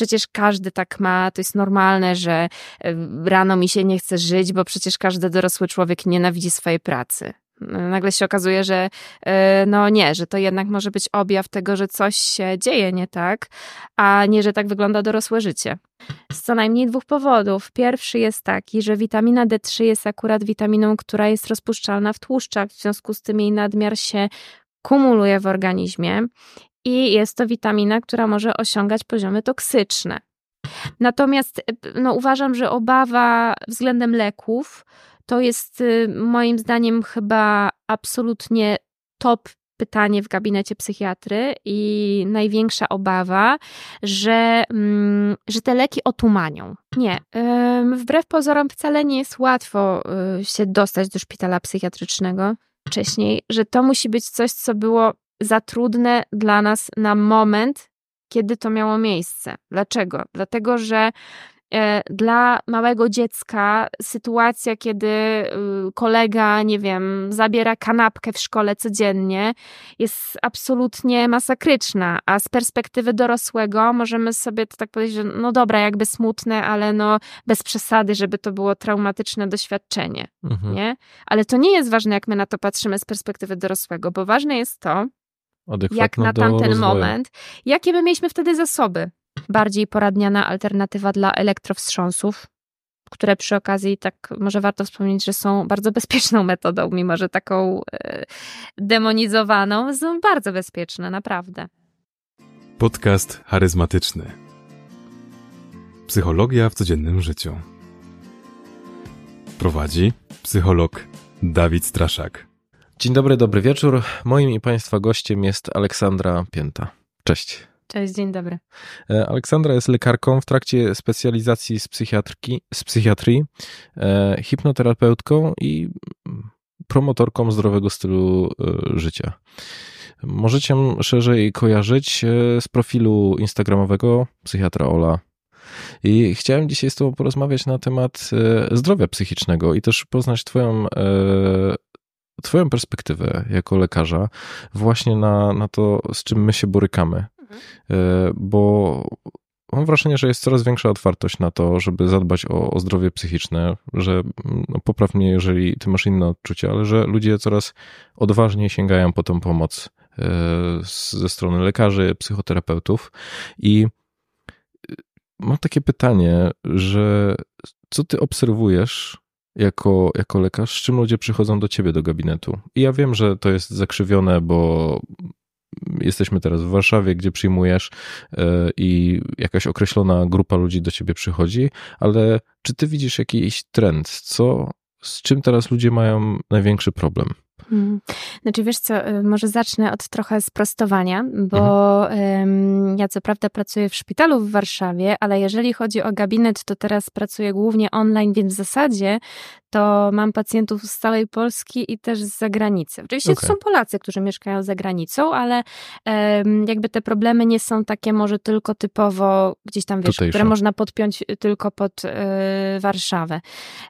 przecież każdy tak ma, to jest normalne, że rano mi się nie chce żyć, bo przecież każdy dorosły człowiek nienawidzi swojej pracy. Nagle się okazuje, że no nie, że to jednak może być objaw tego, że coś się dzieje nie tak, a nie, że tak wygląda dorosłe życie. Z co najmniej 2 powodów. Pierwszy jest taki, że witamina D3 jest akurat witaminą, która jest rozpuszczalna w tłuszczach, w związku z tym jej nadmiar się kumuluje w organizmie i jest to witamina, która może osiągać poziomy toksyczne. Natomiast uważam, że obawa względem leków to jest moim zdaniem chyba absolutnie top pytanie w gabinecie psychiatry i największa obawa, że te leki otumanią. Nie. Wbrew pozorom wcale nie jest łatwo się dostać do szpitala psychiatrycznego wcześniej, że to musi być coś, co było za trudne dla nas na moment, kiedy to miało miejsce. Dlaczego? Dlatego, że dla małego dziecka sytuacja, kiedy kolega, nie wiem, zabiera kanapkę w szkole codziennie, jest absolutnie masakryczna, a z perspektywy dorosłego możemy sobie to tak powiedzieć, że no dobra, jakby smutne, ale no bez przesady, żeby to było traumatyczne doświadczenie, nie? Ale to nie jest ważne, jak my na to patrzymy z perspektywy dorosłego, bo ważne jest to, jak na tamten moment, jakie my mieliśmy wtedy zasoby. Bardziej poradniana alternatywa dla elektrowstrząsów, które przy okazji, tak może warto wspomnieć, że są bardzo bezpieczną metodą, mimo że taką demonizowaną, są bardzo bezpieczne, naprawdę. Podcast charyzmatyczny. Psychologia w codziennym życiu. Prowadzi psycholog Dawid Straszak. Dzień dobry, dobry wieczór. Moim i Państwa gościem jest Aleksandra Pięta. Cześć. Cześć, dzień dobry. Aleksandra jest lekarką w trakcie specjalizacji z psychiatrii, hipnoterapeutką i promotorką zdrowego stylu życia. Możecie ją szerzej kojarzyć z profilu instagramowego Psychiatra Ola. I chciałem dzisiaj z Tobą porozmawiać na temat zdrowia psychicznego i też poznać Twoją perspektywę jako lekarza właśnie na to, z czym my się borykamy. Bo mam wrażenie, że jest coraz większa otwartość na to, żeby zadbać o zdrowie psychiczne, że popraw mnie, jeżeli ty masz inne odczucia, ale że ludzie coraz odważniej sięgają po tą pomoc ze strony lekarzy, psychoterapeutów. I mam takie pytanie, że co ty obserwujesz jako lekarz, z czym ludzie przychodzą do ciebie do gabinetu? I ja wiem, że to jest zakrzywione, bo jesteśmy teraz w Warszawie, gdzie przyjmujesz i jakaś określona grupa ludzi do ciebie przychodzi, ale czy ty widzisz jakiś trend? Z czym teraz ludzie mają największy problem? Znaczy wiesz co, może zacznę od trochę sprostowania, bo ja co prawda pracuję w szpitalu w Warszawie, ale jeżeli chodzi o gabinet, to teraz pracuję głównie online, więc w zasadzie to mam pacjentów z całej Polski i też z zagranicy. Oczywiście to są Polacy, którzy mieszkają za granicą, ale jakby te problemy nie są takie może tylko typowo gdzieś tam, wiesz, które można podpiąć tylko pod Warszawę.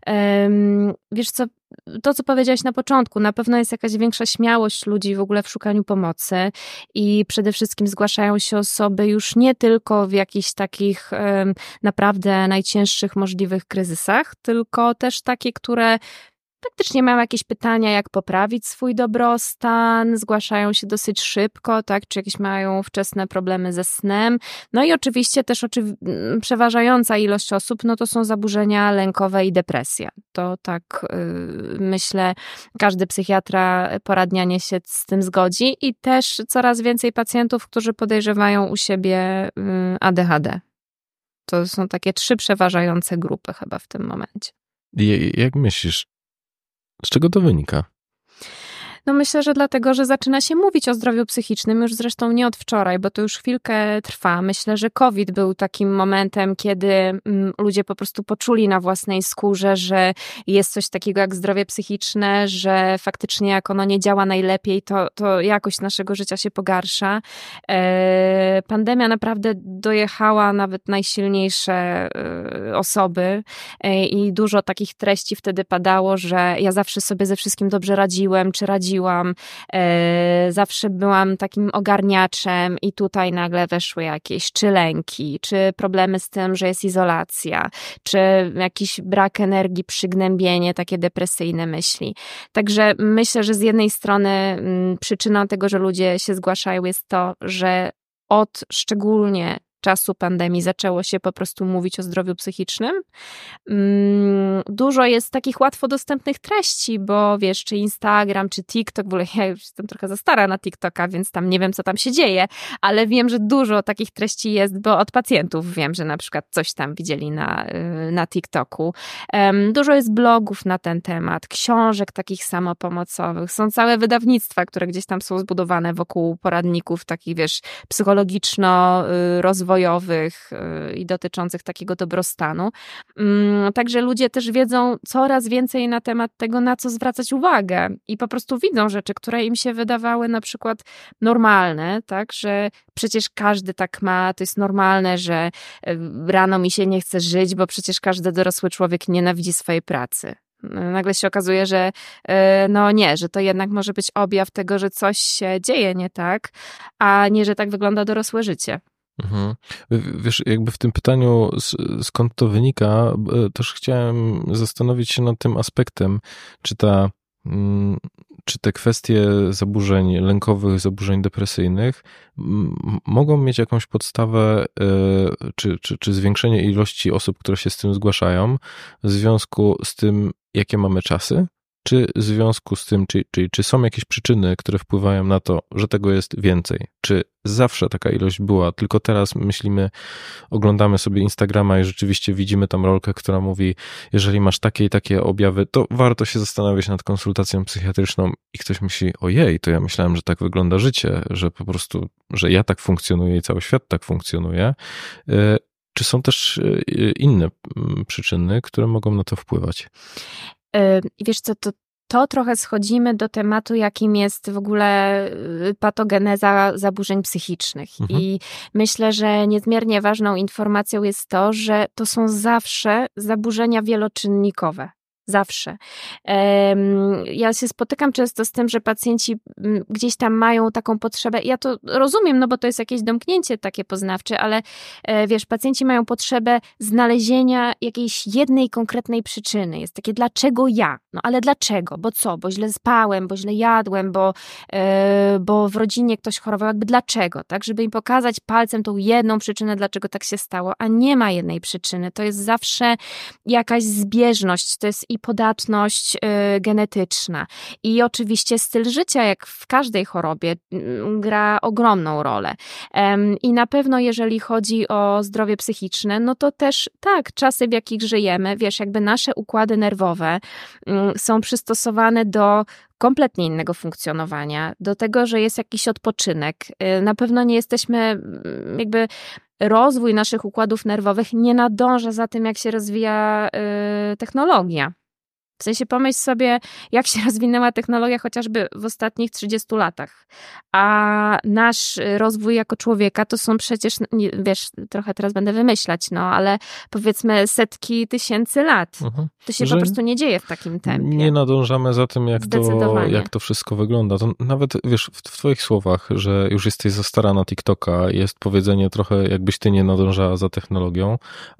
Wiesz co, to, co powiedziałaś na początku, na pewno jest jakaś większa śmiałość ludzi w ogóle w szukaniu pomocy i przede wszystkim zgłaszają się osoby już nie tylko w jakichś takich naprawdę najcięższych możliwych kryzysach, tylko też takie, które praktycznie mają jakieś pytania, jak poprawić swój dobrostan, zgłaszają się dosyć szybko, tak, czy jakieś mają wczesne problemy ze snem. No i oczywiście też przeważająca ilość osób, no to są zaburzenia lękowe i depresja. To tak myślę, każdy psychiatra poradnianie się z tym zgodzi i też coraz więcej pacjentów, którzy podejrzewają u siebie ADHD. To są takie 3 przeważające grupy chyba w tym momencie. Jak myślisz, z czego to wynika? No myślę, że dlatego, że zaczyna się mówić o zdrowiu psychicznym, już zresztą nie od wczoraj, bo to już chwilkę trwa. Myślę, że COVID był takim momentem, kiedy ludzie po prostu poczuli na własnej skórze, że jest coś takiego jak zdrowie psychiczne, że faktycznie jak ono nie działa najlepiej, to jakość naszego życia się pogarsza. Pandemia naprawdę dojechała nawet najsilniejsze osoby i dużo takich treści wtedy padało, że ja zawsze sobie ze wszystkim dobrze radziłem, czy radziłem, chodziłam, zawsze byłam takim ogarniaczem i tutaj nagle weszły jakieś czy lęki, czy problemy z tym, że jest izolacja, czy jakiś brak energii, przygnębienie, takie depresyjne myśli. Także myślę, że z jednej strony przyczyną tego, że ludzie się zgłaszają, jest to, że od szczególnie czasu pandemii zaczęło się po prostu mówić o zdrowiu psychicznym. Dużo jest takich łatwo dostępnych treści, bo wiesz, czy Instagram, czy TikTok, w ogóle ja już jestem trochę za stara na TikToka, więc tam nie wiem, co tam się dzieje, ale wiem, że dużo takich treści jest, bo od pacjentów wiem, że na przykład coś tam widzieli na TikToku. Dużo jest blogów na ten temat, książek takich samopomocowych. Są całe wydawnictwa, które gdzieś tam są zbudowane wokół poradników takich, wiesz, psychologiczno-rozwojowych i dotyczących takiego dobrostanu. Także ludzie też wiedzą coraz więcej na temat tego, na co zwracać uwagę i po prostu widzą rzeczy, które im się wydawały na przykład normalne, tak, że przecież każdy tak ma, to jest normalne, że rano mi się nie chce żyć, bo przecież każdy dorosły człowiek nienawidzi swojej pracy. Nagle się okazuje, że no nie, że to jednak może być objaw tego, że coś się dzieje nie tak, a nie, że tak wygląda dorosłe życie. Mhm. Wiesz, jakby w tym pytaniu, skąd to wynika, też chciałem zastanowić się nad tym aspektem, czy te kwestie zaburzeń lękowych, zaburzeń depresyjnych mogą mieć jakąś podstawę, czy zwiększenie ilości osób, które się z tym zgłaszają, w związku z tym, jakie mamy czasy? Czy w związku z tym, czy są jakieś przyczyny, które wpływają na to, że tego jest więcej? Czy zawsze taka ilość była, tylko teraz myślimy, oglądamy sobie Instagrama i rzeczywiście widzimy tam rolkę, która mówi, jeżeli masz takie i takie objawy, to warto się zastanowić nad konsultacją psychiatryczną i ktoś myśli, ojej, to ja myślałem, że tak wygląda życie, że po prostu, że ja tak funkcjonuję i cały świat tak funkcjonuje. Czy są też inne przyczyny, które mogą na to wpływać? Wiesz co, to trochę schodzimy do tematu, jakim jest w ogóle patogeneza zaburzeń psychicznych. I myślę, że niezmiernie ważną informacją jest to, że to są zawsze zaburzenia wieloczynnikowe. Zawsze. Ja się spotykam często z tym, że pacjenci gdzieś tam mają taką potrzebę, ja to rozumiem, no bo to jest jakieś domknięcie takie poznawcze, ale wiesz, pacjenci mają potrzebę znalezienia jakiejś jednej konkretnej przyczyny. Jest takie, dlaczego ja? No ale dlaczego? Bo co? Bo źle spałem, bo źle jadłem, bo w rodzinie ktoś chorował. Jakby dlaczego? Tak? Żeby im pokazać palcem tą jedną przyczynę, dlaczego tak się stało, a nie ma jednej przyczyny. To jest zawsze jakaś zbieżność, to jest i podatność genetyczna. I oczywiście styl życia, jak w każdej chorobie, gra ogromną rolę. I na pewno jeżeli chodzi o zdrowie psychiczne, no to też tak, czasy, w jakich żyjemy, wiesz, jakby nasze układy nerwowe są przystosowane do kompletnie innego funkcjonowania, do tego, że jest jakiś odpoczynek. Na pewno nie jesteśmy jakby rozwój naszych układów nerwowych nie nadąża za tym, jak się rozwija technologia. W sensie pomyśl sobie, jak się rozwinęła technologia chociażby w ostatnich 30 latach. A nasz rozwój jako człowieka to są przecież, wiesz, trochę teraz będę wymyślać, no ale powiedzmy setki tysięcy lat. To się po prostu nie dzieje w takim tempie. Nie nadążamy za tym, jak to wszystko wygląda. To nawet, wiesz, w twoich słowach, że już jesteś za stara na TikToka, jest powiedzenie trochę, jakbyś ty nie nadążała za technologią,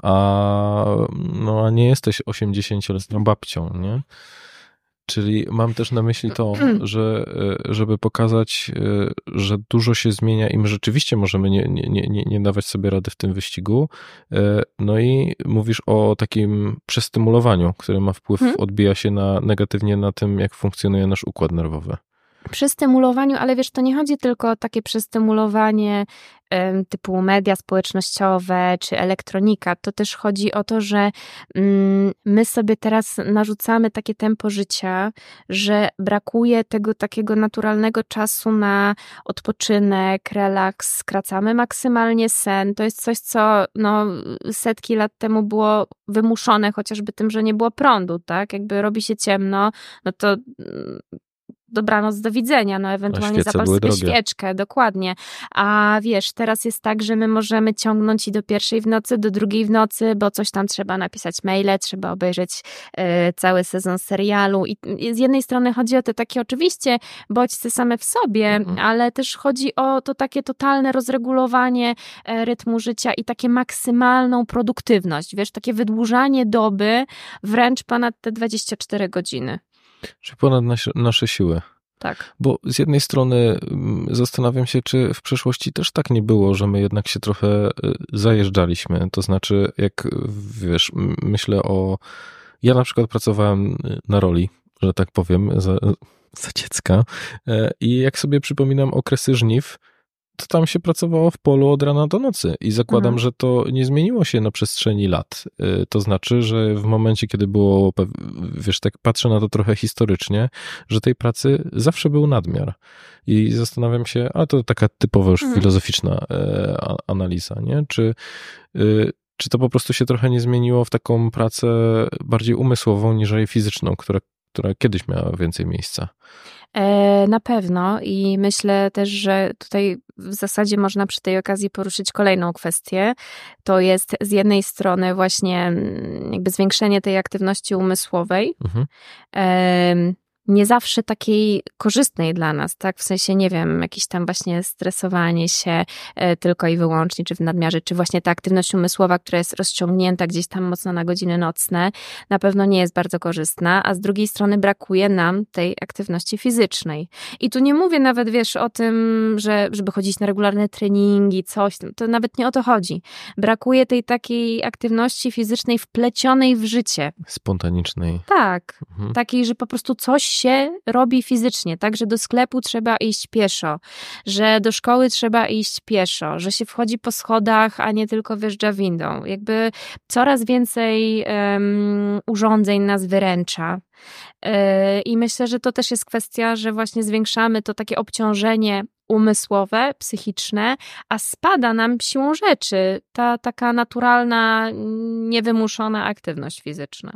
a nie jesteś 80-letnią babcią, nie? Czyli mam też na myśli to, że żeby pokazać, że dużo się zmienia i my rzeczywiście możemy nie dawać sobie rady w tym wyścigu. No i mówisz o takim przestymulowaniu, które ma wpływ, odbija się negatywnie na tym, jak funkcjonuje nasz układ nerwowy. Przestymulowaniu, ale wiesz, to nie chodzi tylko o takie przestymulowanie typu media społecznościowe czy elektronika. To też chodzi o to, że my sobie teraz narzucamy takie tempo życia, że brakuje tego takiego naturalnego czasu na odpoczynek, relaks, skracamy maksymalnie sen. To jest coś, co setki lat temu było wymuszone chociażby tym, że nie było prądu, tak? Jakby robi się ciemno, no to dobranoc, do widzenia, no ewentualnie zapal sobie świeczkę, dokładnie. A wiesz, teraz jest tak, że my możemy ciągnąć i do 1:00 w nocy, do 2:00 w nocy, bo coś tam trzeba napisać maile, trzeba obejrzeć cały sezon serialu i z jednej strony chodzi o te takie oczywiście bodźce same w sobie, ale też chodzi o to takie totalne rozregulowanie rytmu życia i takie maksymalną produktywność, wiesz, takie wydłużanie doby wręcz ponad te 24 godziny. Czyli ponad nasze siły. Tak. Bo z jednej strony zastanawiam się, czy w przeszłości też tak nie było, że my jednak się trochę zajeżdżaliśmy. To znaczy, jak wiesz, myślę o... Ja na przykład pracowałem na roli, że tak powiem, za dziecka i jak sobie przypominam okresy żniw, to tam się pracowało w polu od rana do nocy i zakładam, że to nie zmieniło się na przestrzeni lat. To znaczy, że w momencie, kiedy było, wiesz, tak patrzę na to trochę historycznie, że tej pracy zawsze był nadmiar. I zastanawiam się, a to taka typowa już filozoficzna analiza, nie? Czy to po prostu się trochę nie zmieniło w taką pracę bardziej umysłową niżeli fizyczną, która kiedyś miała więcej miejsca? Na pewno i myślę też, że tutaj w zasadzie można przy tej okazji poruszyć kolejną kwestię. To jest z jednej strony właśnie jakby zwiększenie tej aktywności umysłowej, nie zawsze takiej korzystnej dla nas, tak? W sensie, nie wiem, jakieś tam właśnie stresowanie się tylko i wyłącznie, czy w nadmiarze, czy właśnie ta aktywność umysłowa, która jest rozciągnięta gdzieś tam mocno na godziny nocne, na pewno nie jest bardzo korzystna, a z drugiej strony brakuje nam tej aktywności fizycznej. I tu nie mówię nawet, wiesz, o tym, żeby chodzić na regularne treningi, coś, to nawet nie o to chodzi. Brakuje tej takiej aktywności fizycznej wplecionej w życie. Spontanicznej. Tak, takiej, że po prostu coś się robi fizycznie, tak, że do sklepu trzeba iść pieszo, że do szkoły trzeba iść pieszo, że się wchodzi po schodach, a nie tylko wjeżdża windą. Jakby coraz więcej urządzeń nas wyręcza. I myślę, że to też jest kwestia, że właśnie zwiększamy to takie obciążenie umysłowe, psychiczne, a spada nam siłą rzeczy ta taka naturalna, niewymuszona aktywność fizyczna.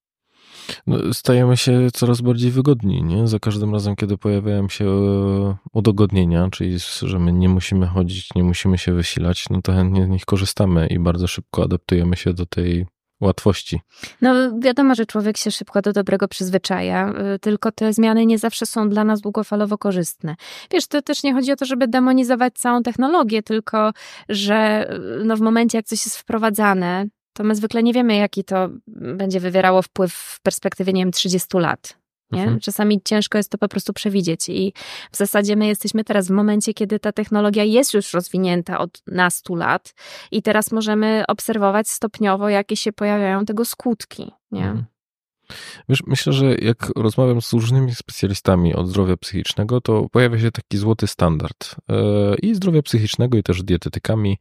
No, stajemy się coraz bardziej wygodni, nie? Za każdym razem, kiedy pojawiają się udogodnienia, czyli że my nie musimy chodzić, nie musimy się wysilać, no to chętnie z nich korzystamy i bardzo szybko adaptujemy się do tej łatwości. No wiadomo, że człowiek się szybko do dobrego przyzwyczaja, tylko te zmiany nie zawsze są dla nas długofalowo korzystne. Wiesz, to też nie chodzi o to, żeby demonizować całą technologię, tylko że no w momencie, jak coś jest wprowadzane, to my zwykle nie wiemy, jaki to będzie wywierało wpływ w perspektywie, nie wiem, 30 lat. Nie? Czasami ciężko jest to po prostu przewidzieć i w zasadzie my jesteśmy teraz w momencie, kiedy ta technologia jest już rozwinięta od nastu lat i teraz możemy obserwować stopniowo, jakie się pojawiają tego skutki. Nie? Wiesz, myślę, że jak rozmawiam z różnymi specjalistami od zdrowia psychicznego, to pojawia się taki złoty standard i zdrowia psychicznego, i też dietetykami.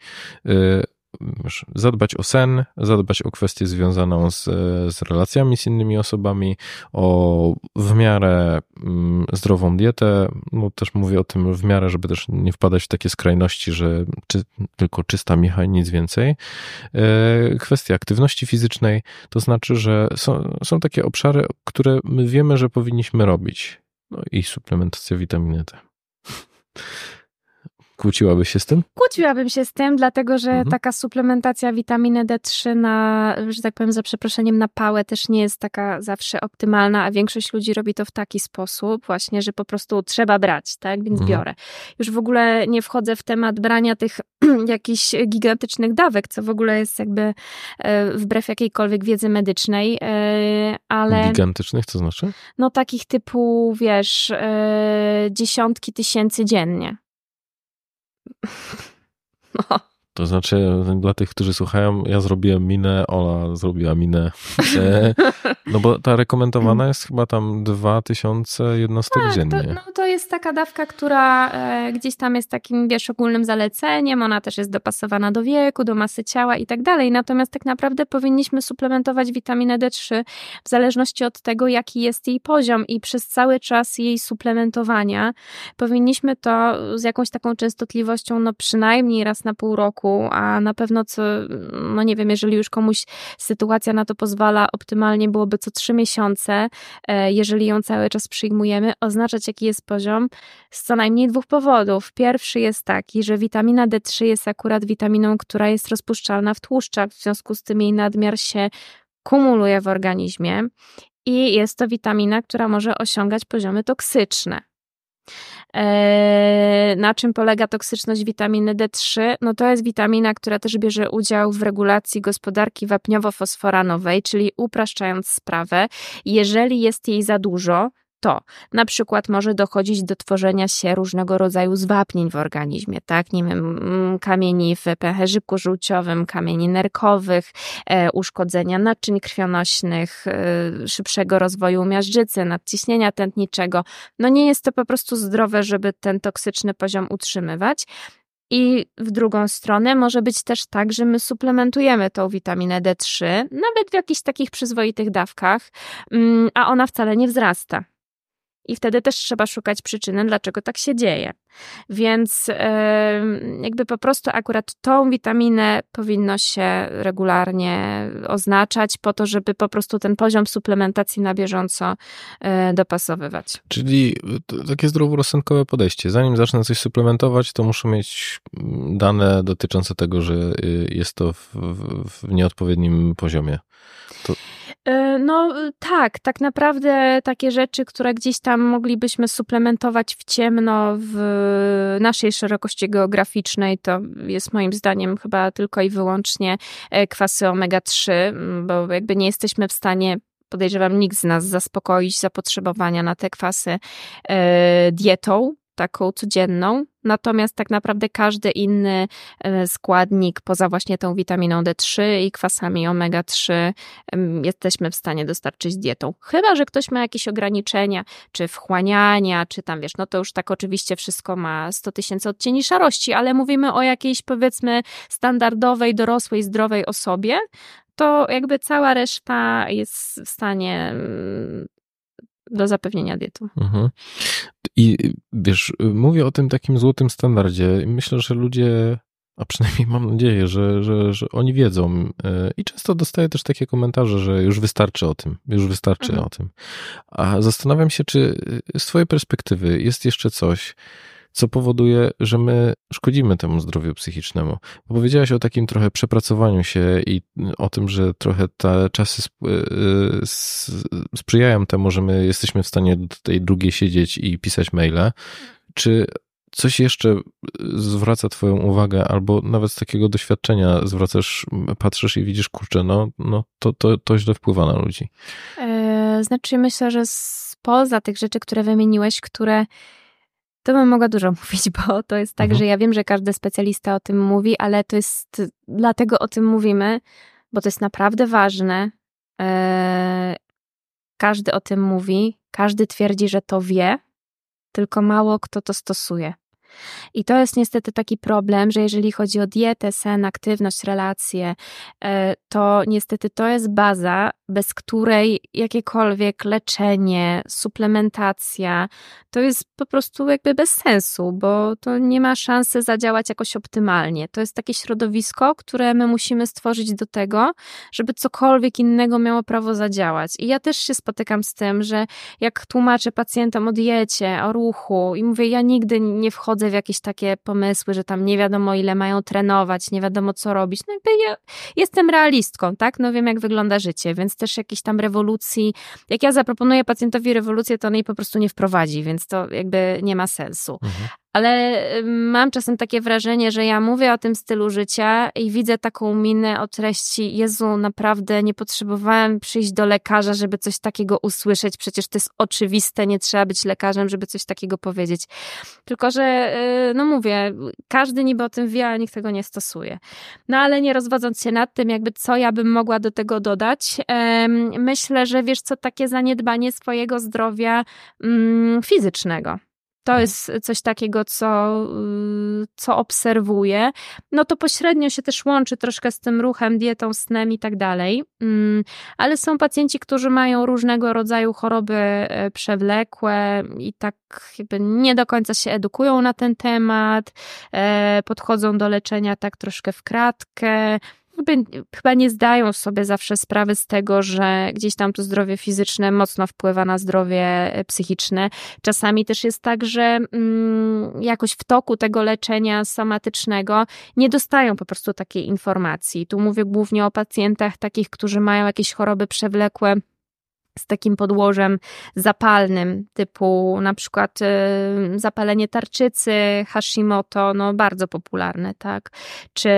Zadbać o sen, zadbać o kwestię związaną z relacjami z innymi osobami, o w miarę zdrową dietę. No też mówię o tym w miarę, żeby też nie wpadać w takie skrajności, że tylko czysta micha i nic więcej. Kwestia aktywności fizycznej, to znaczy, że są takie obszary, które my wiemy, że powinniśmy robić. No i suplementacja witaminy D. Kłóciłabyś się z tym? Kłóciłabym się z tym, dlatego że taka suplementacja witaminy D3 na, że tak powiem, za przeproszeniem, na pałę też nie jest taka zawsze optymalna, a większość ludzi robi to w taki sposób właśnie, że po prostu trzeba brać, tak? Więc biorę. Już w ogóle nie wchodzę w temat brania tych jakichś gigantycznych dawek, co w ogóle jest jakby wbrew jakiejkolwiek wiedzy medycznej, ale... Gigantycznych, co znaczy? No takich typu, wiesz, dziesiątki tysięcy dziennie. No. To znaczy, dla tych, którzy słuchają, ja zrobiłem minę, Ola zrobiła minę. No bo ta rekomendowana jest chyba tam 2000 jednostek dziennie. To jest taka dawka, która gdzieś tam jest takim, wiesz, ogólnym zaleceniem. Ona też jest dopasowana do wieku, do masy ciała i tak dalej. Natomiast tak naprawdę powinniśmy suplementować witaminę D3 w zależności od tego, jaki jest jej poziom i przez cały czas jej suplementowania powinniśmy to z jakąś taką częstotliwością, no przynajmniej raz na pół roku roku, a na pewno no nie wiem, jeżeli już komuś sytuacja na to pozwala, optymalnie byłoby co 3 miesiące, jeżeli ją cały czas przyjmujemy, oznaczać jaki jest poziom z co najmniej 2 powodów. Pierwszy jest taki, że witamina D3 jest akurat witaminą, która jest rozpuszczalna w tłuszczach, w związku z tym jej nadmiar się kumuluje w organizmie i jest to witamina, która może osiągać poziomy toksyczne. Na czym polega toksyczność witaminy D3? No to jest witamina, która też bierze udział w regulacji gospodarki wapniowo-fosforanowej, czyli upraszczając sprawę, jeżeli jest jej za dużo, to na przykład może dochodzić do tworzenia się różnego rodzaju zwapnień w organizmie, tak? Nie wiem, kamieni w pęcherzyku żółciowym, kamieni nerkowych, uszkodzenia naczyń krwionośnych, szybszego rozwoju miażdżycy, nadciśnienia tętniczego. No nie jest to po prostu zdrowe, żeby ten toksyczny poziom utrzymywać. I w drugą stronę może być też tak, że my suplementujemy tą witaminę D3, nawet w jakichś takich przyzwoitych dawkach, a ona wcale nie wzrasta. I wtedy też trzeba szukać przyczyny, dlaczego tak się dzieje. Więc jakby po prostu akurat tą witaminę powinno się regularnie oznaczać po to, żeby po prostu ten poziom suplementacji na bieżąco dopasowywać. Czyli takie zdroworozsądkowe podejście. Zanim zacznę coś suplementować, to muszę mieć dane dotyczące tego, że jest to w nieodpowiednim poziomie. No tak naprawdę takie rzeczy, które gdzieś tam moglibyśmy suplementować w ciemno w naszej szerokości geograficznej, to jest moim zdaniem chyba tylko i wyłącznie kwasy omega-3, bo jakby nie jesteśmy w stanie, podejrzewam, nikt z nas zaspokoić zapotrzebowania na te kwasy dietą taką codzienną, natomiast tak naprawdę każdy inny składnik poza właśnie tą witaminą D3 i kwasami omega-3 jesteśmy w stanie dostarczyć dietą. Chyba że ktoś ma jakieś ograniczenia, czy wchłaniania, czy tam wiesz, no to już tak oczywiście wszystko ma 100 000 odcieni szarości, ale mówimy o jakiejś powiedzmy standardowej, dorosłej, zdrowej osobie, to jakby cała reszta jest w stanie do zapewnienia diety. Mhm. I wiesz, mówię o tym takim złotym standardzie i myślę, że ludzie, a przynajmniej mam nadzieję, że oni wiedzą i często dostaję też takie komentarze, że już wystarczy o tym, o tym. A zastanawiam się, czy z twojej perspektywy jest jeszcze coś, co powoduje, że my szkodzimy temu zdrowiu psychicznemu. Bo powiedziałaś o takim trochę przepracowaniu się i o tym, że trochę te czasy sprzyjają temu, że my jesteśmy w stanie do tej drugiej siedzieć i pisać maile. Czy coś jeszcze zwraca twoją uwagę, albo nawet z takiego doświadczenia patrzysz i widzisz, kurczę, no to źle wpływa na ludzi? Znaczy myślę, że spoza tych rzeczy, które wymieniłeś, to bym mogła dużo mówić, bo to jest tak, że ja wiem, że każdy specjalista o tym mówi, ale to jest, dlatego o tym mówimy, bo to jest naprawdę ważne. Każdy o tym mówi, każdy twierdzi, że to wie, tylko mało kto to stosuje. I to jest niestety taki problem, że jeżeli chodzi o dietę, sen, aktywność, relacje, to niestety to jest baza, bez której jakiekolwiek leczenie, suplementacja, to jest po prostu jakby bez sensu, bo to nie ma szansy zadziałać jakoś optymalnie. To jest takie środowisko, które my musimy stworzyć do tego, żeby cokolwiek innego miało prawo zadziałać. I ja też się spotykam z tym, że jak tłumaczę pacjentom o diecie, o ruchu i mówię, ja nigdy nie wchodzę w jakieś takie pomysły, że tam nie wiadomo ile mają trenować, nie wiadomo co robić. No jakby ja jestem realistką, tak? No wiem jak wygląda życie, więc też jakiejś tam rewolucji, jak ja zaproponuję pacjentowi rewolucję, to on jej po prostu nie wprowadzi, więc to jakby nie ma sensu. Ale mam czasem takie wrażenie, że ja mówię o tym stylu życia i widzę taką minę o treści, Jezu, naprawdę nie potrzebowałem przyjść do lekarza, żeby coś takiego usłyszeć, przecież to jest oczywiste, nie trzeba być lekarzem, żeby coś takiego powiedzieć. Tylko, że no mówię, każdy niby o tym wie, a nikt tego nie stosuje. No ale nie rozwodząc się nad tym, jakby co ja bym mogła do tego dodać, myślę, że wiesz co, takie zaniedbanie swojego zdrowia fizycznego. To jest coś takiego, co obserwuję. No to pośrednio się też łączy troszkę z tym ruchem, dietą, snem i tak dalej. Ale są pacjenci, którzy mają różnego rodzaju choroby przewlekłe i tak jakby nie do końca się edukują na ten temat, podchodzą do leczenia tak troszkę w kratkę. Chyba nie zdają sobie zawsze sprawy z tego, że gdzieś tam to zdrowie fizyczne mocno wpływa na zdrowie psychiczne. Czasami też jest tak, że jakoś w toku tego leczenia somatycznego nie dostają po prostu takiej informacji. Tu mówię głównie o pacjentach takich, którzy mają jakieś choroby przewlekłe z takim podłożem zapalnym, typu na przykład zapalenie tarczycy, Hashimoto, no bardzo popularne, tak, czy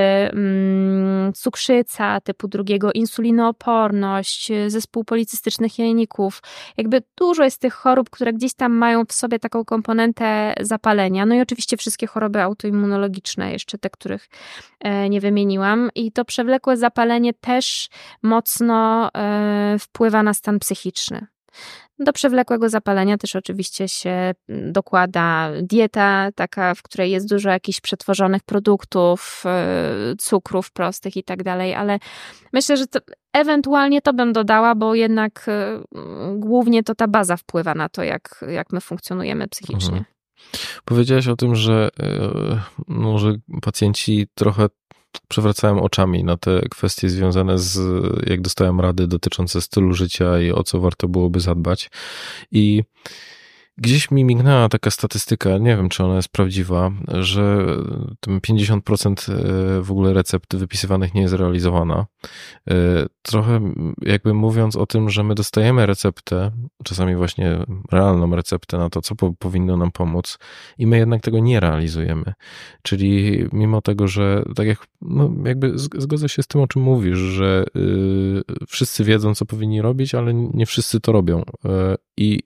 cukrzyca typu 2, insulinooporność, zespół policystycznych jajników. Jakby dużo jest tych chorób, które gdzieś tam mają w sobie taką komponentę zapalenia. No i oczywiście wszystkie choroby autoimmunologiczne, jeszcze te, których nie wymieniłam. I to przewlekłe zapalenie też mocno wpływa na stan psychiczny. Do przewlekłego zapalenia też oczywiście się dokłada dieta, taka, w której jest dużo jakichś przetworzonych produktów, cukrów prostych i tak dalej, ale myślę, że to, ewentualnie to bym dodała, bo jednak głównie to ta baza wpływa na to, jak my funkcjonujemy psychicznie. Powiedziałaś o tym, że może pacjenci trochę przewracałem oczami na te kwestie związane z, jak dostałem rady dotyczące stylu życia i o co warto byłoby zadbać. I gdzieś mi mignęła taka statystyka, nie wiem, czy ona jest prawdziwa, że tym 50% w ogóle recept wypisywanych nie jest realizowana. Trochę jakby mówiąc o tym, że my dostajemy receptę, czasami właśnie realną receptę na to, co powinno nam pomóc i my jednak tego nie realizujemy. Czyli mimo tego, że tak jak, no jakby zgodzę się z tym, o czym mówisz, że wszyscy wiedzą, co powinni robić, ale nie wszyscy to robią. I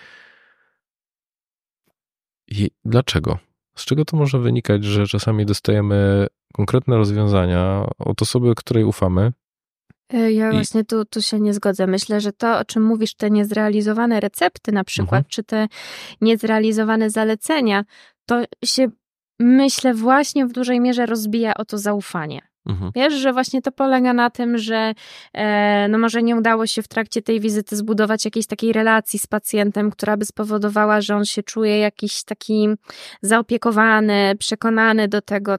dlaczego? Z czego to może wynikać, że czasami dostajemy konkretne rozwiązania od osoby, której ufamy? Ja właśnie tu się nie zgodzę. Myślę, że to, o czym mówisz, te niezrealizowane recepty na przykład, czy te niezrealizowane zalecenia, to się, myślę, właśnie w dużej mierze rozbija o to zaufanie. Wiesz, że właśnie to polega na tym, że no może nie udało się w trakcie tej wizyty zbudować jakiejś takiej relacji z pacjentem, która by spowodowała, że on się czuje jakiś taki zaopiekowany, przekonany do tego,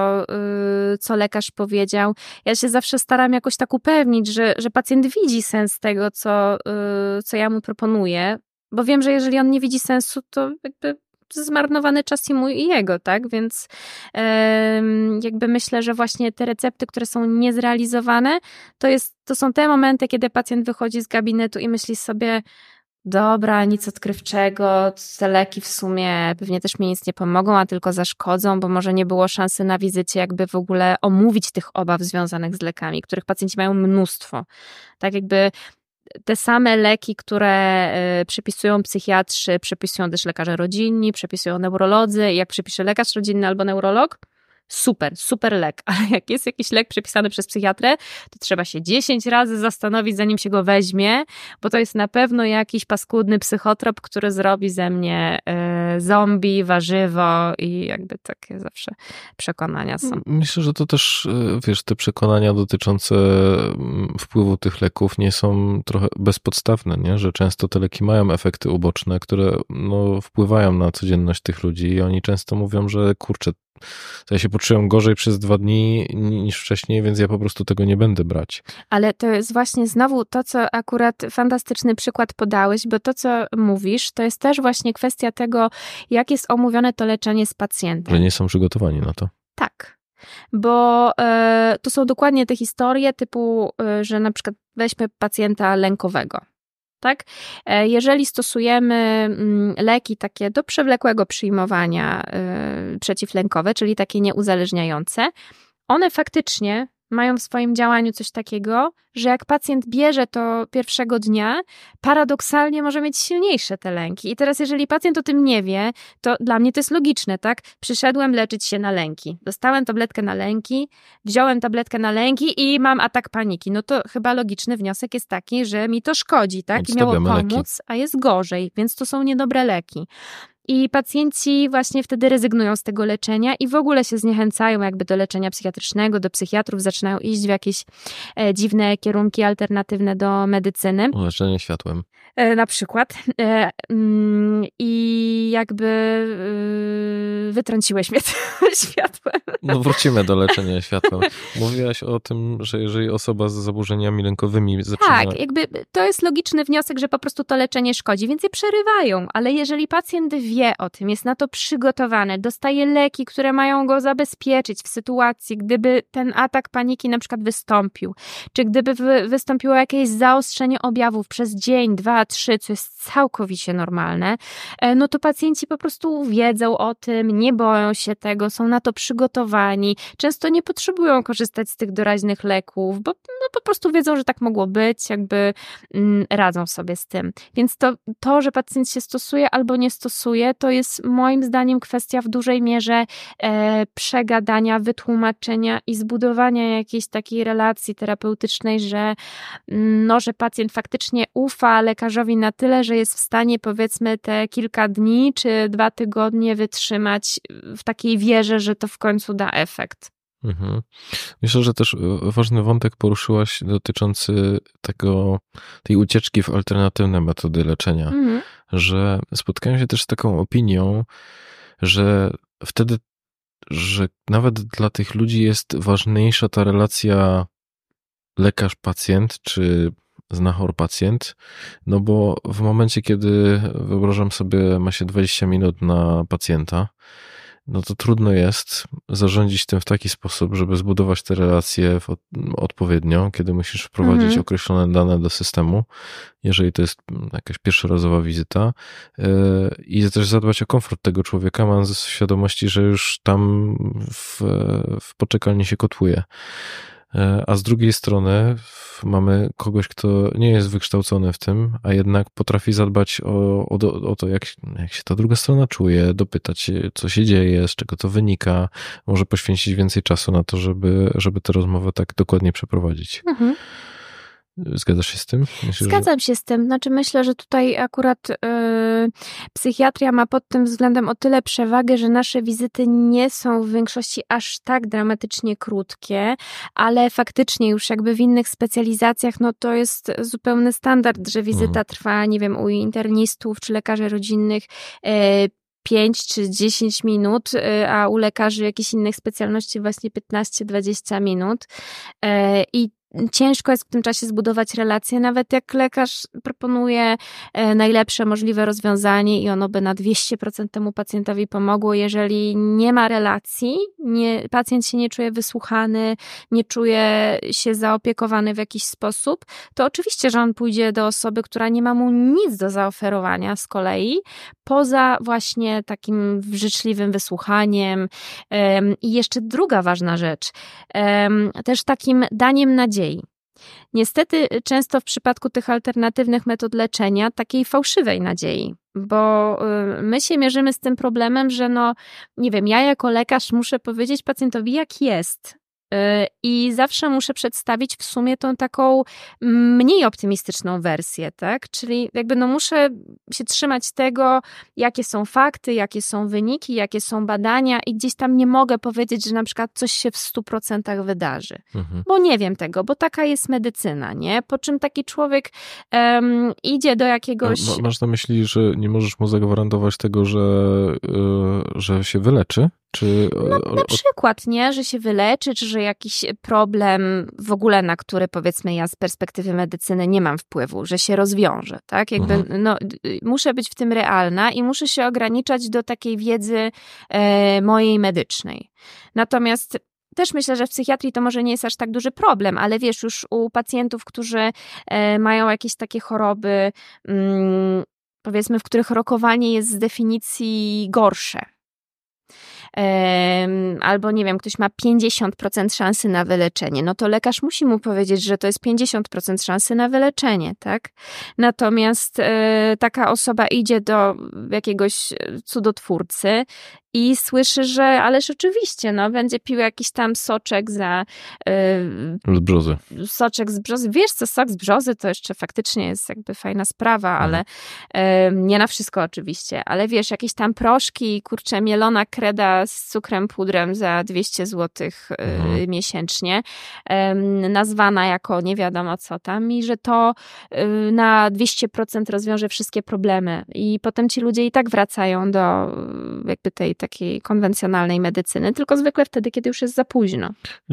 co lekarz powiedział. Ja się zawsze staram jakoś tak upewnić, że pacjent widzi sens tego, co ja mu proponuję, bo wiem, że jeżeli on nie widzi sensu, to jakby zmarnowany czas i mój i jego, tak? Więc jakby myślę, że właśnie te recepty, które są niezrealizowane, to są te momenty, kiedy pacjent wychodzi z gabinetu i myśli sobie, dobra, nic odkrywczego, te leki w sumie pewnie też mi nic nie pomogą, a tylko zaszkodzą, bo może nie było szansy na wizycie jakby w ogóle omówić tych obaw związanych z lekami, których pacjenci mają mnóstwo. Tak jakby te same leki, które przepisują psychiatrzy, przepisują też lekarze rodzinni, przepisują neurolodzy. Jak przepisze lekarz rodzinny albo neurolog, super lek. Ale jak jest jakiś lek przepisany przez psychiatrę, to trzeba się 10 razy zastanowić, zanim się go weźmie, bo to jest na pewno jakiś paskudny psychotrop, który zrobi ze mnie zombie, warzywo i jakby takie zawsze przekonania są. Myślę, że to też, wiesz, te przekonania dotyczące wpływu tych leków nie są trochę bezpodstawne, nie? Że często te leki mają efekty uboczne, które no, wpływają na codzienność tych ludzi i oni często mówią, że kurczę, ja się poczułem gorzej przez 2 dni niż wcześniej, więc ja po prostu tego nie będę brać. Ale to jest właśnie znowu to, co akurat fantastyczny przykład podałeś, bo to, co mówisz, to jest też właśnie kwestia tego, jak jest omówione to leczenie z pacjentem. Że nie są przygotowani na to. Tak, bo to są dokładnie te historie typu, że na przykład weźmy pacjenta lękowego. Tak? Jeżeli stosujemy leki takie do przewlekłego przyjmowania przeciwlękowe, czyli takie nieuzależniające, one faktycznie mają w swoim działaniu coś takiego, że jak pacjent bierze to pierwszego dnia, paradoksalnie może mieć silniejsze te lęki. I teraz jeżeli pacjent o tym nie wie, to dla mnie to jest logiczne, tak? Przyszedłem leczyć się na lęki. Dostałem tabletkę na lęki, wziąłem tabletkę na lęki i mam atak paniki. No to chyba logiczny wniosek jest taki, że mi to szkodzi, tak? I miało pomóc, a jest gorzej, więc to są niedobre leki. I pacjenci właśnie wtedy rezygnują z tego leczenia i w ogóle się zniechęcają jakby do leczenia psychiatrycznego, do psychiatrów, zaczynają iść w jakieś dziwne kierunki alternatywne do medycyny. Leczenie światłem. Na przykład. I jakby wytrąciłeś mnie światłem. No wrócimy do leczenia światłem. Mówiłaś o tym, że jeżeli osoba z zaburzeniami lękowymi zaczyna... Tak, jakby to jest logiczny wniosek, że po prostu to leczenie szkodzi, więc je przerywają, ale jeżeli pacjent wie o tym, jest na to przygotowany, dostaje leki, które mają go zabezpieczyć w sytuacji, gdyby ten atak paniki na przykład wystąpił, czy gdyby wystąpiło jakieś zaostrzenie objawów przez dzień, 2, 3, co jest całkowicie normalne, no to pacjenci po prostu wiedzą o tym, nie boją się tego, są na to przygotowani, często nie potrzebują korzystać z tych doraźnych leków, bo no, po prostu wiedzą, że tak mogło być, jakby radzą sobie z tym. Więc to, że pacjent się stosuje albo nie stosuje, to jest moim zdaniem kwestia w dużej mierze przegadania, wytłumaczenia i zbudowania jakiejś takiej relacji terapeutycznej, że pacjent faktycznie ufa lekarzowi na tyle, że jest w stanie powiedzmy te kilka dni czy 2 tygodnie wytrzymać w takiej wierze, że to w końcu da efekt. Mhm. Myślę, że też ważny wątek poruszyłaś dotyczący tej ucieczki w alternatywne metody leczenia, że spotkałem się też z taką opinią, że wtedy, że nawet dla tych ludzi jest ważniejsza ta relacja lekarz-pacjent, czy znachor-pacjent, no bo w momencie, kiedy wyobrażam sobie, ma się 20 minut na pacjenta, no to trudno jest zarządzić tym w taki sposób, żeby zbudować te relacje odpowiednio, kiedy musisz wprowadzić określone dane do systemu, jeżeli to jest jakaś pierwszorazowa wizyta, i też zadbać o komfort tego człowieka, mając świadomości, że już tam w poczekalni się kotłuje. A z drugiej strony mamy kogoś, kto nie jest wykształcony w tym, a jednak potrafi zadbać o to, jak się ta druga strona czuje, dopytać, co się dzieje, z czego to wynika, może poświęcić więcej czasu na to, żeby tę rozmowę tak dokładnie przeprowadzić. Zgadzasz się z tym? Zgadzam się z tym. Znaczy myślę, że tutaj akurat psychiatria ma pod tym względem o tyle przewagę, że nasze wizyty nie są w większości aż tak dramatycznie krótkie, ale faktycznie już jakby w innych specjalizacjach, no to jest zupełny standard, że wizyta trwa, nie wiem, u internistów czy lekarzy rodzinnych 5 czy 10 minut, a u lekarzy jakichś innych specjalności właśnie 15-20 minut. I ciężko jest w tym czasie zbudować relacje, nawet jak lekarz proponuje najlepsze możliwe rozwiązanie i ono by na 200% temu pacjentowi pomogło. Jeżeli nie ma relacji, pacjent się nie czuje wysłuchany, nie czuje się zaopiekowany w jakiś sposób, to oczywiście, że on pójdzie do osoby, która nie ma mu nic do zaoferowania z kolei, poza właśnie takim życzliwym wysłuchaniem. I jeszcze druga ważna rzecz, też takim daniem nadziei. Niestety często w przypadku tych alternatywnych metod leczenia takiej fałszywej nadziei, bo my się mierzymy z tym problemem, że nie wiem, ja jako lekarz muszę powiedzieć pacjentowi jak jest i zawsze muszę przedstawić w sumie tą taką mniej optymistyczną wersję, tak? Czyli jakby muszę się trzymać tego, jakie są fakty, jakie są wyniki, jakie są badania i gdzieś tam nie mogę powiedzieć, że na przykład coś się w 100% wydarzy, bo nie wiem tego, bo taka jest medycyna, nie? Po czym taki człowiek idzie do jakiegoś... Masz na myśli, że nie możesz mu zagwarantować tego, że się wyleczy? Czy... Na przykład, nie? Że się wyleczy, czy że jakiś problem w ogóle, na który powiedzmy ja z perspektywy medycyny nie mam wpływu, że się rozwiąże, tak? Jakby muszę być w tym realna i muszę się ograniczać do takiej wiedzy mojej medycznej. Natomiast też myślę, że w psychiatrii to może nie jest aż tak duży problem, ale wiesz, już u pacjentów, którzy mają jakieś takie choroby, powiedzmy, w których rokowanie jest z definicji gorsze, albo nie wiem, ktoś ma 50% szansy na wyleczenie, no to lekarz musi mu powiedzieć, że to jest 50% szansy na wyleczenie, tak? Natomiast taka osoba idzie do jakiegoś cudotwórcy i słyszy, że ależ oczywiście, no, będzie pił jakiś tam soczek z brzozy. Soczek z brzozy. Wiesz co, sok z brzozy to jeszcze faktycznie jest jakby fajna sprawa, ale nie na wszystko oczywiście, ale wiesz, jakieś tam proszki, kurczę, mielona kreda z cukrem, pudrem za 200 zł miesięcznie, nazwana jako nie wiadomo co tam i że to na 200% rozwiąże wszystkie problemy i potem ci ludzie i tak wracają do jakby tej takiej konwencjonalnej medycyny, tylko zwykle wtedy, kiedy już jest za późno.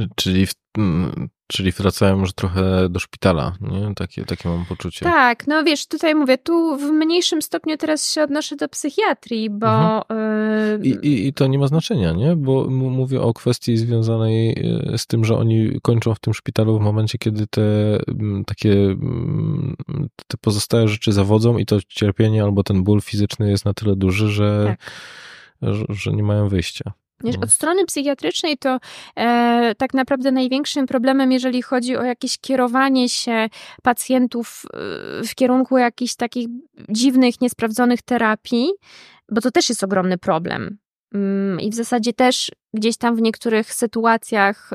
Czyli wracają już trochę do szpitala, nie? Takie mam poczucie. Tak, no wiesz, tutaj mówię, tu w mniejszym stopniu teraz się odnoszę do psychiatrii, bo... I to nie ma znaczenia, nie? Bo mówię o kwestii związanej z tym, że oni kończą w tym szpitalu w momencie, kiedy te pozostałe rzeczy zawodzą i to cierpienie albo ten ból fizyczny jest na tyle duży, że nie mają wyjścia. Wiesz, od strony psychiatrycznej to tak naprawdę największym problemem, jeżeli chodzi o jakieś kierowanie się pacjentów w kierunku jakichś takich dziwnych, niesprawdzonych terapii, bo to też jest ogromny problem. I w zasadzie też gdzieś tam w niektórych sytuacjach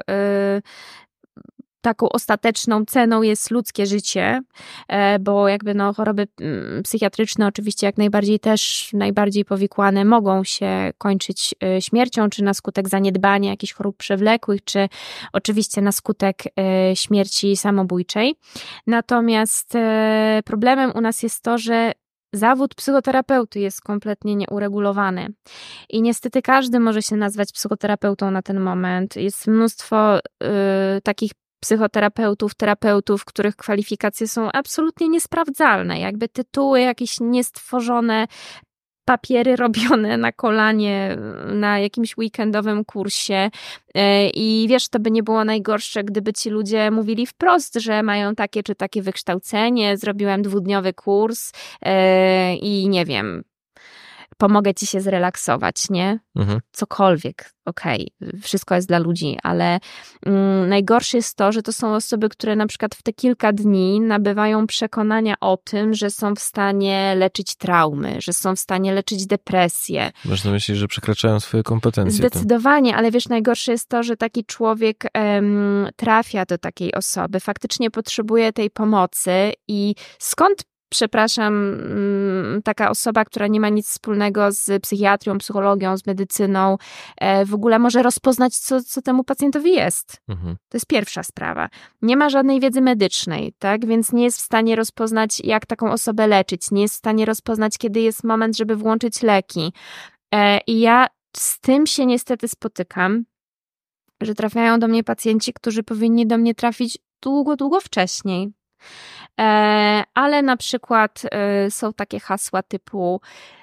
taką ostateczną ceną jest ludzkie życie, bo jakby no choroby psychiatryczne oczywiście jak najbardziej też najbardziej powikłane mogą się kończyć śmiercią, czy na skutek zaniedbania jakichś chorób przewlekłych, czy oczywiście na skutek śmierci samobójczej. Natomiast problemem u nas jest to, że zawód psychoterapeuty jest kompletnie nieuregulowany i niestety każdy może się nazwać psychoterapeutą na ten moment. Jest mnóstwo takich psychoterapeutów, terapeutów, których kwalifikacje są absolutnie niesprawdzalne. Jakby tytuły, jakieś niestworzone papiery robione na kolanie na jakimś weekendowym kursie i wiesz, to by nie było najgorsze, gdyby ci ludzie mówili wprost, że mają takie czy takie wykształcenie, zrobiłem 2-dniowy kurs i nie wiem, pomogę ci się zrelaksować, nie? Cokolwiek, okej, wszystko jest dla ludzi, ale najgorsze jest to, że to są osoby, które na przykład w te kilka dni nabywają przekonania o tym, że są w stanie leczyć traumy, że są w stanie leczyć depresję. Masz na myśli, że przekraczają swoje kompetencje. Zdecydowanie, ale wiesz, najgorsze jest to, że taki człowiek trafia do takiej osoby, faktycznie potrzebuje tej pomocy i skąd przepraszam, taka osoba, która nie ma nic wspólnego z psychiatrią, psychologią, z medycyną, w ogóle może rozpoznać, co temu pacjentowi jest. To jest pierwsza sprawa. Nie ma żadnej wiedzy medycznej, tak? Więc nie jest w stanie rozpoznać, jak taką osobę leczyć. Nie jest w stanie rozpoznać, kiedy jest moment, żeby włączyć leki. I ja z tym się niestety spotykam, że trafiają do mnie pacjenci, którzy powinni do mnie trafić długo wcześniej. Ale na przykład są takie hasła typu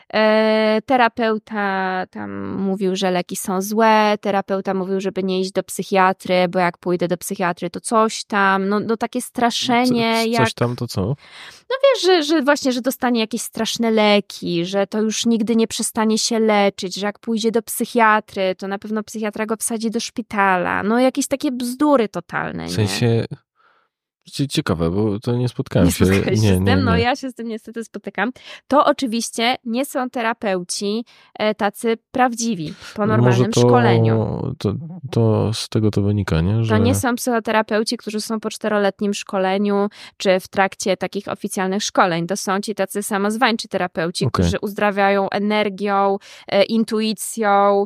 terapeuta tam mówił, że leki są złe, terapeuta mówił, żeby nie iść do psychiatry, bo jak pójdę do psychiatry, to coś tam, no takie straszenie. Coś tam to co? No wiesz, że właśnie, że dostanie jakieś straszne leki, że to już nigdy nie przestanie się leczyć, że jak pójdzie do psychiatry, to na pewno psychiatra go wsadzi do szpitala. No jakieś takie bzdury totalne, w sensie... Ciekawe, bo to nie spotkałem się. Nie. No ja się z tym niestety spotykam. To oczywiście nie są terapeuci tacy prawdziwi po normalnym szkoleniu. To z tego to wynika, nie? Że... To nie są psychoterapeuci, którzy są po 4-letnim szkoleniu, czy w trakcie takich oficjalnych szkoleń. To są ci tacy samozwańczy terapeuci, którzy uzdrawiają energią, intuicją,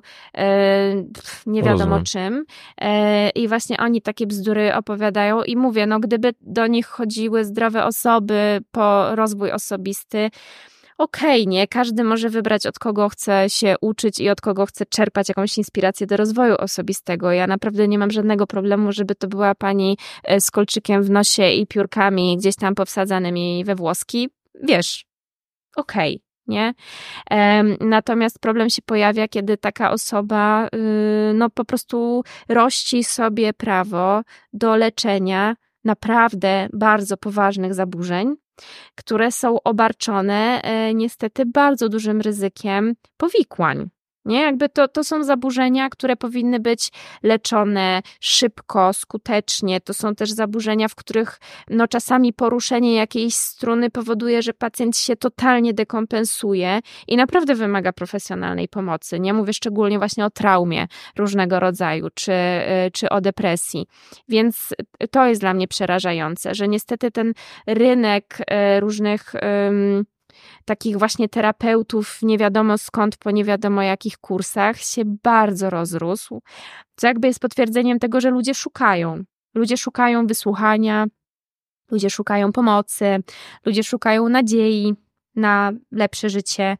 nie wiadomo czym. I właśnie oni takie bzdury opowiadają i mówię, no gdyby do nich chodziły zdrowe osoby po rozwój osobisty, okej, nie? Każdy może wybrać, od kogo chce się uczyć i od kogo chce czerpać jakąś inspirację do rozwoju osobistego. Ja naprawdę nie mam żadnego problemu, żeby to była pani z kolczykiem w nosie i piórkami gdzieś tam powsadzanymi we włoski. Wiesz, okej, nie? Natomiast problem się pojawia, kiedy taka osoba no po prostu rości sobie prawo do leczenia naprawdę bardzo poważnych zaburzeń, które są obarczone niestety bardzo dużym ryzykiem powikłań. Nie? Jakby to są zaburzenia, które powinny być leczone szybko, skutecznie. To są też zaburzenia, w których no, czasami poruszenie jakiejś struny powoduje, że pacjent się totalnie dekompensuje i naprawdę wymaga profesjonalnej pomocy. Nie mówię szczególnie właśnie o traumie różnego rodzaju, czy o depresji. Więc to jest dla mnie przerażające, że niestety ten rynek różnych takich właśnie terapeutów nie wiadomo skąd, po nie wiadomo jakich kursach się bardzo rozrósł, co jakby jest potwierdzeniem tego, że ludzie szukają. Ludzie szukają wysłuchania, ludzie szukają pomocy, ludzie szukają nadziei na lepsze życie.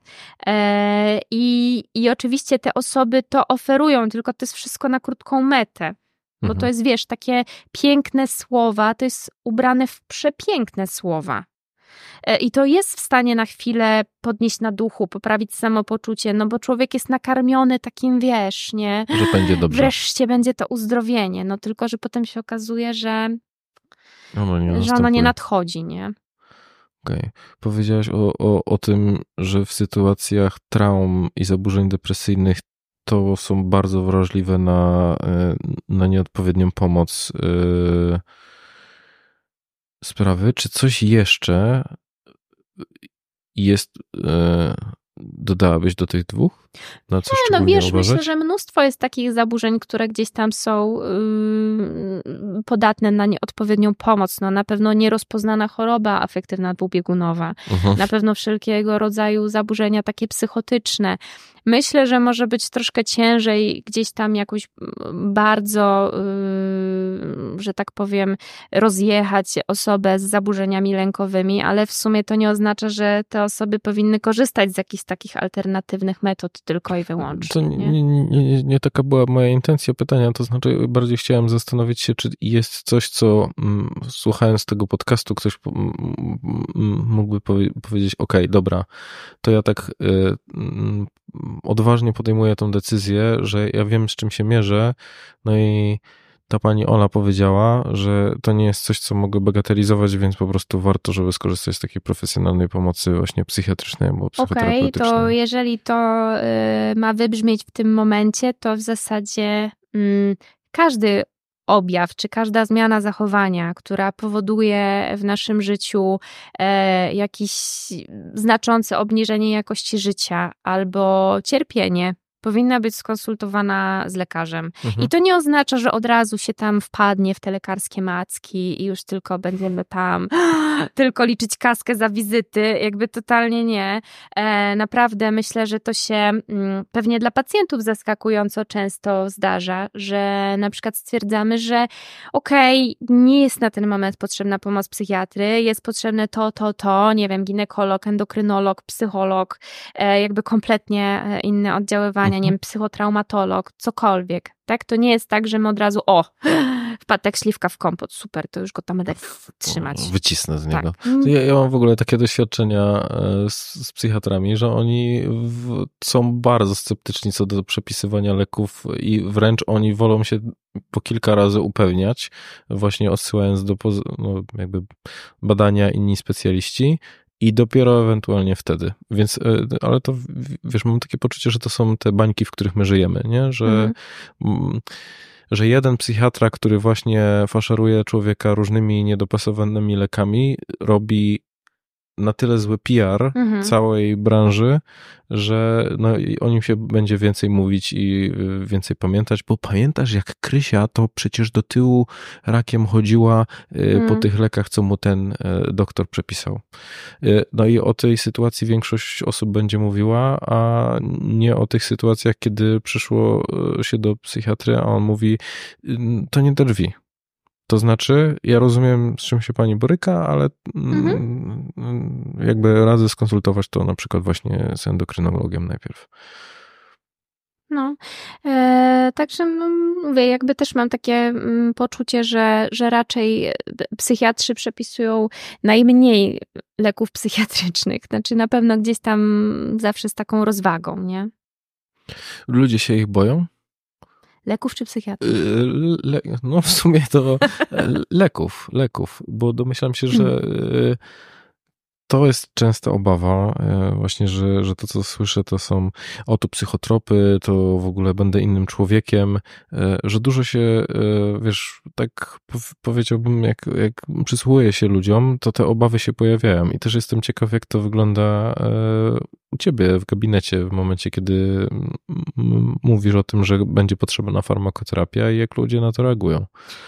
I oczywiście te osoby to oferują, tylko to jest wszystko na krótką metę. Bo to jest, wiesz, takie piękne słowa, to jest ubrane w przepiękne słowa. I to jest w stanie na chwilę podnieść na duchu, poprawić samopoczucie, no bo człowiek jest nakarmiony takim, wiesz, nie? Że będzie dobrze. Wreszcie będzie to uzdrowienie, no tylko, że potem się okazuje, że ono nie nadchodzi, nie? Okej. Powiedziałaś o tym, że w sytuacjach traum i zaburzeń depresyjnych to są bardzo wrażliwe na nieodpowiednią pomoc sprawy. Czy coś jeszcze jest, dodałabyś do tych dwóch? Na co no wiesz, uważać? myślę, że mnóstwo jest takich zaburzeń, które gdzieś tam są podatne na nieodpowiednią pomoc. No, na pewno nierozpoznana choroba afektywna dwubiegunowa, na pewno wszelkiego rodzaju zaburzenia takie psychotyczne. Myślę, że może być troszkę ciężej gdzieś tam jakoś bardzo, że tak powiem, rozjechać osobę z zaburzeniami lękowymi, ale w sumie to nie oznacza, że te osoby powinny korzystać z jakichś takich alternatywnych metod tylko i wyłącznie. To nie taka była moja intencja pytania, to znaczy bardziej chciałem zastanowić się, czy jest coś, co słuchając tego podcastu ktoś mógłby powiedzieć, okej, dobra, to ja tak odważnie podejmuję tą decyzję, że ja wiem, z czym się mierzę, no i ta pani Ola powiedziała, że to nie jest coś, co mogę bagatelizować, więc po prostu warto, żeby skorzystać z takiej profesjonalnej pomocy właśnie psychiatrycznej albo psychoterapeutycznej. Okej, to jeżeli to ma wybrzmieć w tym momencie, to w zasadzie każdy objaw, czy każda zmiana zachowania, która powoduje w naszym życiu jakieś znaczące obniżenie jakości życia albo cierpienie, powinna być skonsultowana z lekarzem. I to nie oznacza, że od razu się tam wpadnie w te lekarskie macki i już tylko będziemy tam tylko liczyć kaskę za wizyty. Jakby totalnie nie. Naprawdę myślę, że to się pewnie dla pacjentów zaskakująco często zdarza, że na przykład stwierdzamy, że nie jest na ten moment potrzebna pomoc psychiatry, jest potrzebne to, nie wiem, ginekolog, endokrynolog, psycholog, jakby kompletnie inne oddziaływania, nie wiem, psychotraumatolog, cokolwiek, tak? To nie jest tak, że my od razu, wpadł jak śliwka w kompot, super, to już go tam będę trzymać. Wycisnę z niego. Tak. Ja mam w ogóle takie doświadczenia z psychiatrami, że oni są bardzo sceptyczni co do przepisywania leków i wręcz oni wolą się po kilka razy upewniać, właśnie odsyłając do jakby badania inni specjaliści, i dopiero ewentualnie wtedy. Więc, ale to, wiesz, mam takie poczucie, że to są te bańki, w których my żyjemy, nie? Że jeden psychiatra, który właśnie faszeruje człowieka różnymi niedopasowanymi lekami, robi na tyle zły PR całej branży, że o nim się będzie więcej mówić i więcej pamiętać, bo pamiętasz, jak Krysia to przecież do tyłu rakiem chodziła po tych lekach, co mu ten doktor przepisał. No i o tej sytuacji większość osób będzie mówiła, a nie o tych sytuacjach, kiedy przyszło się do psychiatry, a on mówi, to nie te drzwi. To znaczy, ja rozumiem, z czym się pani boryka, ale jakby radzę skonsultować to na przykład właśnie z endokrynologiem najpierw. No, także mówię, jakby też mam takie poczucie, że raczej psychiatrzy przepisują najmniej leków psychiatrycznych. Znaczy na pewno gdzieś tam zawsze z taką rozwagą, nie? Ludzie się ich boją? Leków czy psychiatry? No w sumie to leków, bo domyślam się, że To jest częsta obawa właśnie, że to, co słyszę, to są oto psychotropy, to w ogóle będę innym człowiekiem, że dużo się, wiesz, tak powiedziałbym, jak przysłuchuję się ludziom, to te obawy się pojawiają i też jestem ciekaw, jak to wygląda u ciebie w gabinecie w momencie, kiedy mówisz o tym, że będzie potrzebna farmakoterapia i jak ludzie na to reagują.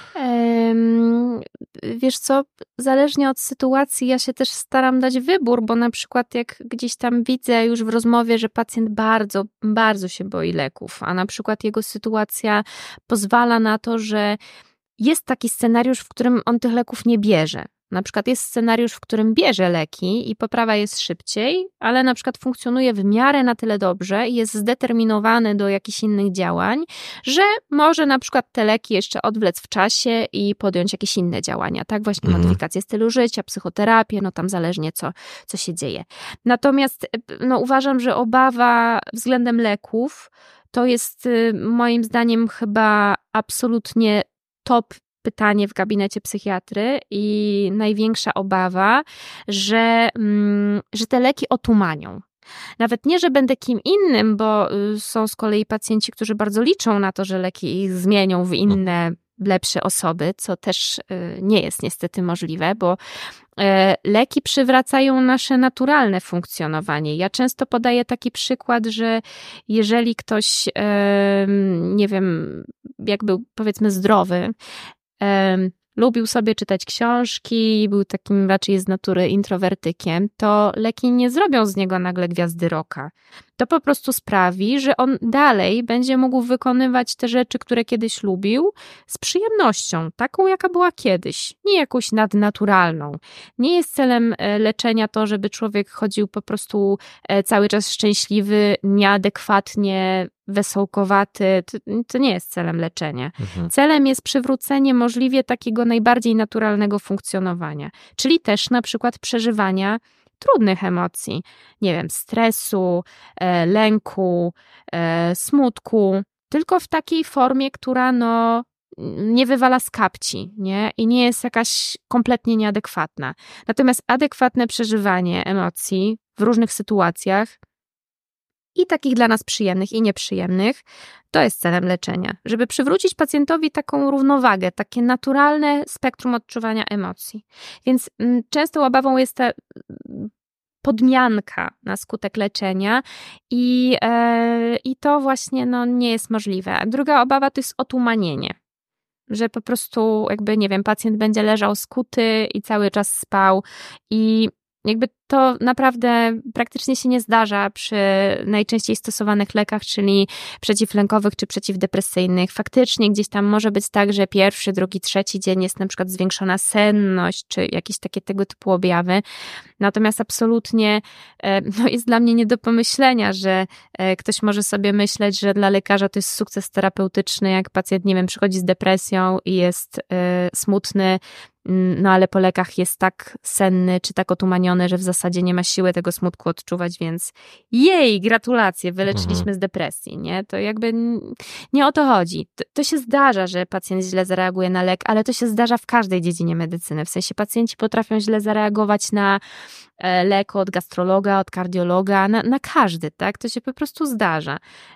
Wiesz co, zależnie od sytuacji ja się też staram dać wybór, bo na przykład jak gdzieś tam widzę już w rozmowie, że pacjent bardzo, bardzo się boi leków, a na przykład jego sytuacja pozwala na to, że jest taki scenariusz, w którym on tych leków nie bierze. Na przykład jest scenariusz, w którym bierze leki i poprawa jest szybciej, ale na przykład funkcjonuje w miarę na tyle dobrze i jest zdeterminowany do jakichś innych działań, że może na przykład te leki jeszcze odwlec w czasie i podjąć jakieś inne działania, tak? Właśnie modyfikację stylu życia, psychoterapię, no tam zależnie co się dzieje. Natomiast no, uważam, że obawa względem leków to jest moim zdaniem chyba absolutnie top pytanie w gabinecie psychiatry i największa obawa, że te leki otumanią. Nawet nie, że będę kim innym, bo są z kolei pacjenci, którzy bardzo liczą na to, że leki ich zmienią w inne, lepsze osoby, co też nie jest niestety możliwe, bo leki przywracają nasze naturalne funkcjonowanie. Ja często podaję taki przykład, że jeżeli ktoś, nie wiem, jak był powiedzmy zdrowy, lubił sobie czytać książki, był takim raczej z natury introwertykiem, to leki nie zrobią z niego nagle gwiazdy rocka. To po prostu sprawi, że on dalej będzie mógł wykonywać te rzeczy, które kiedyś lubił, z przyjemnością, taką jaka była kiedyś, nie jakąś nadnaturalną. Nie jest celem leczenia to, żeby człowiek chodził po prostu cały czas szczęśliwy, nieadekwatnie wesołkowaty. To nie jest celem leczenia. Celem jest przywrócenie możliwie takiego najbardziej naturalnego funkcjonowania, czyli też na przykład przeżywania trudnych emocji, nie wiem, stresu, lęku, smutku, tylko w takiej formie, która no nie wywala z kapci, nie? I nie jest jakaś kompletnie nieadekwatna. Natomiast adekwatne przeżywanie emocji w różnych sytuacjach i takich dla nas przyjemnych i nieprzyjemnych, to jest celem leczenia. Żeby przywrócić pacjentowi taką równowagę, takie naturalne spektrum odczuwania emocji. Więc często obawą jest ta podmianka na skutek leczenia i to właśnie no, nie jest możliwe. A druga obawa to jest otumanienie. Że po prostu jakby, nie wiem, pacjent będzie leżał skuty i cały czas spał i jakby to naprawdę praktycznie się nie zdarza przy najczęściej stosowanych lekach, czyli przeciwlękowych czy przeciwdepresyjnych. Faktycznie gdzieś tam może być tak, że pierwszy, drugi, trzeci dzień jest na przykład zwiększona senność, czy jakieś takie tego typu objawy. Natomiast absolutnie no jest dla mnie nie do pomyślenia, że ktoś może sobie myśleć, że dla lekarza to jest sukces terapeutyczny, jak pacjent, nie wiem, przychodzi z depresją i jest smutny, no ale po lekach jest tak senny, czy tak otumaniony, że w zasadzie nie ma siły tego smutku odczuwać, więc jej, gratulacje, wyleczyliśmy z depresji, nie? To jakby nie o to chodzi. To się zdarza, że pacjent źle zareaguje na lek, ale to się zdarza w każdej dziedzinie medycyny. W sensie pacjenci potrafią źle zareagować na lek od gastrologa, od kardiologa, na każdy, tak? To się po prostu zdarza.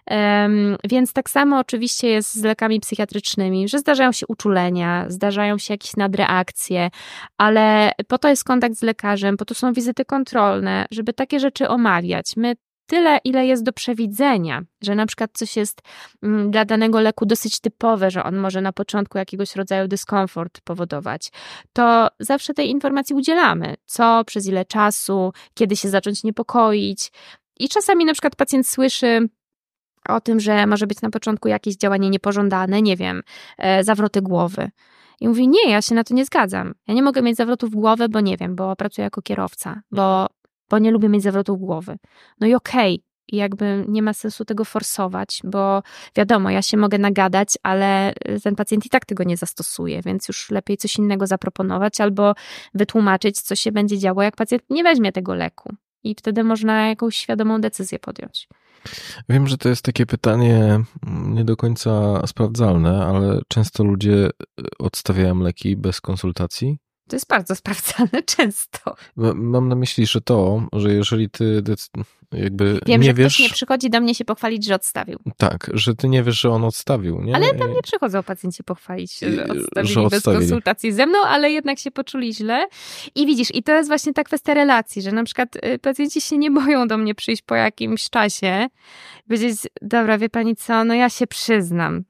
Więc tak samo oczywiście jest z lekami psychiatrycznymi, że zdarzają się uczulenia, zdarzają się jakieś nadreakcje, ale po to jest kontakt z lekarzem, po to są wizyty kontrolne, żeby takie rzeczy omawiać. My tyle, ile jest do przewidzenia, że na przykład coś jest dla danego leku dosyć typowe, że on może na początku jakiegoś rodzaju dyskomfort powodować, to zawsze tej informacji udzielamy. Co, przez ile czasu, kiedy się zacząć niepokoić. I czasami na przykład pacjent słyszy o tym, że może być na początku jakieś działanie niepożądane, nie wiem, zawroty głowy. I mówi, nie, ja się na to nie zgadzam. Ja nie mogę mieć zawrotów głowy, bo nie wiem, bo pracuję jako kierowca, bo nie lubię mieć zawrotów głowy. No i okej. I jakby nie ma sensu tego forsować, bo wiadomo, ja się mogę nagadać, ale ten pacjent i tak tego nie zastosuje, więc już lepiej coś innego zaproponować albo wytłumaczyć, co się będzie działo, jak pacjent nie weźmie tego leku. I wtedy można jakąś świadomą decyzję podjąć. Wiem, że to jest takie pytanie nie do końca sprawdzalne, ale często ludzie odstawiają leki bez konsultacji. To jest bardzo sprawdzane często. Mam na myśli, że jeżeli ty jakby Wiem, nie że wiesz... ktoś nie przychodzi do mnie się pochwalić, że odstawił. Tak, że ty nie wiesz, że on odstawił, nie? Ale tam nie przychodzą pacjenci pochwalić się, że odstawili bez konsultacji ze mną, ale jednak się poczuli źle. I widzisz, i to jest właśnie ta kwestia relacji, że na przykład pacjenci się nie boją do mnie przyjść po jakimś czasie i powiedzieć, dobra, wie pani co, no ja się przyznam.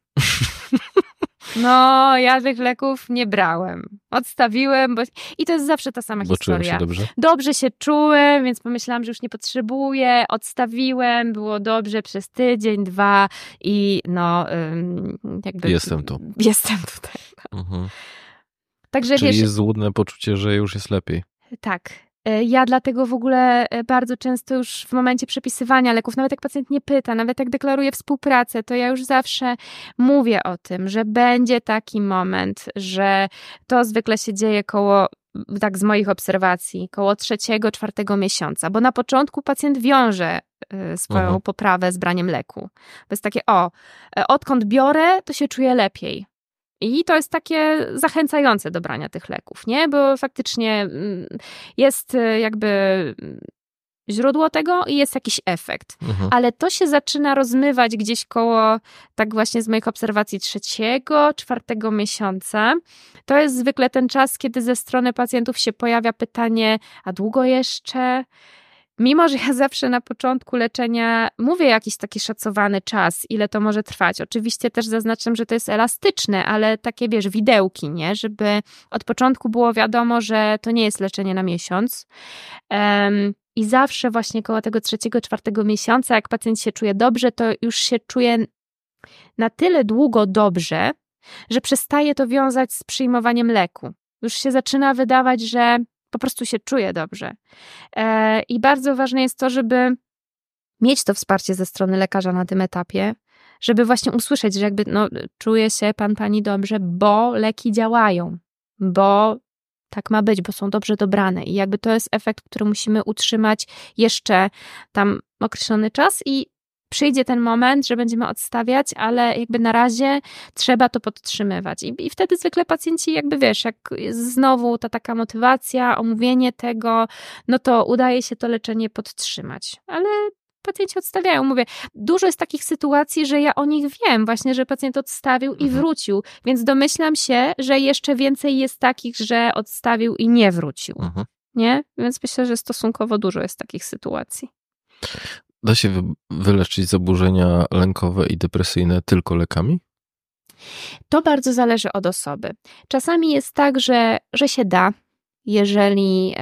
No, ja tych leków nie brałem. Odstawiłem, i to jest zawsze ta sama historia. Czułem się dobrze? Dobrze się czułem, więc pomyślałam, że już nie potrzebuję. Odstawiłem, było dobrze przez tydzień, 2 i no jakby... Jestem tu. Jestem tutaj. No. Mhm. Także czyli wiesz, jest złudne poczucie, że już jest lepiej. Tak. Ja dlatego w ogóle bardzo często już w momencie przepisywania leków, nawet jak pacjent nie pyta, nawet jak deklaruje współpracę, to ja już zawsze mówię o tym, że będzie taki moment, że to zwykle się dzieje koło, tak z moich obserwacji, koło 3-4 miesiąca, bo na początku pacjent wiąże swoją poprawę z braniem leku. To jest takie, odkąd biorę, to się czuję lepiej. I to jest takie zachęcające do brania tych leków, nie? Bo faktycznie jest jakby źródło tego i jest jakiś efekt. Ale to się zaczyna rozmywać gdzieś koło, tak właśnie z moich obserwacji, 3-4 miesiąca. To jest zwykle ten czas, kiedy ze strony pacjentów się pojawia pytanie, a długo jeszcze? Mimo że ja zawsze na początku leczenia mówię jakiś taki szacowany czas, ile to może trwać. Oczywiście też zaznaczam, że to jest elastyczne, ale takie, wiesz, widełki, nie? Żeby od początku było wiadomo, że to nie jest leczenie na miesiąc. I zawsze właśnie koło tego 3-4 miesiąca, jak pacjent się czuje dobrze, to już się czuje na tyle długo dobrze, że przestaje to wiązać z przyjmowaniem leku. Już się zaczyna wydawać, że po prostu się czuje dobrze. I bardzo ważne jest to, żeby mieć to wsparcie ze strony lekarza na tym etapie, żeby właśnie usłyszeć, że jakby czuje się pani dobrze, bo leki działają, bo tak ma być, bo są dobrze dobrane i jakby to jest efekt, który musimy utrzymać jeszcze tam określony czas i przyjdzie ten moment, że będziemy odstawiać, ale jakby na razie trzeba to podtrzymywać. I wtedy zwykle pacjenci jakby wiesz, jak jest znowu ta taka motywacja, omówienie tego, no to udaje się to leczenie podtrzymać. Ale pacjenci odstawiają. Mówię, dużo jest takich sytuacji, że ja o nich wiem właśnie, że pacjent odstawił i wrócił, więc domyślam się, że jeszcze więcej jest takich, że odstawił i nie wrócił. Nie? Więc myślę, że stosunkowo dużo jest takich sytuacji. Da się wyleczyć zaburzenia lękowe i depresyjne tylko lekami? To bardzo zależy od osoby. Czasami jest tak, że się da, jeżeli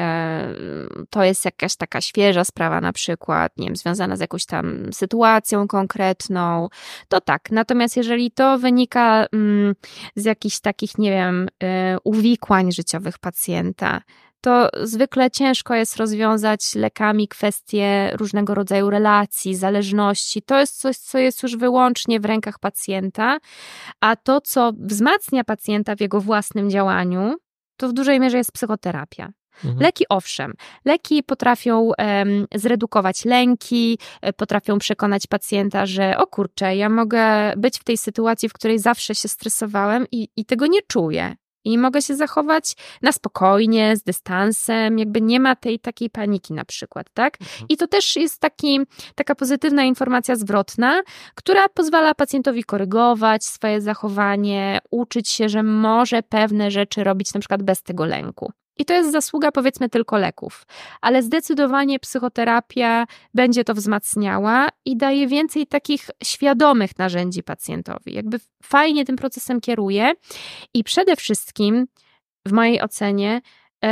to jest jakaś taka świeża sprawa na przykład, nie wiem, związana z jakąś tam sytuacją konkretną, to tak. Natomiast jeżeli to wynika z jakichś takich, nie wiem, uwikłań życiowych pacjenta, to zwykle ciężko jest rozwiązać lekami kwestie różnego rodzaju relacji, zależności. To jest coś, co jest już wyłącznie w rękach pacjenta, a to, co wzmacnia pacjenta w jego własnym działaniu, to w dużej mierze jest psychoterapia. Leki owszem, leki potrafią zredukować lęki, potrafią przekonać pacjenta, że o kurczę, ja mogę być w tej sytuacji, w której zawsze się stresowałem i tego nie czuję. I mogę się zachować na spokojnie, z dystansem, jakby nie ma tej takiej paniki na przykład, tak? I to też jest taka pozytywna informacja zwrotna, która pozwala pacjentowi korygować swoje zachowanie, uczyć się, że może pewne rzeczy robić na przykład bez tego lęku. I to jest zasługa powiedzmy tylko leków, ale zdecydowanie psychoterapia będzie to wzmacniała i daje więcej takich świadomych narzędzi pacjentowi. Jakby fajnie tym procesem kieruje i przede wszystkim w mojej ocenie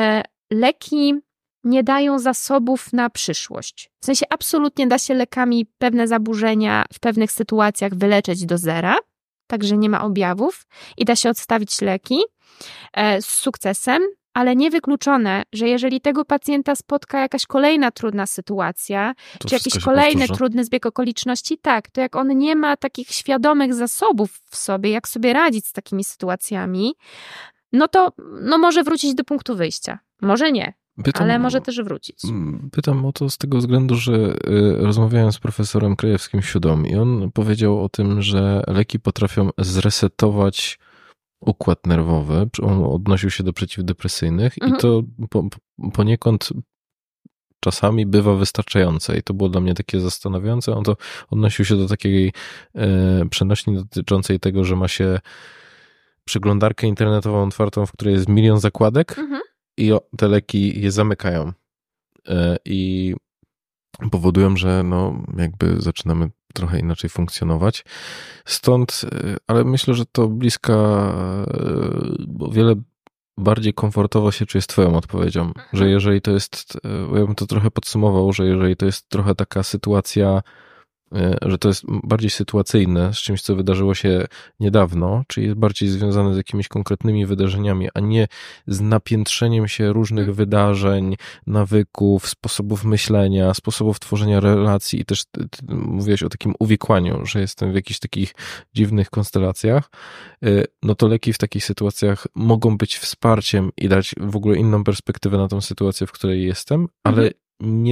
leki nie dają zasobów na przyszłość. W sensie absolutnie da się lekami pewne zaburzenia w pewnych sytuacjach wyleczyć do zera, także nie ma objawów i da się odstawić leki z sukcesem, ale niewykluczone, że jeżeli tego pacjenta spotka jakaś kolejna trudna sytuacja, czy jakiś kolejny trudny zbieg okoliczności, tak, to jak on nie ma takich świadomych zasobów w sobie, jak sobie radzić z takimi sytuacjami, no to może wrócić do punktu wyjścia. Może nie, ale może też wrócić. Pytam o to z tego względu, że rozmawiałem z profesorem Krajewskim-Siódom i on powiedział o tym, że leki potrafią zresetować układ nerwowy, on odnosił się do przeciwdepresyjnych i to poniekąd czasami bywa wystarczające i to było dla mnie takie zastanawiające. On to odnosił się do takiej przenośni dotyczącej tego, że ma się przeglądarkę internetową otwartą, w której jest 1 000 000 zakładek i te leki je zamykają i powodują, że no jakby zaczynamy trochę inaczej funkcjonować. Stąd, ale myślę, że to bliska, o wiele bardziej komfortowo się czuję z twoją odpowiedzią, że jeżeli to jest, ja bym to trochę podsumował, że jeżeli to jest trochę taka sytuacja, że to jest bardziej sytuacyjne z czymś, co wydarzyło się niedawno, czyli jest bardziej związane z jakimiś konkretnymi wydarzeniami, a nie z napiętrzeniem się różnych wydarzeń, nawyków, sposobów myślenia, sposobów tworzenia relacji i też ty mówiłeś o takim uwikłaniu, że jestem w jakichś takich dziwnych konstelacjach, no to leki w takich sytuacjach mogą być wsparciem i dać w ogóle inną perspektywę na tą sytuację, w której jestem, ale nie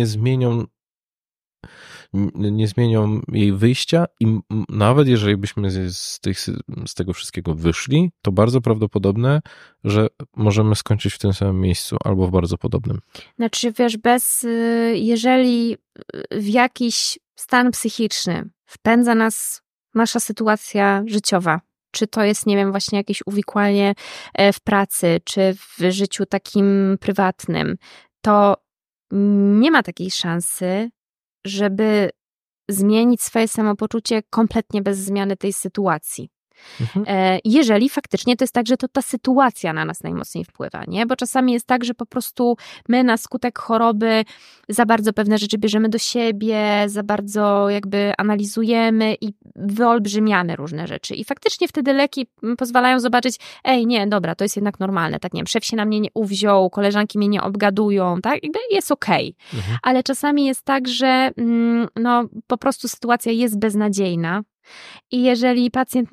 zmienią jej wyjścia i nawet jeżeli byśmy z tego wszystkiego wyszli, to bardzo prawdopodobne, że możemy skończyć w tym samym miejscu albo w bardzo podobnym. Znaczy, wiesz, jeżeli w jakiś stan psychiczny wpędza nas nasza sytuacja życiowa, czy to jest, nie wiem, właśnie jakieś uwikłanie w pracy, czy w życiu takim prywatnym, to nie ma takiej szansy, żeby zmienić swoje samopoczucie kompletnie bez zmiany tej sytuacji. Jeżeli faktycznie to jest tak, że to ta sytuacja na nas najmocniej wpływa, nie? Bo czasami jest tak, że po prostu my na skutek choroby za bardzo pewne rzeczy bierzemy do siebie, za bardzo jakby analizujemy i wyolbrzymiamy różne rzeczy. I faktycznie wtedy leki pozwalają zobaczyć, nie, dobra, to jest jednak normalne, tak nie wiem, szef się na mnie nie uwziął, koleżanki mnie nie obgadują, tak? Jakby jest okej. Ale czasami jest tak, że no po prostu sytuacja jest beznadziejna. I jeżeli pacjent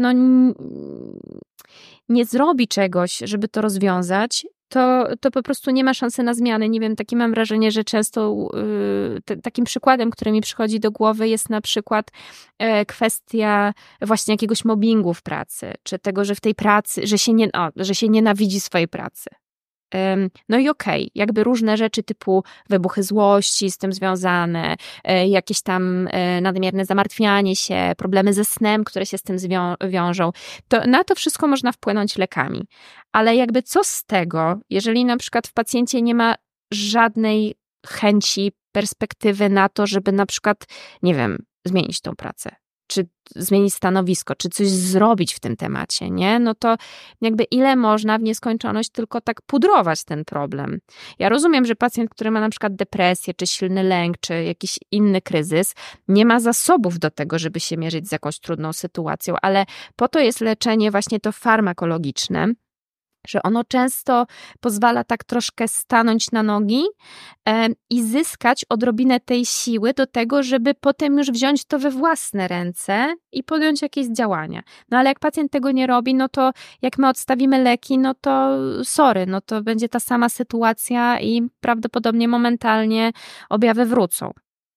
nie zrobi czegoś, żeby to rozwiązać, to po prostu nie ma szansy na zmianę. Nie wiem, takie mam wrażenie, że często takim przykładem, który mi przychodzi do głowy, jest na przykład kwestia właśnie jakiegoś mobbingu w pracy, czy tego, że w tej pracy, że się nienawidzi swojej pracy. No i okej, jakby różne rzeczy typu wybuchy złości z tym związane, jakieś tam nadmierne zamartwianie się, problemy ze snem, które się z tym wiążą, to na to wszystko można wpłynąć lekami. Ale jakby co z tego, jeżeli na przykład w pacjencie nie ma żadnej chęci, perspektywy na to, żeby na przykład, nie wiem, zmienić tą pracę, czy zmienić stanowisko, czy coś zrobić w tym temacie, nie? No to jakby ile można w nieskończoność tylko tak pudrować ten problem. Ja rozumiem, że pacjent, który ma na przykład depresję, czy silny lęk, czy jakiś inny kryzys, nie ma zasobów do tego, żeby się mierzyć z jakąś trudną sytuacją, ale po to jest leczenie właśnie to farmakologiczne, że ono często pozwala tak troszkę stanąć na nogi i zyskać odrobinę tej siły do tego, żeby potem już wziąć to we własne ręce i podjąć jakieś działania. No ale jak pacjent tego nie robi, no to jak my odstawimy leki, no to sorry, no to będzie ta sama sytuacja i prawdopodobnie momentalnie objawy wrócą.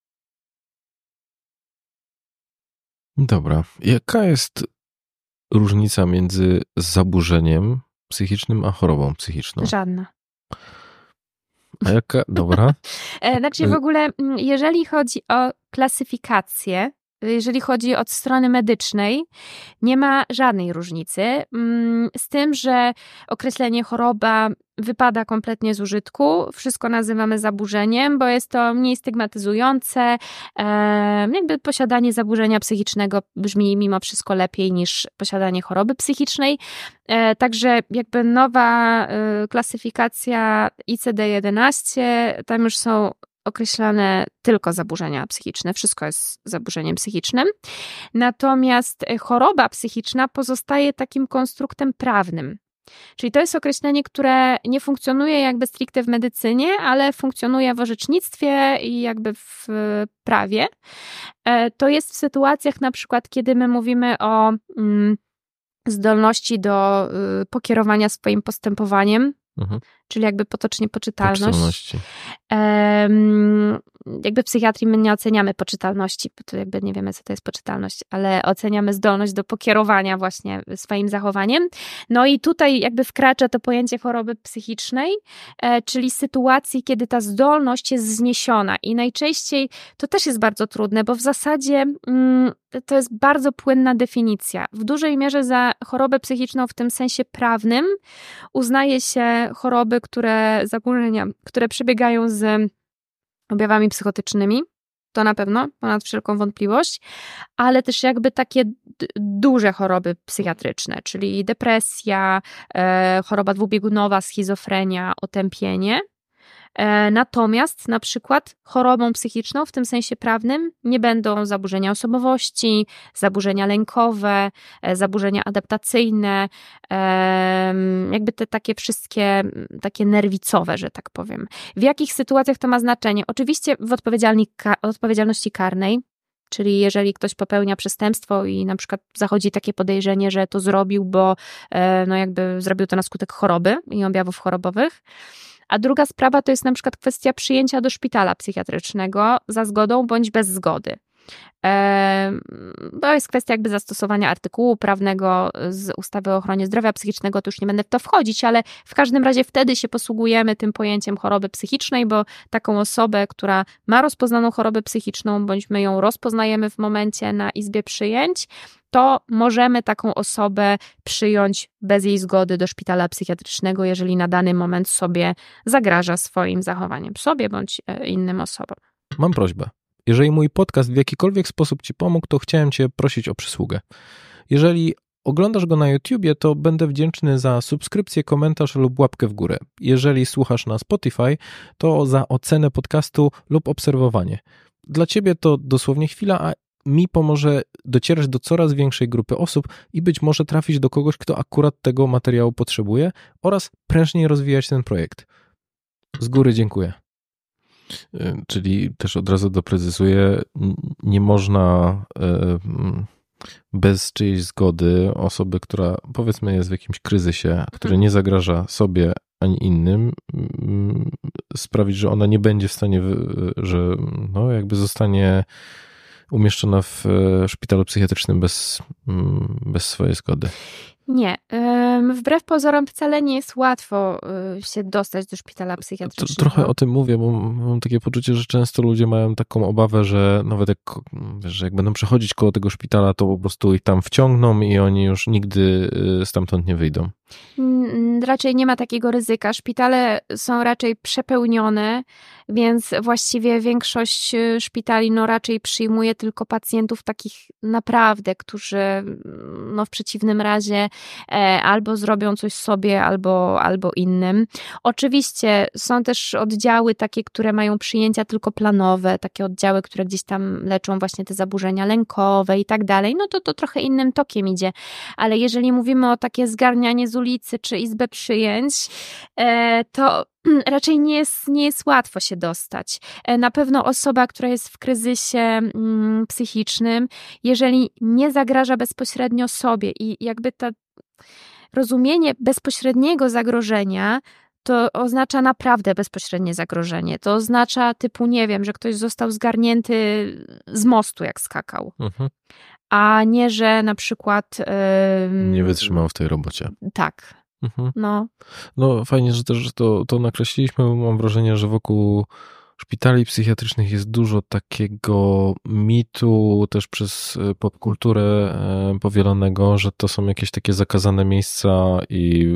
Dobra. Jaka jest różnica między zaburzeniem psychicznym, a chorobą psychiczną? Żadna. A jaka? Dobra. Znaczy w ogóle, jeżeli chodzi o klasyfikację, jeżeli chodzi od strony medycznej, nie ma żadnej różnicy. Z tym, że określenie choroba wypada kompletnie z użytku. Wszystko nazywamy zaburzeniem, bo jest to mniej stygmatyzujące. Jakby posiadanie zaburzenia psychicznego brzmi mimo wszystko lepiej niż posiadanie choroby psychicznej. Także jakby nowa klasyfikacja ICD-11, tam już są określane tylko zaburzenia psychiczne. Wszystko jest zaburzeniem psychicznym. Natomiast choroba psychiczna pozostaje takim konstruktem prawnym. Czyli to jest określenie, które nie funkcjonuje jakby stricte w medycynie, ale funkcjonuje w orzecznictwie i jakby w prawie. To jest w sytuacjach na przykład, kiedy my mówimy o zdolności do pokierowania swoim postępowaniem, czyli jakby potocznie poczytalność. Poczytalności. Jakby w psychiatrii my nie oceniamy poczytalności, bo to jakby nie wiemy, co to jest poczytalność, ale oceniamy zdolność do pokierowania właśnie swoim zachowaniem. No i tutaj jakby wkracza to pojęcie choroby psychicznej, czyli sytuacji, kiedy ta zdolność jest zniesiona i najczęściej to też jest bardzo trudne, bo w zasadzie to jest bardzo płynna definicja. W dużej mierze za chorobę psychiczną w tym sensie prawnym uznaje się choroby, zaburzenia, które przebiegają z objawami psychotycznymi, to na pewno, ponad wszelką wątpliwość, ale też jakby takie duże choroby psychiatryczne, czyli depresja, choroba dwubiegunowa, schizofrenia, otępienie. Natomiast na przykład chorobą psychiczną w tym sensie prawnym nie będą zaburzenia osobowości, zaburzenia lękowe, zaburzenia adaptacyjne, jakby te takie wszystkie takie nerwicowe, że tak powiem. W jakich sytuacjach to ma znaczenie? Oczywiście w odpowiedzialności karnej, czyli jeżeli ktoś popełnia przestępstwo i na przykład zachodzi takie podejrzenie, że to zrobił, bo no jakby zrobił to na skutek choroby i objawów chorobowych. A druga sprawa to jest na przykład kwestia przyjęcia do szpitala psychiatrycznego za zgodą bądź bez zgody. To jest kwestia jakby zastosowania artykułu prawnego z ustawy o ochronie zdrowia psychicznego, to już nie będę w to wchodzić, ale w każdym razie wtedy się posługujemy tym pojęciem choroby psychicznej, bo taką osobę, która ma rozpoznaną chorobę psychiczną, bądź my ją rozpoznajemy w momencie na izbie przyjęć, to możemy taką osobę przyjąć bez jej zgody do szpitala psychiatrycznego, jeżeli na dany moment sobie zagraża swoim zachowaniem, sobie bądź innym osobom. Mam prośbę. Jeżeli mój podcast w jakikolwiek sposób ci pomógł, to chciałem cię prosić o przysługę. Jeżeli oglądasz go na YouTubie, to będę wdzięczny za subskrypcję, komentarz lub łapkę w górę. Jeżeli słuchasz na Spotify, to za ocenę podcastu lub obserwowanie. Dla ciebie to dosłownie chwila, a mi pomoże docierać do coraz większej grupy osób i być może trafić do kogoś, kto akurat tego materiału potrzebuje oraz prężniej rozwijać ten projekt. Z góry dziękuję. Czyli też od razu doprecyzuję, nie można bez czyjejś zgody osoby, która powiedzmy jest w jakimś kryzysie, który nie zagraża sobie ani innym, sprawić, że ona nie będzie w stanie, że no jakby zostanie umieszczona w szpitalu psychiatrycznym bez swojej zgody. Nie. Wbrew pozorom wcale nie jest łatwo się dostać do szpitala psychiatrycznego. Trochę o tym mówię, bo mam takie poczucie, że często ludzie mają taką obawę, że nawet jak będą przechodzić koło tego szpitala, to po prostu ich tam wciągną i oni już nigdy stamtąd nie wyjdą. Raczej nie ma takiego ryzyka. Szpitale są raczej przepełnione, więc właściwie większość szpitali no raczej przyjmuje tylko pacjentów takich naprawdę, którzy no w przeciwnym razie albo zrobią coś sobie, albo innym. Oczywiście są też oddziały takie, które mają przyjęcia tylko planowe, takie oddziały, które gdzieś tam leczą właśnie te zaburzenia lękowe i tak dalej, no to trochę innym tokiem idzie. Ale jeżeli mówimy o takie zgarnianie z ulicy czy izbę przyjęć, to raczej nie jest łatwo się dostać. Na pewno osoba, która jest w kryzysie psychicznym, jeżeli nie zagraża bezpośrednio sobie i jakby to rozumienie bezpośredniego zagrożenia, to oznacza naprawdę bezpośrednie zagrożenie. To oznacza typu, nie wiem, że ktoś został zgarnięty z mostu, jak skakał. A nie, że na przykład... nie wytrzymał w tej robocie. Tak. No fajnie, że też to nakreśliliśmy, bo mam wrażenie, że wokół szpitali psychiatrycznych jest dużo takiego mitu też przez popkulturę powielonego, że to są jakieś takie zakazane miejsca i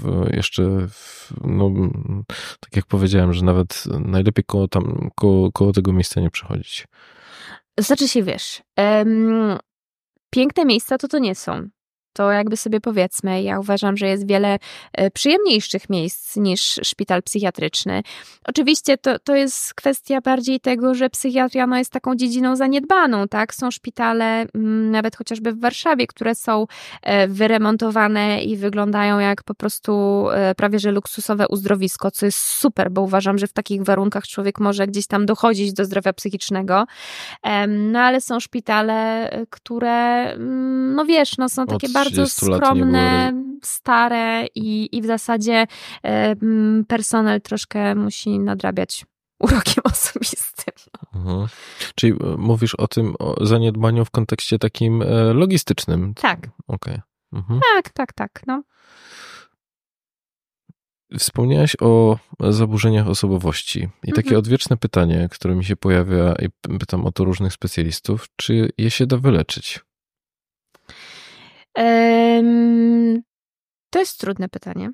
tak jak powiedziałem, że nawet najlepiej koło tego miejsca nie przechodzić. Znaczy się, wiesz, piękne miejsca to nie są. To jakby sobie powiedzmy, ja uważam, że jest wiele przyjemniejszych miejsc niż szpital psychiatryczny. Oczywiście to jest kwestia bardziej tego, że psychiatria no, jest taką dziedziną zaniedbaną, tak? Są szpitale, nawet chociażby w Warszawie, które są wyremontowane i wyglądają jak po prostu prawie że luksusowe uzdrowisko, co jest super, bo uważam, że w takich warunkach człowiek może gdzieś tam dochodzić do zdrowia psychicznego. No ale są szpitale, które, no wiesz, no są takie bardzo bardzo skromne, stare i w zasadzie personel troszkę musi nadrabiać urokiem osobistym. Mhm. Czyli mówisz o tym zaniedbaniu w kontekście takim logistycznym. Tak. Okej. Mhm. Tak. No. Wspomniałaś o zaburzeniach osobowości i takie odwieczne pytanie, które mi się pojawia i pytam o to różnych specjalistów, czy je się da wyleczyć? To jest trudne pytanie.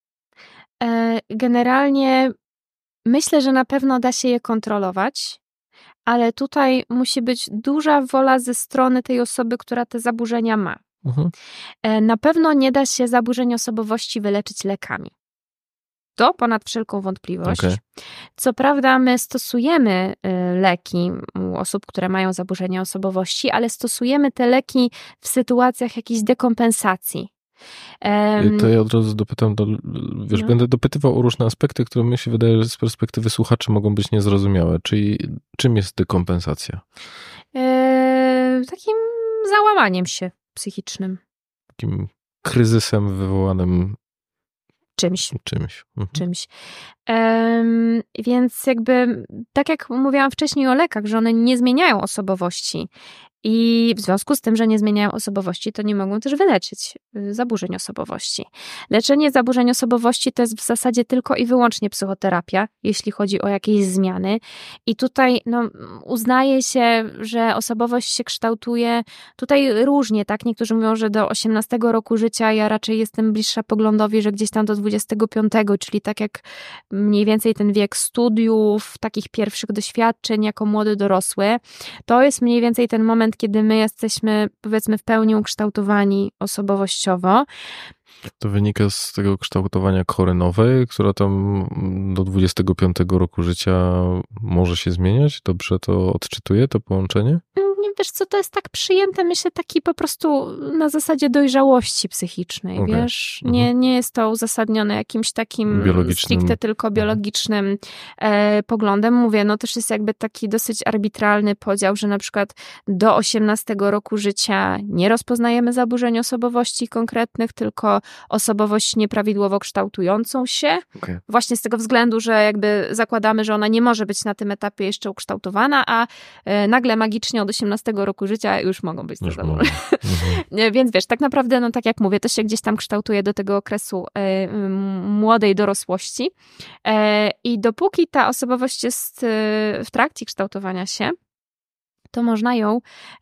Generalnie myślę, że na pewno da się je kontrolować, ale tutaj musi być duża wola ze strony tej osoby, która te zaburzenia ma. Na pewno nie da się zaburzeń osobowości wyleczyć lekami. To ponad wszelką wątpliwość. Okay. Co prawda my stosujemy leki u osób, które mają zaburzenia osobowości, ale stosujemy te leki w sytuacjach jakiejś dekompensacji. To ja od razu dopytam, będę dopytywał o różne aspekty, które mi się wydaje, że z perspektywy słuchaczy mogą być niezrozumiałe. Czyli czym jest dekompensacja? Takim załamaniem się psychicznym. Takim kryzysem wywołanym czymś. Więc jakby, tak jak mówiłam wcześniej o lekach, że one nie zmieniają osobowości i w związku z tym, że nie zmieniają osobowości, to nie mogą też wyleczyć zaburzeń osobowości. Leczenie zaburzeń osobowości to jest w zasadzie tylko i wyłącznie psychoterapia, jeśli chodzi o jakieś zmiany. I tutaj uznaje się, że osobowość się kształtuje tutaj różnie, tak? Niektórzy mówią, że do 18 roku życia, ja raczej jestem bliższa poglądowi, że gdzieś tam do 25, czyli tak jak mniej więcej ten wiek studiów, takich pierwszych doświadczeń jako młody dorosły, to jest mniej więcej ten moment, kiedy my jesteśmy, powiedzmy, w pełni ukształtowani osobowościowo. To wynika z tego kształtowania kory nowej, która tam do 25 roku życia może się zmieniać? Dobrze to odczytuję, to połączenie? Wiesz co, to jest tak przyjęte, myślę, taki po prostu na zasadzie dojrzałości psychicznej, okay. Wiesz? Nie jest to uzasadnione jakimś takim stricte tylko biologicznym poglądem. Mówię, też jest jakby taki dosyć arbitralny podział, że na przykład do 18 roku życia nie rozpoznajemy zaburzeń osobowości konkretnych, tylko osobowość nieprawidłowo kształtującą się. Okay. Właśnie z tego względu, że jakby zakładamy, że ona nie może być na tym etapie jeszcze ukształtowana, a nagle magicznie od 18 roku życia już mogą być te zaburzenia. Więc wiesz, tak naprawdę, tak jak mówię, to się gdzieś tam kształtuje do tego okresu młodej dorosłości i dopóki ta osobowość jest w trakcie kształtowania się, to można ją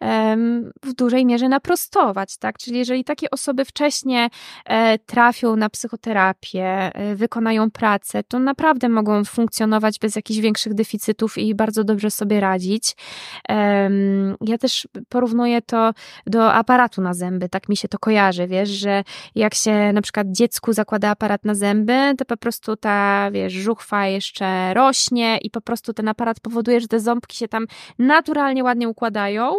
w dużej mierze naprostować, tak? Czyli jeżeli takie osoby wcześniej trafią na psychoterapię, wykonają pracę, to naprawdę mogą funkcjonować bez jakichś większych deficytów i bardzo dobrze sobie radzić. Ja też porównuję to do aparatu na zęby, tak mi się to kojarzy, wiesz, że jak się na przykład dziecku zakłada aparat na zęby, to po prostu ta, wiesz, żuchwa jeszcze rośnie i po prostu ten aparat powoduje, że te ząbki się tam naturalnie ładnie układają,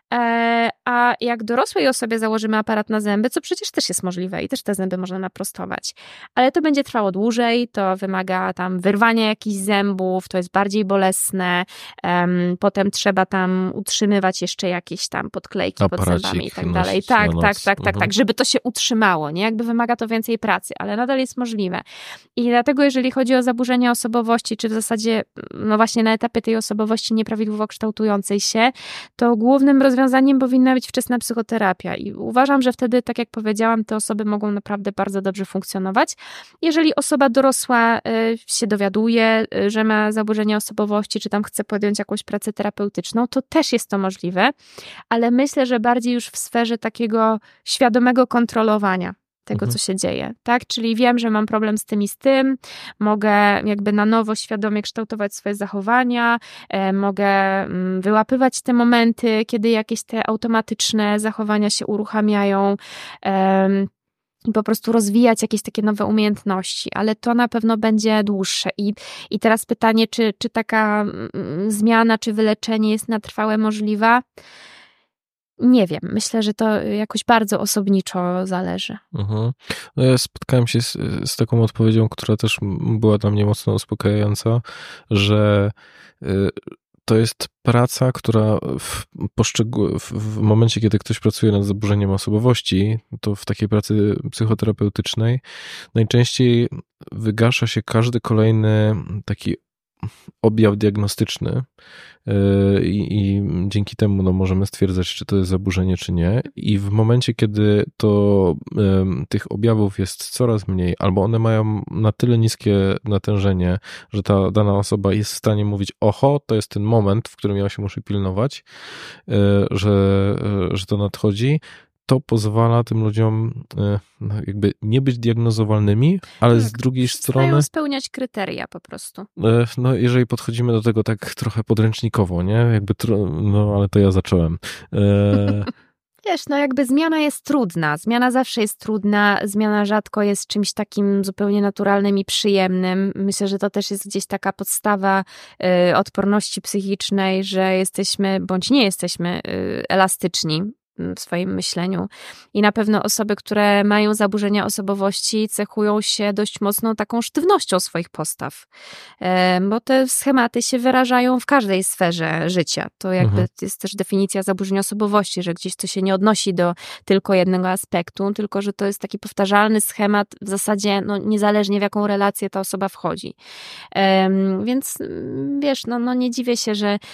a jak dorosłej osobie założymy aparat na zęby, co przecież też jest możliwe i też te zęby można naprostować, ale to będzie trwało dłużej, to wymaga tam wyrwania jakichś zębów, to jest bardziej bolesne, potem trzeba tam utrzymywać jeszcze jakieś tam podklejki aparacik pod zębami i tak dalej. Tak, żeby to się utrzymało, nie? Jakby wymaga to więcej pracy, ale nadal jest możliwe. I dlatego jeżeli chodzi o zaburzenia osobowości, czy w zasadzie właśnie na etapie tej osobowości nieprawidłowo kształtującej się, to głównym rozwiązaniem powinna być wczesna psychoterapia i uważam, że wtedy, tak jak powiedziałam, te osoby mogą naprawdę bardzo dobrze funkcjonować. Jeżeli osoba dorosła się dowiaduje, że ma zaburzenia osobowości, czy tam chce podjąć jakąś pracę terapeutyczną, to też jest to możliwe, ale myślę, że bardziej już w sferze takiego świadomego kontrolowania tego, co się dzieje, tak? Czyli wiem, że mam problem z tym i z tym, mogę jakby na nowo świadomie kształtować swoje zachowania, mogę wyłapywać te momenty, kiedy jakieś te automatyczne zachowania się uruchamiają i po prostu rozwijać jakieś takie nowe umiejętności, ale to na pewno będzie dłuższe. I teraz pytanie, czy taka zmiana, czy wyleczenie jest na trwałe możliwa? Nie wiem. Myślę, że to jakoś bardzo osobniczo zależy. No ja spotkałem się z taką odpowiedzią, która też była dla mnie mocno uspokajająca, że to jest praca, która w momencie, kiedy ktoś pracuje nad zaburzeniem osobowości, to w takiej pracy psychoterapeutycznej najczęściej wygasza się każdy kolejny taki objaw diagnostyczny i dzięki temu możemy stwierdzać, czy to jest zaburzenie, czy nie. I w momencie, kiedy tych objawów jest coraz mniej, albo one mają na tyle niskie natężenie, że ta dana osoba jest w stanie mówić, oho, to jest ten moment, w którym ja się muszę pilnować, że to nadchodzi, to pozwala tym ludziom jakby nie być diagnozowalnymi, ale tak, z drugiej strony spełniać kryteria po prostu. No, jeżeli podchodzimy do tego tak trochę podręcznikowo, nie? Jakby, no, ale to ja zacząłem. Wiesz, no jakby zmiana jest trudna. Zmiana zawsze jest trudna. Zmiana rzadko jest czymś takim zupełnie naturalnym i przyjemnym. Myślę, że to też jest gdzieś taka podstawa odporności psychicznej, że jesteśmy bądź nie jesteśmy elastyczni w swoim myśleniu. I na pewno osoby, które mają zaburzenia osobowości, cechują się dość mocną taką sztywnością swoich postaw. Bo te schematy się wyrażają w każdej sferze życia. To jakby jest też definicja zaburzenia osobowości, że gdzieś to się nie odnosi do tylko jednego aspektu, tylko że to jest taki powtarzalny schemat w zasadzie, no niezależnie w jaką relację ta osoba wchodzi. Więc wiesz, no nie dziwię się,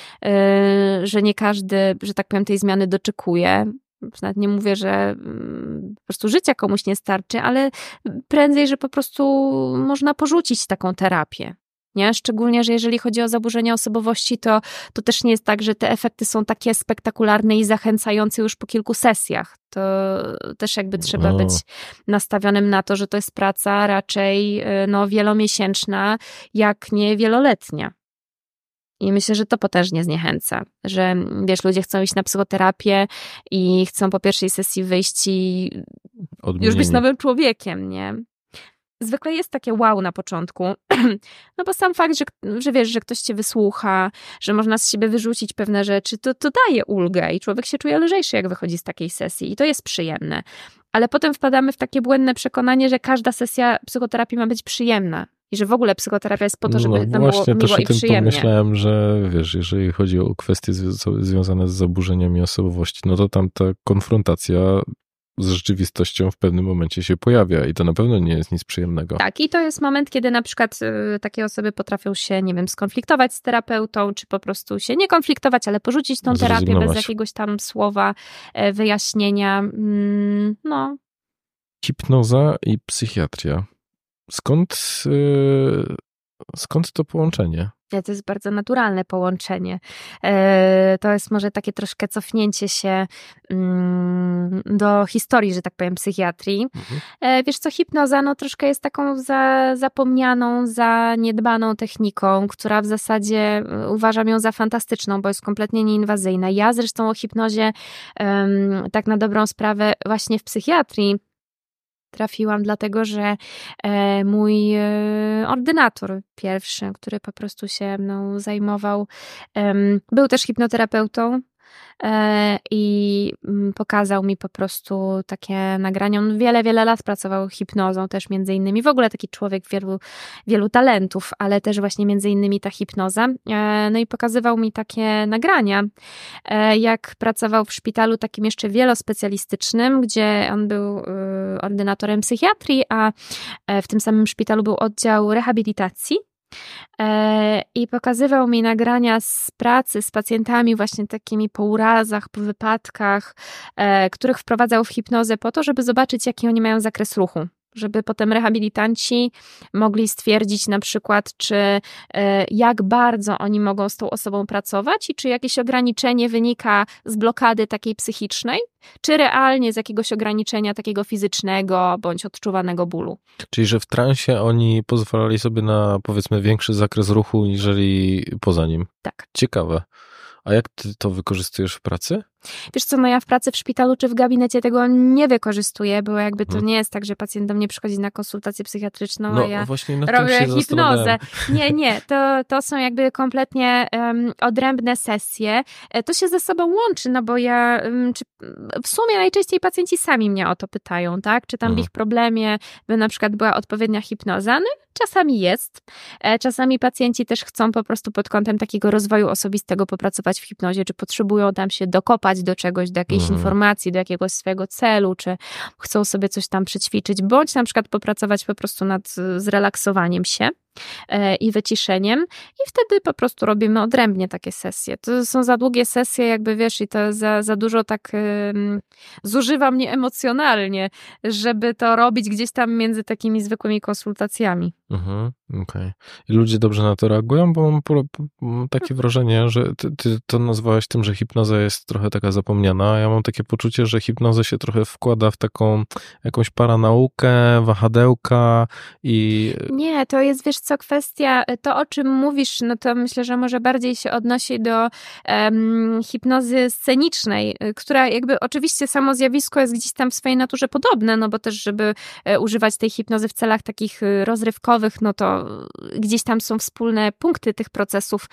że nie każdy, że tak powiem, tej zmiany doczekuje. Nawet nie mówię, że po prostu życia komuś nie starczy, ale prędzej, że po prostu można porzucić taką terapię. Nie? Szczególnie, że jeżeli chodzi o zaburzenia osobowości, to też nie jest tak, że te efekty są takie spektakularne i zachęcające już po kilku sesjach. To też jakby trzeba być nastawionym na to, że to jest praca raczej wielomiesięczna, jak nie wieloletnia. I myślę, że to potężnie zniechęca, że wiesz, ludzie chcą iść na psychoterapię i chcą po pierwszej sesji wyjść i już być nowym człowiekiem, nie? Zwykle jest takie wow na początku, no bo sam fakt, że wiesz, że ktoś cię wysłucha, że można z siebie wyrzucić pewne rzeczy, to daje ulgę i człowiek się czuje lżejszy, jak wychodzi z takiej sesji i to jest przyjemne. Ale potem wpadamy w takie błędne przekonanie, że każda sesja psychoterapii ma być przyjemna. I że w ogóle psychoterapia jest po to, żeby nam było miło i przyjemnie. Właśnie też o tym pomyślałem, że wiesz, jeżeli chodzi o kwestie związane z zaburzeniami osobowości, no to tam ta konfrontacja z rzeczywistością w pewnym momencie się pojawia i to na pewno nie jest nic przyjemnego. Tak, i to jest moment, kiedy na przykład takie osoby potrafią się, nie wiem, skonfliktować z terapeutą, czy po prostu się nie konfliktować, ale porzucić tą terapię bez jakiegoś tam słowa wyjaśnienia. No. Hipnoza i psychiatria. Skąd to połączenie? To jest bardzo naturalne połączenie. To jest może takie troszkę cofnięcie się do historii, że tak powiem, psychiatrii. Wiesz co, hipnoza no troszkę jest taką zapomnianą, zaniedbaną techniką, która w zasadzie uważam ją za fantastyczną, bo jest kompletnie nieinwazyjna. Ja zresztą o hipnozie tak na dobrą sprawę właśnie w psychiatrii trafiłam, dlatego że mój ordynator pierwszy, który po prostu się mną zajmował, był też hipnoterapeutą i pokazał mi po prostu takie nagrania. On wiele lat pracował hipnozą też między innymi. W ogóle taki człowiek wielu talentów, ale też właśnie między innymi ta hipnoza. No i pokazywał mi takie nagrania, jak pracował w szpitalu takim jeszcze wielospecjalistycznym, gdzie on był ordynatorem psychiatrii, a w tym samym szpitalu był oddział rehabilitacji. I pokazywał mi nagrania z pracy z pacjentami właśnie takimi po urazach, po wypadkach, których wprowadzał w hipnozę po to, żeby zobaczyć, jaki oni mają zakres ruchu. Żeby potem rehabilitanci mogli stwierdzić na przykład, czy jak bardzo oni mogą z tą osobą pracować i czy jakieś ograniczenie wynika z blokady takiej psychicznej, czy realnie z jakiegoś ograniczenia takiego fizycznego bądź odczuwanego bólu. Czyli, że w transie oni pozwalali sobie na, powiedzmy, większy zakres ruchu, niżeli poza nim. Tak. Ciekawe. A jak ty to wykorzystujesz w pracy? Wiesz co, no ja w pracy w szpitalu czy w gabinecie tego nie wykorzystuję, bo jakby to nie jest tak, że pacjent do mnie przychodzi na konsultację psychiatryczną, a ja robię hipnozę. Nie, to są jakby kompletnie odrębne sesje. To się ze sobą łączy, no bo ja, w sumie najczęściej pacjenci sami mnie o to pytają, tak? Czy tam w ich problemie by na przykład była odpowiednia hipnoza? No czasami jest. Czasami pacjenci też chcą po prostu pod kątem takiego rozwoju osobistego popracować w hipnozie, czy potrzebują tam się dokopać do czegoś, do jakiejś informacji, do jakiegoś swojego celu, czy chcą sobie coś tam przećwiczyć, bądź na przykład popracować po prostu nad zrelaksowaniem się i wyciszeniem i wtedy po prostu robimy odrębnie takie sesje. To są za długie sesje, jakby wiesz, i to za dużo tak zużywa mnie emocjonalnie, żeby to robić gdzieś tam między takimi zwykłymi konsultacjami. Okej. I ludzie dobrze na to reagują, bo mam takie wrażenie, że ty to nazwałaś tym, że hipnoza jest trochę taka zapomniana, a ja mam takie poczucie, że hipnoza się trochę wkłada w taką jakąś paranaukę, wahadełka i... Nie, to jest, wiesz co, kwestia, to o czym mówisz, no to myślę, że może bardziej się odnosi do hipnozy scenicznej, która jakby oczywiście samo zjawisko jest gdzieś tam w swojej naturze podobne, no bo też, żeby używać tej hipnozy w celach takich rozrywkowych, no to gdzieś tam są wspólne punkty tych procesów,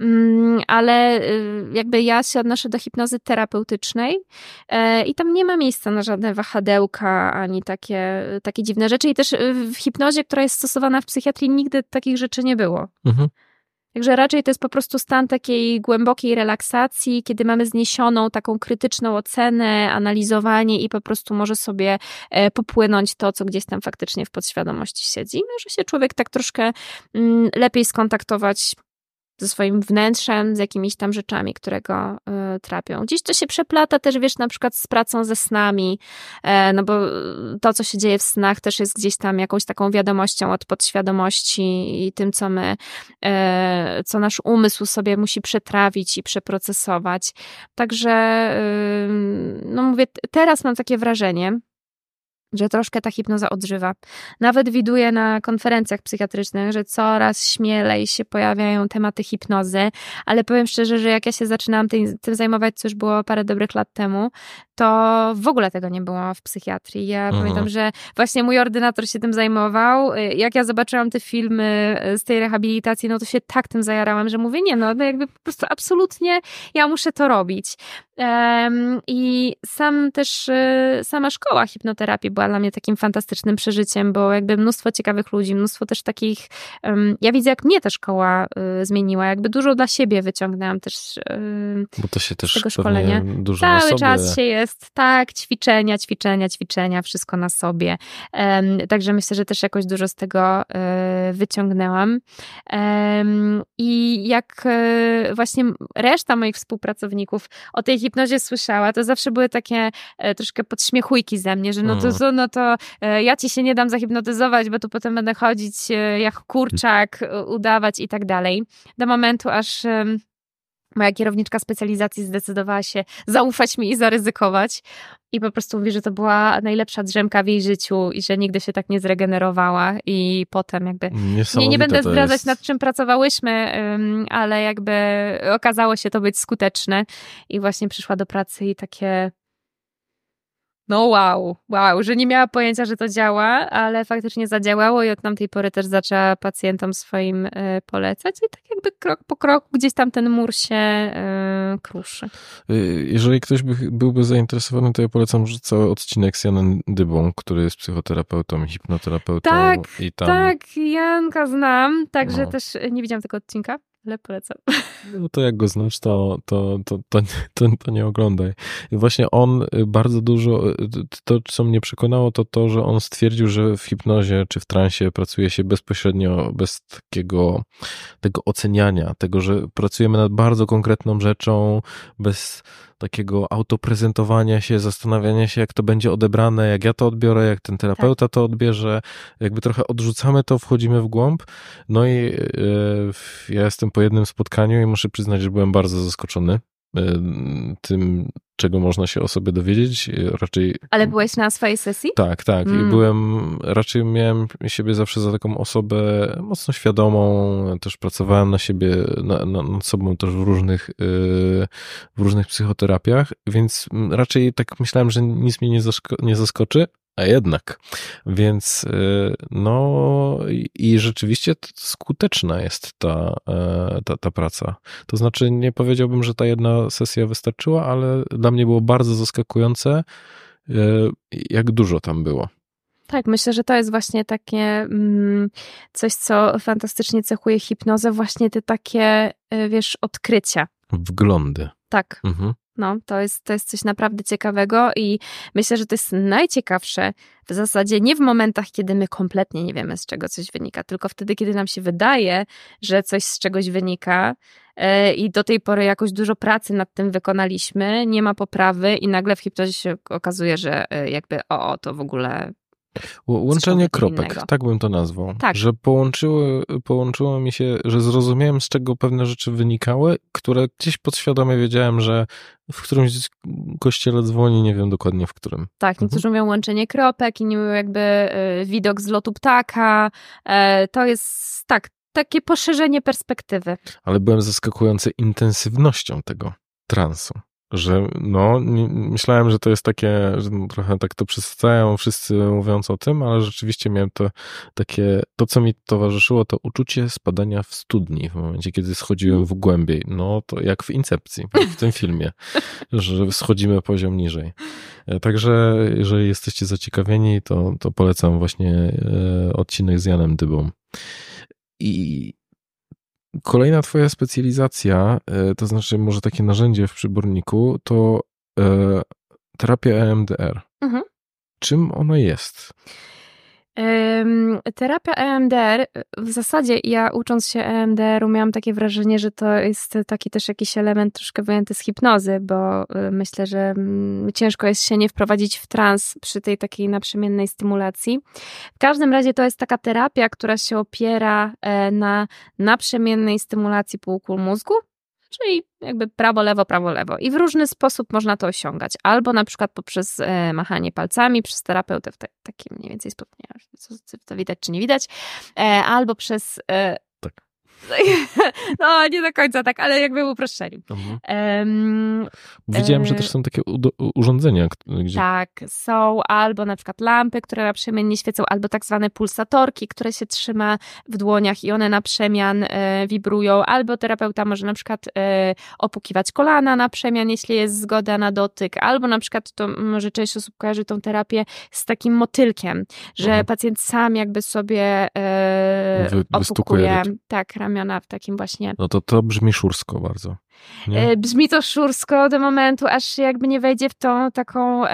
ale jakby ja się odnoszę do hipnozy terapeutycznej i tam nie ma miejsca na żadne wahadełka, ani takie dziwne rzeczy i też w hipnozie, która jest stosowana w psychiatrii, nigdy takich rzeczy nie było. Także raczej to jest po prostu stan takiej głębokiej relaksacji, kiedy mamy zniesioną taką krytyczną ocenę, analizowanie i po prostu może sobie popłynąć to, co gdzieś tam faktycznie w podświadomości siedzi. Może się człowiek tak troszkę lepiej skontaktować ze swoim wnętrzem, z jakimiś tam rzeczami, które go trapią. Gdzieś to się przeplata też, wiesz, na przykład z pracą ze snami, no bo to, co się dzieje w snach, też jest gdzieś tam jakąś taką wiadomością od podświadomości i tym, co nasz umysł sobie musi przetrawić i przeprocesować. Także, no mówię, teraz mam takie wrażenie, że troszkę ta hipnoza odżywa. Nawet widuję na konferencjach psychiatrycznych, że coraz śmielej się pojawiają tematy hipnozy, ale powiem szczerze, że jak ja się zaczynałam tym zajmować, co już było parę dobrych lat temu, to w ogóle tego nie było w psychiatrii. Ja pamiętam, że właśnie mój ordynator się tym zajmował. Jak ja zobaczyłam te filmy z tej rehabilitacji, no to się tak tym zajarałam, że mówię, nie, no jakby po prostu absolutnie ja muszę to robić. I sama szkoła hipnoterapii była dla mnie takim fantastycznym przeżyciem, bo jakby mnóstwo ciekawych ludzi, mnóstwo też takich, ja widzę, jak mnie ta szkoła zmieniła, jakby dużo dla siebie wyciągnęłam też bo to się też z tego szkolenia. Dużo Cały czas się jest, tak, ćwiczenia, wszystko na sobie. Także myślę, że też jakoś dużo z tego wyciągnęłam. I jak właśnie reszta moich współpracowników o tej hipnozie słyszała, to zawsze były takie troszkę podśmiechujki ze mnie, że no to ja ci się nie dam zahipnotyzować, bo tu potem będę chodzić jak kurczak, udawać i tak dalej. Do momentu, aż moja kierowniczka specjalizacji zdecydowała się zaufać mi i zaryzykować. I po prostu mówi, że to była najlepsza drzemka w jej życiu i że nigdy się tak nie zregenerowała. I potem jakby... Nie będę zdradzać, nad czym pracowałyśmy, ale jakby okazało się to być skuteczne. I właśnie przyszła do pracy i takie... No wow, że nie miała pojęcia, że to działa, ale faktycznie zadziałało i od tamtej pory też zaczęła pacjentom swoim polecać i tak jakby krok po kroku gdzieś tam ten mur się kruszy. Jeżeli ktoś byłby zainteresowany, to ja polecam cały odcinek z Janem Dybą, który jest psychoterapeutą i hipnoterapeutą. Tak, Janka znam, także też nie widziałam tego odcinka. Ale polecam. No to jak go znasz, to nie oglądaj. Właśnie on bardzo dużo, to co mnie przekonało, to, że on stwierdził, że w hipnozie czy w transie pracuje się bezpośrednio, bez tego oceniania, tego, że pracujemy nad bardzo konkretną rzeczą, bez takiego autoprezentowania się, zastanawiania się, jak to będzie odebrane, jak ja to odbiorę, jak ten terapeuta to odbierze. Jakby trochę odrzucamy to, wchodzimy w głąb. No i ja jestem po jednym spotkaniu i muszę przyznać, że byłem bardzo zaskoczony. tym, czego można się o sobie dowiedzieć. Raczej... Ale byłeś na swojej sesji? Tak. I raczej miałem siebie zawsze za taką osobę mocno świadomą, też pracowałem na siebie, nad sobą też w różnych psychoterapiach, więc raczej tak myślałem, że nic mnie nie zaskoczy, a jednak. Więc i rzeczywiście skuteczna jest ta praca. To znaczy nie powiedziałbym, że ta jedna sesja wystarczyła, ale dla mnie było bardzo zaskakujące, jak dużo tam było. Tak, myślę, że to jest właśnie takie coś, co fantastycznie cechuje hipnozę, właśnie te takie, wiesz, odkrycia. Wglądy. Tak. No, to jest coś naprawdę ciekawego i myślę, że to jest najciekawsze w zasadzie nie w momentach, kiedy my kompletnie nie wiemy, z czego coś wynika, tylko wtedy, kiedy nam się wydaje, że coś z czegoś wynika i do tej pory jakoś dużo pracy nad tym wykonaliśmy, nie ma poprawy i nagle w hipnozie się okazuje, że jakby to w ogóle... Łączenie kropek, innego. Tak bym to nazwał. Tak. Że połączyło mi się, że zrozumiałem, z czego pewne rzeczy wynikały, które gdzieś podświadomie wiedziałem, że w którymś kościele dzwoni, nie wiem dokładnie w którym. Tak, niektórzy mówią łączenie kropek, inni mówią jakby widok z lotu ptaka. To jest takie poszerzenie perspektywy. Ale byłem zaskakujący intensywnością tego transu. Że myślałem, że to jest takie, że trochę tak to przesadzają wszyscy mówiąc o tym, ale rzeczywiście miałem to co mi towarzyszyło, to uczucie spadania w studni w momencie, kiedy schodziłem w głębiej. No to jak w Incepcji, w tym filmie, że schodzimy poziom niżej. Także jeżeli jesteście zaciekawieni, to polecam właśnie odcinek z Janem Dybą. I kolejna twoja specjalizacja, to znaczy może takie narzędzie w przyborniku, to terapia EMDR. Czym ona jest? Terapia EMDR, w zasadzie ja ucząc się EMDR-u miałam takie wrażenie, że to jest taki też jakiś element troszkę wyjęty z hipnozy, bo myślę, że ciężko jest się nie wprowadzić w trans przy tej takiej naprzemiennej stymulacji. W każdym razie to jest taka terapia, która się opiera na naprzemiennej stymulacji półkul mózgu, czyli jakby prawo, lewo. I w różny sposób można to osiągać. Albo na przykład poprzez machanie palcami, przez terapeutę w takim mniej więcej sposób, nie wiem, co to widać czy nie widać, albo przez... Tak. No, nie do końca tak, ale jakby w uproszczeniu. Widziałem, że też są takie urządzenia, gdzie... Tak, są albo na przykład lampy, które naprzemiennie świecą, albo tak zwane pulsatorki, które się trzyma w dłoniach i one na przemian wibrują, albo terapeuta może na przykład opukiwać kolana na przemian, jeśli jest zgoda na dotyk, albo na przykład to może część osób kojarzy tą terapię z takim motylkiem, że pacjent sam jakby sobie opukuje ramiona w takim właśnie... No to brzmi szursko bardzo. Nie? Brzmi to szursko do momentu, aż jakby nie wejdzie w tą taką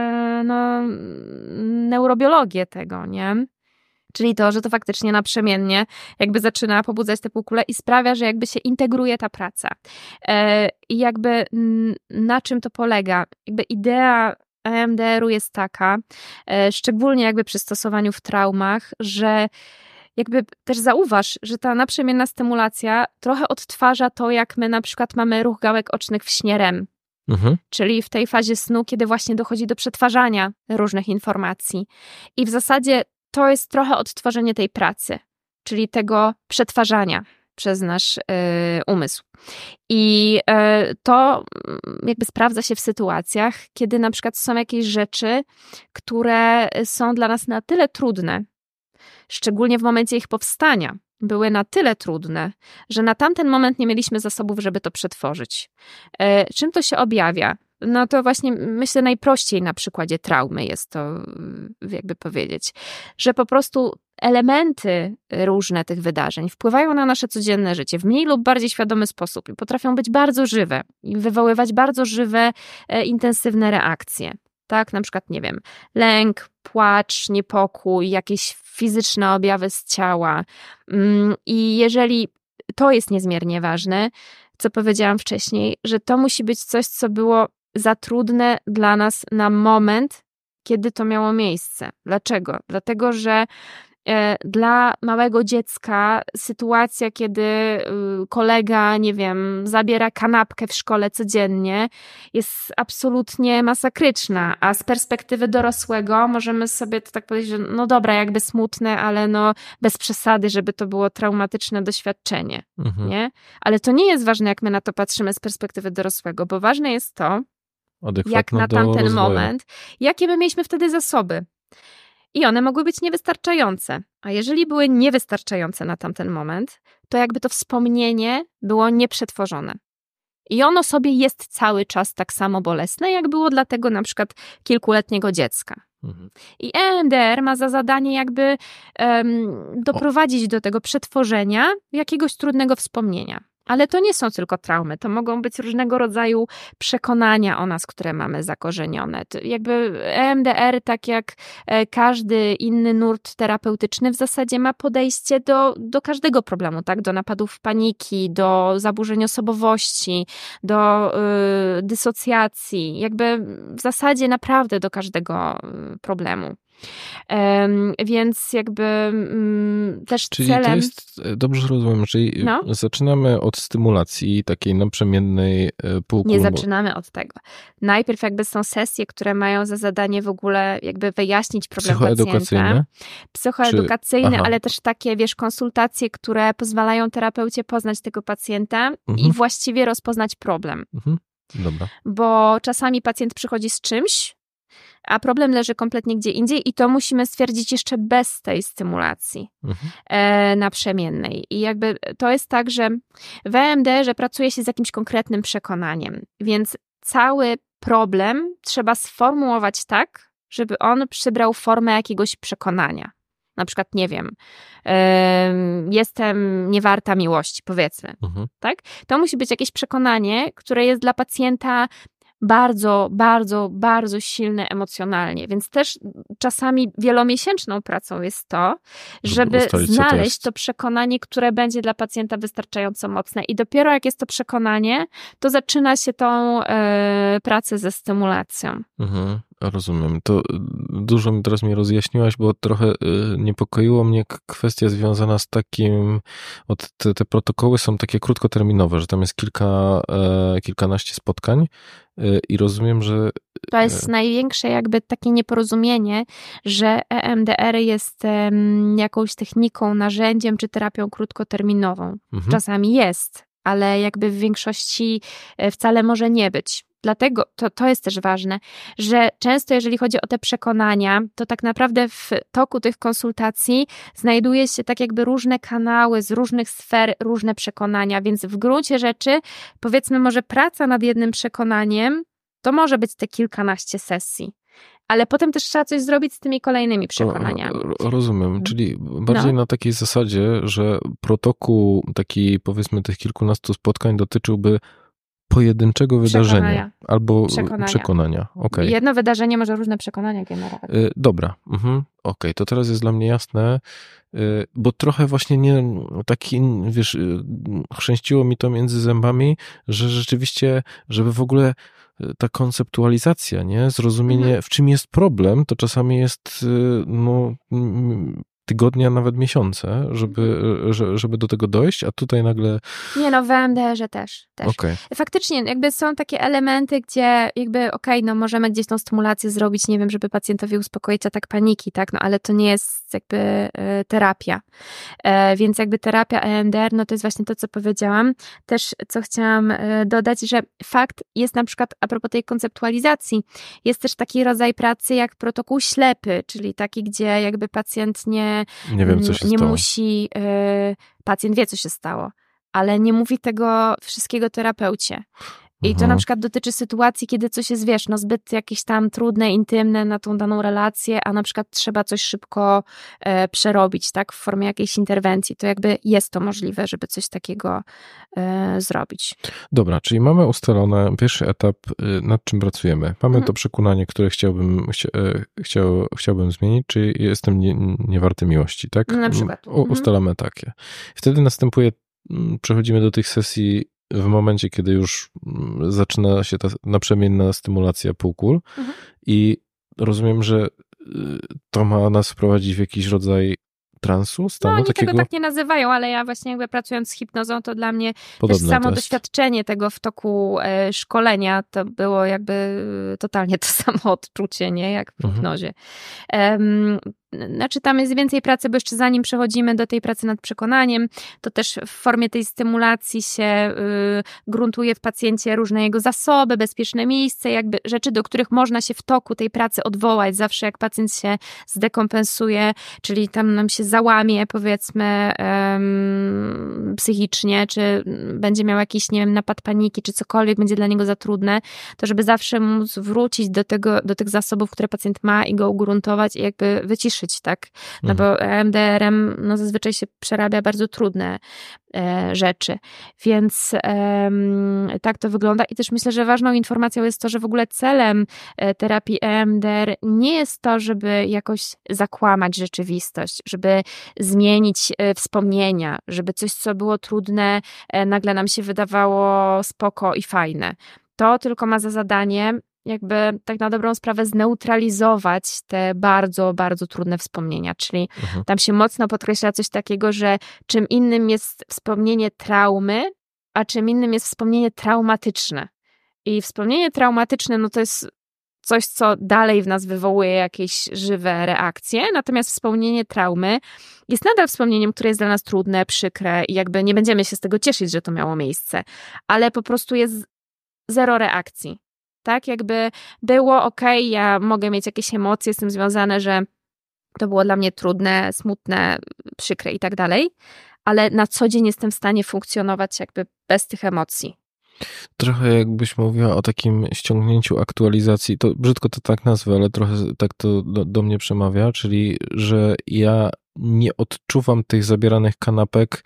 neurobiologię tego, nie? Czyli to, że to faktycznie naprzemiennie jakby zaczyna pobudzać te półkule i sprawia, że jakby się integruje ta praca. I jakby na czym to polega? Jakby idea EMDR-u jest taka, szczególnie jakby przy stosowaniu w traumach, że jakby też zauważ, że ta naprzemienna stymulacja trochę odtwarza to, jak my na przykład mamy ruch gałek ocznych w śnie REM. Czyli w tej fazie snu, kiedy właśnie dochodzi do przetwarzania różnych informacji. I w zasadzie to jest trochę odtworzenie tej pracy, czyli tego przetwarzania przez nasz umysł. I to jakby sprawdza się w sytuacjach, kiedy na przykład są jakieś rzeczy, które są dla nas na tyle trudne, szczególnie w momencie ich powstania, były na tyle trudne, że na tamten moment nie mieliśmy zasobów, żeby to przetworzyć. Czym to się objawia? No to właśnie myślę najprościej na przykładzie traumy jest to jakby powiedzieć, że po prostu elementy różne tych wydarzeń wpływają na nasze codzienne życie w mniej lub bardziej świadomy sposób i potrafią być bardzo żywe i wywoływać bardzo żywe, intensywne reakcje. Tak, na przykład, nie wiem, lęk, płacz, niepokój, jakieś fizyczne objawy z ciała. I jeżeli to jest niezmiernie ważne, co powiedziałam wcześniej, że to musi być coś, co było za trudne dla nas na moment, kiedy to miało miejsce. Dlaczego? Dlatego, że dla małego dziecka sytuacja, kiedy kolega, nie wiem, zabiera kanapkę w szkole codziennie, jest absolutnie masakryczna, a z perspektywy dorosłego możemy sobie to tak powiedzieć, że no dobra, jakby smutne, ale no bez przesady, żeby to było traumatyczne doświadczenie, nie? Ale to nie jest ważne, jak my na to patrzymy z perspektywy dorosłego, bo ważne jest to, jak na tamten moment, jakie my mieliśmy wtedy zasoby. I one mogły być niewystarczające. A jeżeli były niewystarczające na tamten moment, to jakby to wspomnienie było nieprzetworzone. I ono sobie jest cały czas tak samo bolesne, jak było dla tego na przykład kilkuletniego dziecka. I EMDR ma za zadanie jakby doprowadzić do tego przetworzenia jakiegoś trudnego wspomnienia. Ale to nie są tylko traumy, to mogą być różnego rodzaju przekonania o nas, które mamy zakorzenione. To jakby EMDR, tak jak każdy inny nurt terapeutyczny, w zasadzie ma podejście do każdego problemu, tak? Do napadów paniki, do zaburzeń osobowości, do dysocjacji, jakby w zasadzie naprawdę do każdego problemu. Więc jakby też czyli celem... to jest, dobrze rozumiem, czyli zaczynamy od stymulacji takiej naprzemiennej półkuli. Nie zaczynamy od tego. Najpierw jakby są sesje, które mają za zadanie w ogóle jakby wyjaśnić problem pacjenta. Psychoedukacyjne, ale też takie, wiesz, konsultacje, które pozwalają terapeucie poznać tego pacjenta i właściwie rozpoznać problem. Dobra. Bo czasami pacjent przychodzi z czymś, a problem leży kompletnie gdzie indziej i to musimy stwierdzić jeszcze bez tej stymulacji naprzemiennej. I jakby to jest tak, że w EMDR-ze pracuje się z jakimś konkretnym przekonaniem, więc cały problem trzeba sformułować tak, żeby on przybrał formę jakiegoś przekonania. Na przykład, nie wiem, jestem niewarta miłości, powiedzmy. Tak? To musi być jakieś przekonanie, które jest dla pacjenta bardzo, bardzo, bardzo silne emocjonalnie, więc też czasami wielomiesięczną pracą jest to, żeby znaleźć to przekonanie, które będzie dla pacjenta wystarczająco mocne i dopiero jak jest to przekonanie, to zaczyna się tą pracę ze stymulacją. Rozumiem. To dużo mi teraz rozjaśniłaś, bo trochę niepokoiło mnie kwestia związana z takim, te protokoły są takie krótkoterminowe, że tam jest kilkanaście spotkań i rozumiem, że... To jest największe jakby takie nieporozumienie, że EMDR jest jakąś techniką, narzędziem czy terapią krótkoterminową. Czasami jest, ale jakby w większości wcale może nie być. Dlatego to jest też ważne, że często jeżeli chodzi o te przekonania, to tak naprawdę w toku tych konsultacji znajduje się tak jakby różne kanały z różnych sfer, różne przekonania, więc w gruncie rzeczy powiedzmy może praca nad jednym przekonaniem to może być te kilkanaście sesji. Ale potem też trzeba coś zrobić z tymi kolejnymi przekonaniami. Rozumiem, czyli bardziej na takiej zasadzie, że protokół taki powiedzmy tych kilkunastu spotkań dotyczyłby pojedynczego wydarzenia albo przekonania. Okay. Jedno wydarzenie może różne przekonania generować. Dobra, okej, to teraz jest dla mnie jasne, bo trochę właśnie nie taki, wiesz, chrzęściło mi to między zębami, że rzeczywiście, żeby w ogóle ta konceptualizacja, nie, zrozumienie, w czym jest problem, to czasami jest, tygodnie, a nawet miesiące, żeby do tego dojść, a tutaj nagle... Nie no, w EMDR-ze też. Okay. Faktycznie jakby są takie elementy, gdzie jakby możemy gdzieś tą stymulację zrobić, nie wiem, żeby pacjentowi uspokoić atak paniki, tak, no ale to nie jest jakby terapia. Więc jakby terapia EMDR, no to jest właśnie to, co powiedziałam. Też, co chciałam dodać, że fakt jest na przykład, a propos tej konceptualizacji, jest też taki rodzaj pracy jak protokół ślepy, czyli taki, gdzie jakby pacjent nie wiem, co się stało. Musi, pacjent wie, co się stało, ale nie mówi tego wszystkiego terapeucie. I to na przykład dotyczy sytuacji, kiedy coś jest, wiesz, zbyt jakieś tam trudne, intymne na tą daną relację, a na przykład trzeba coś szybko przerobić, tak, w formie jakiejś interwencji. To jakby jest to możliwe, żeby coś takiego zrobić. Dobra, czyli mamy ustalone pierwszy etap, nad czym pracujemy. Mamy to przekonanie, które chciałbym zmienić, czyli jestem niewarty miłości, tak? Na przykład. Ustalamy takie. Wtedy przechodzimy do tych sesji w momencie, kiedy już zaczyna się ta naprzemienna stymulacja półkul i rozumiem, że to ma nas wprowadzić w jakiś rodzaj transu, stanu oni takiego... tego tak nie nazywają, ale ja właśnie jakby pracując z hipnozą, to dla mnie Podobne też samo to jest. doświadczenie tego w toku szkolenia, to było jakby totalnie to samo odczucie, nie? Jak w hipnozie. Znaczy tam jest więcej pracy, bo jeszcze zanim przechodzimy do tej pracy nad przekonaniem, to też w formie tej stymulacji się gruntuje w pacjencie różne jego zasoby, bezpieczne miejsce, jakby rzeczy, do których można się w toku tej pracy odwołać. Zawsze jak pacjent się zdekompensuje, czyli tam nam się załamie, powiedzmy, psychicznie, czy będzie miał jakiś, nie wiem, napad paniki, czy cokolwiek będzie dla niego za trudne, to żeby zawsze móc wrócić do tych zasobów, które pacjent ma i go ugruntować i jakby wyciszyć, tak? No bo EMDR-em no zazwyczaj się przerabia bardzo trudne rzeczy. Więc tak to wygląda i też myślę, że ważną informacją jest to, że w ogóle celem terapii EMDR nie jest to, żeby jakoś zakłamać rzeczywistość, żeby zmienić wspomnienia, żeby coś, co było trudne, nagle nam się wydawało spoko i fajne. To tylko ma za zadanie jakby tak na dobrą sprawę zneutralizować te bardzo, bardzo trudne wspomnienia, czyli tam się mocno podkreśla coś takiego, że czym innym jest wspomnienie traumy, a czym innym jest wspomnienie traumatyczne. I wspomnienie traumatyczne, no to jest coś, co dalej w nas wywołuje jakieś żywe reakcje, natomiast wspomnienie traumy jest nadal wspomnieniem, które jest dla nas trudne, przykre i jakby nie będziemy się z tego cieszyć, że to miało miejsce, ale po prostu jest zero reakcji. Tak, jakby było okej, ja mogę mieć jakieś emocje z tym związane, że to było dla mnie trudne, smutne, przykre i tak dalej, ale na co dzień jestem w stanie funkcjonować jakby bez tych emocji. Trochę jakbyś mówiła o takim ściągnięciu aktualizacji, to brzydko to tak nazwę, ale trochę tak to do mnie przemawia, czyli że ja nie odczuwam tych zabieranych kanapek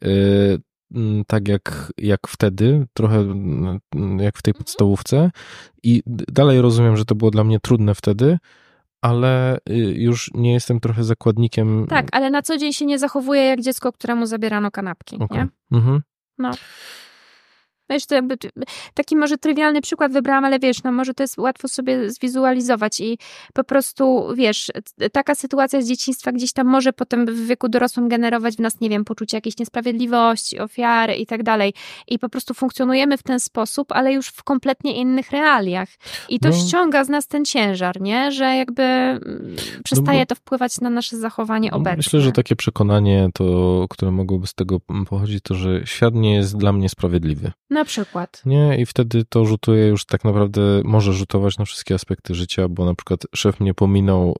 tak jak wtedy, trochę jak w tej podstawówce i dalej rozumiem, że to było dla mnie trudne wtedy, ale już nie jestem trochę zakładnikiem. Tak, ale na co dzień się nie zachowuję jak dziecko, któremu zabierano kanapki, nie? No. Wiesz, to jakby taki może trywialny przykład wybrałam, ale wiesz, no może to jest łatwo sobie zwizualizować i po prostu, wiesz, taka sytuacja z dzieciństwa gdzieś tam może potem w wieku dorosłym generować w nas, nie wiem, poczucie jakiejś niesprawiedliwości, ofiary i tak dalej. I po prostu funkcjonujemy w ten sposób, ale już w kompletnie innych realiach. I to ściąga z nas ten ciężar, nie? Że jakby przestaje to wpływać na nasze zachowanie obecne. Myślę, że takie przekonanie, to, które mogłoby z tego pochodzić, to, że świat nie jest dla mnie sprawiedliwy. Na przykład. Nie, i wtedy to rzutuje już tak naprawdę, może rzutować na wszystkie aspekty życia, bo na przykład szef mnie pominął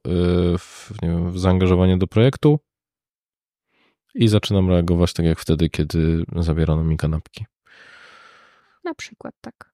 w zaangażowanie do projektu i zaczynam reagować tak jak wtedy, kiedy zabierano mi kanapki. Na przykład, tak.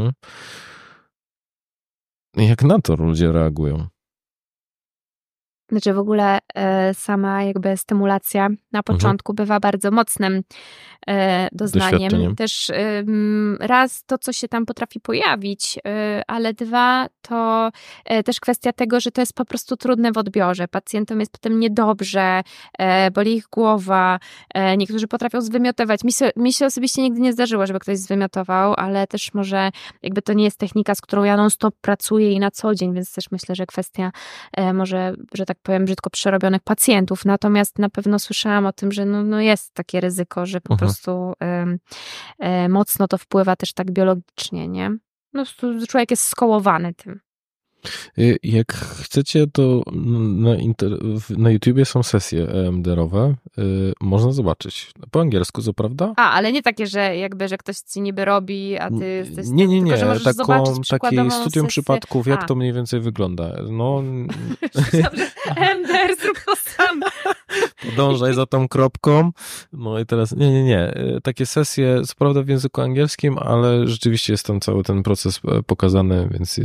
Jak na to ludzie reagują? Znaczy w ogóle sama jakby stymulacja na początku bywa bardzo mocnym doznaniem. Też raz to, co się tam potrafi pojawić, ale dwa to też kwestia tego, że to jest po prostu trudne w odbiorze. Pacjentom jest potem niedobrze, boli ich głowa, niektórzy potrafią zwymiotować. Mi się osobiście nigdy nie zdarzyło, żeby ktoś zwymiotował, ale też może jakby to nie jest technika, z którą ja non-stop pracuję i na co dzień, więc też myślę, że kwestia może, że tak powiem, brzydko przerobionych pacjentów. Natomiast na pewno słyszałam o tym, że no jest takie ryzyko, że po prostu mocno to wpływa też tak biologicznie, nie? No, człowiek jest skołowany tym. Jak chcecie, to na YouTubie są sesje EMDR-owe. Można zobaczyć. Po angielsku, co prawda? Ale nie takie, że jakby, że ktoś ci niby robi, a ty jesteś... Nie. Tylko, że możesz zobaczyć takie studium sesję. przypadków, jak to mniej więcej wygląda. No... EMDR, zrób to sam. Podążaj za tą kropką. No i teraz, nie. Takie sesje, co prawda w języku angielskim, ale rzeczywiście jest tam cały ten proces pokazany, więc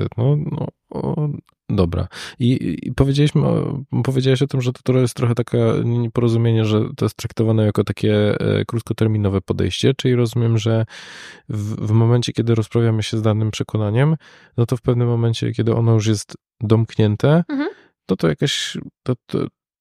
dobra. I powiedziałeś o tym, że to jest trochę takie nieporozumienie, że to jest traktowane jako takie krótkoterminowe podejście, czyli rozumiem, że w momencie, kiedy rozprawiamy się z danym przekonaniem, no to w pewnym momencie, kiedy ono już jest domknięte, to jakaś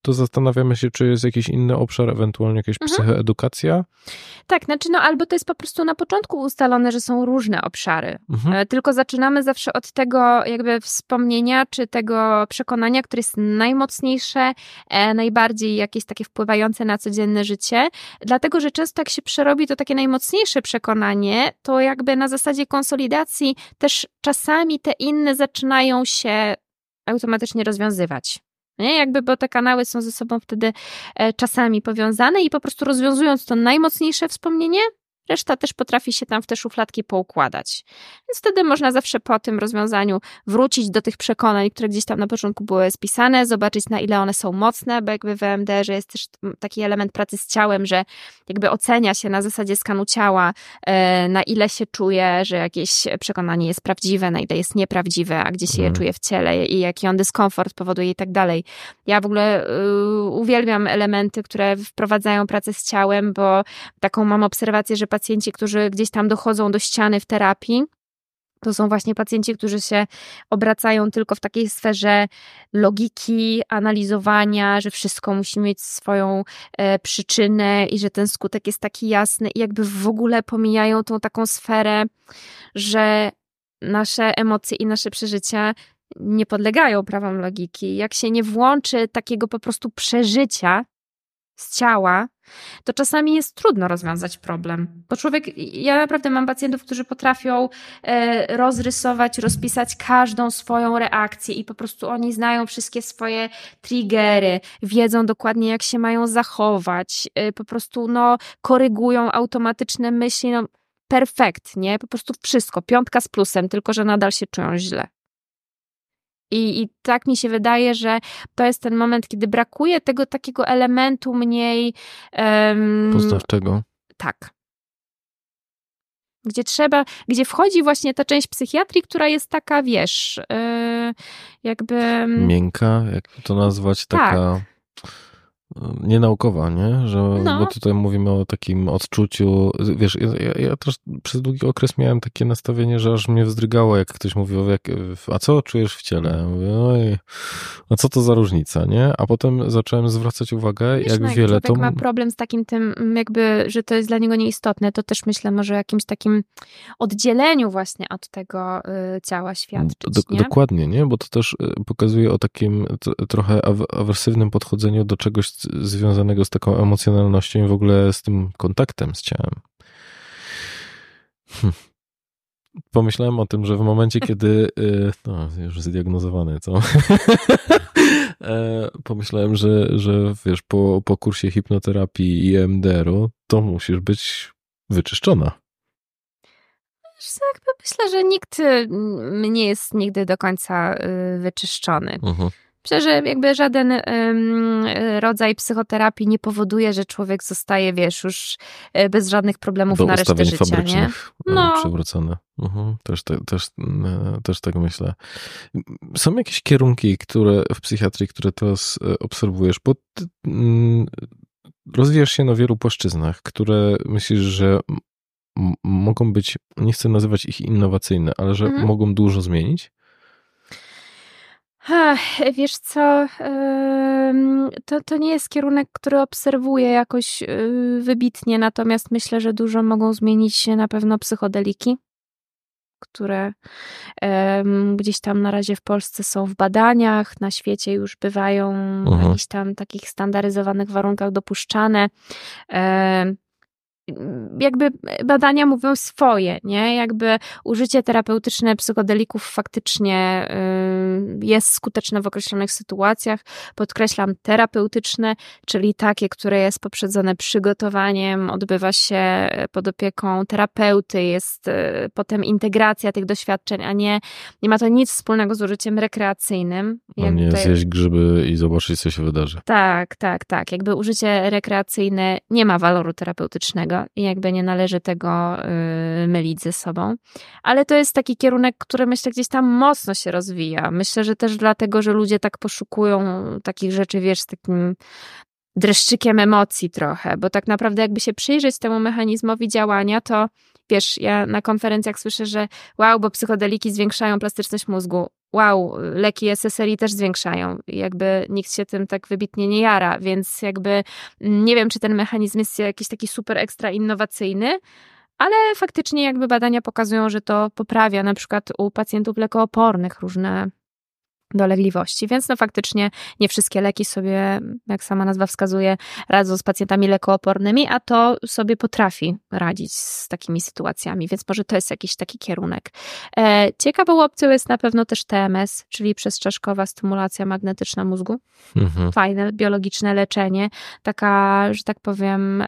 to zastanawiamy się, czy jest jakiś inny obszar, ewentualnie jakaś psychoedukacja? Tak, znaczy albo to jest po prostu na początku ustalone, że są różne obszary. Tylko zaczynamy zawsze od tego jakby wspomnienia, czy tego przekonania, które jest najmocniejsze, najbardziej jakieś takie wpływające na codzienne życie. Dlatego, że często jak się przerobi to takie najmocniejsze przekonanie, to jakby na zasadzie konsolidacji też czasami te inne zaczynają się automatycznie rozwiązywać. Nie? Jakby, bo te kanały są ze sobą wtedy czasami powiązane i po prostu rozwiązując to najmocniejsze wspomnienie, reszta też potrafi się tam w te szufladki poukładać. Więc wtedy można zawsze po tym rozwiązaniu wrócić do tych przekonań, które gdzieś tam na początku były spisane, zobaczyć na ile one są mocne, bo jakby w EMDR-ze jest też taki element pracy z ciałem, że jakby ocenia się na zasadzie skanu ciała, na ile się czuje, że jakieś przekonanie jest prawdziwe, na ile jest nieprawdziwe, a gdzie się je czuje w ciele i jaki on dyskomfort powoduje i tak dalej. Ja w ogóle uwielbiam elementy, które wprowadzają pracę z ciałem, bo taką mam obserwację, że pacjenci, którzy gdzieś tam dochodzą do ściany w terapii, to są właśnie pacjenci, którzy się obracają tylko w takiej sferze logiki, analizowania, że wszystko musi mieć swoją przyczynę i że ten skutek jest taki jasny i jakby w ogóle pomijają tą taką sferę, że nasze emocje i nasze przeżycia nie podlegają prawom logiki. Jak się nie włączy takiego po prostu przeżycia z ciała, to czasami jest trudno rozwiązać problem. Bo ja naprawdę mam pacjentów, którzy potrafią rozrysować, rozpisać każdą swoją reakcję i po prostu oni znają wszystkie swoje triggery, wiedzą dokładnie jak się mają zachować, po prostu korygują automatyczne myśli, perfekt, nie? Po prostu wszystko, 5 z plusem, tylko że nadal się czują źle. I tak mi się wydaje, że to jest ten moment, kiedy brakuje tego takiego elementu mniej poznawczego. Tak. Gdzie wchodzi właśnie ta część psychiatrii, która jest taka, wiesz, jakby... Miękka, jak to nazwać, taka... nienaukowa, nie? Bo tutaj mówimy o takim odczuciu, wiesz, ja też przez długi okres miałem takie nastawienie, że aż mnie wzdrygało, jak ktoś mówił, a co czujesz w ciele? Mówię, oj, a co to za różnica, nie? A potem zacząłem zwracać uwagę, wiesz, jak wiele to... ma problem z takim tym, jakby, że to jest dla niego nieistotne, to też myślę może o jakimś takim oddzieleniu właśnie od tego ciała świadczyć, nie? Dokładnie, nie? Bo to też pokazuje o takim trochę awersywnym podchodzeniu do czegoś związanego z taką emocjonalnością i w ogóle z tym kontaktem z ciałem. Pomyślałem o tym, że w momencie, kiedy już zdiagnozowane, co? Pomyślałem, że wiesz, po kursie hipnoterapii i EMDR-u to musisz być wyczyszczona. Jakby myślę, że nikt nie jest nigdy do końca wyczyszczony. Myślę, że jakby żaden rodzaj psychoterapii nie powoduje, że człowiek zostaje, wiesz, już bez żadnych problemów na resztę życia, fabrycznych przywrócone. Też tak myślę. Są jakieś kierunki, w psychiatrii, które teraz obserwujesz, bo ty rozwijasz się na wielu płaszczyznach, które myślisz, że mogą być, nie chcę nazywać ich innowacyjne, ale że mogą dużo zmienić? Wiesz co, to nie jest kierunek, który obserwuję jakoś wybitnie, natomiast myślę, że dużo mogą zmienić się na pewno psychodeliki, które gdzieś tam na razie w Polsce są w badaniach, na świecie już bywają w jakichś tam takich standaryzowanych warunkach dopuszczane. Jakby badania mówią swoje, nie? Jakby użycie terapeutyczne psychodelików faktycznie jest skuteczne w określonych sytuacjach. Podkreślam terapeutyczne, czyli takie, które jest poprzedzone przygotowaniem, odbywa się pod opieką terapeuty, jest potem integracja tych doświadczeń, a nie ma to nic wspólnego z użyciem rekreacyjnym. A nie zjeść grzyby i zobaczyć, co się wydarzy. Tak. Jakby użycie rekreacyjne nie ma waloru terapeutycznego i jakby nie należy tego mylić ze sobą. Ale to jest taki kierunek, który myślę gdzieś tam mocno się rozwija. Myślę, że też dlatego, że ludzie tak poszukują takich rzeczy, wiesz, z takim dreszczykiem emocji trochę, bo tak naprawdę jakby się przyjrzeć temu mechanizmowi działania, to wiesz, ja na konferencjach słyszę, że wow, bo psychodeliki zwiększają plastyczność mózgu. wow, leki SSRI też zwiększają. Jakby nikt się tym tak wybitnie nie jara, więc jakby nie wiem, czy ten mechanizm jest jakiś taki super ekstra innowacyjny, ale faktycznie jakby badania pokazują, że to poprawia na przykład u pacjentów lekoopornych różne dolegliwości, więc no faktycznie nie wszystkie leki sobie, jak sama nazwa wskazuje, radzą z pacjentami lekoopornymi, a to sobie potrafi radzić z takimi sytuacjami, więc może to jest jakiś taki kierunek. Ciekawą opcją jest na pewno też TMS, czyli przezczaszkowa stymulacja magnetyczna mózgu. Fajne, biologiczne leczenie, taka, że tak powiem,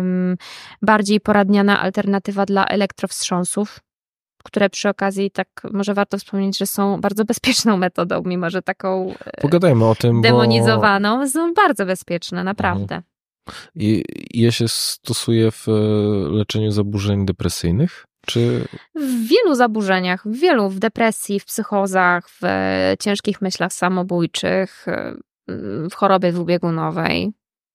bardziej poradniana alternatywa dla elektrowstrząsów, które przy okazji, tak może warto wspomnieć, że są bardzo bezpieczną metodą, mimo że taką pogadajmy o tym, demonizowaną, są bardzo bezpieczne, naprawdę. I je się stosuje w leczeniu zaburzeń depresyjnych? Czy... W wielu zaburzeniach, w depresji, w psychozach, w ciężkich myślach samobójczych, w chorobie dwubiegunowej,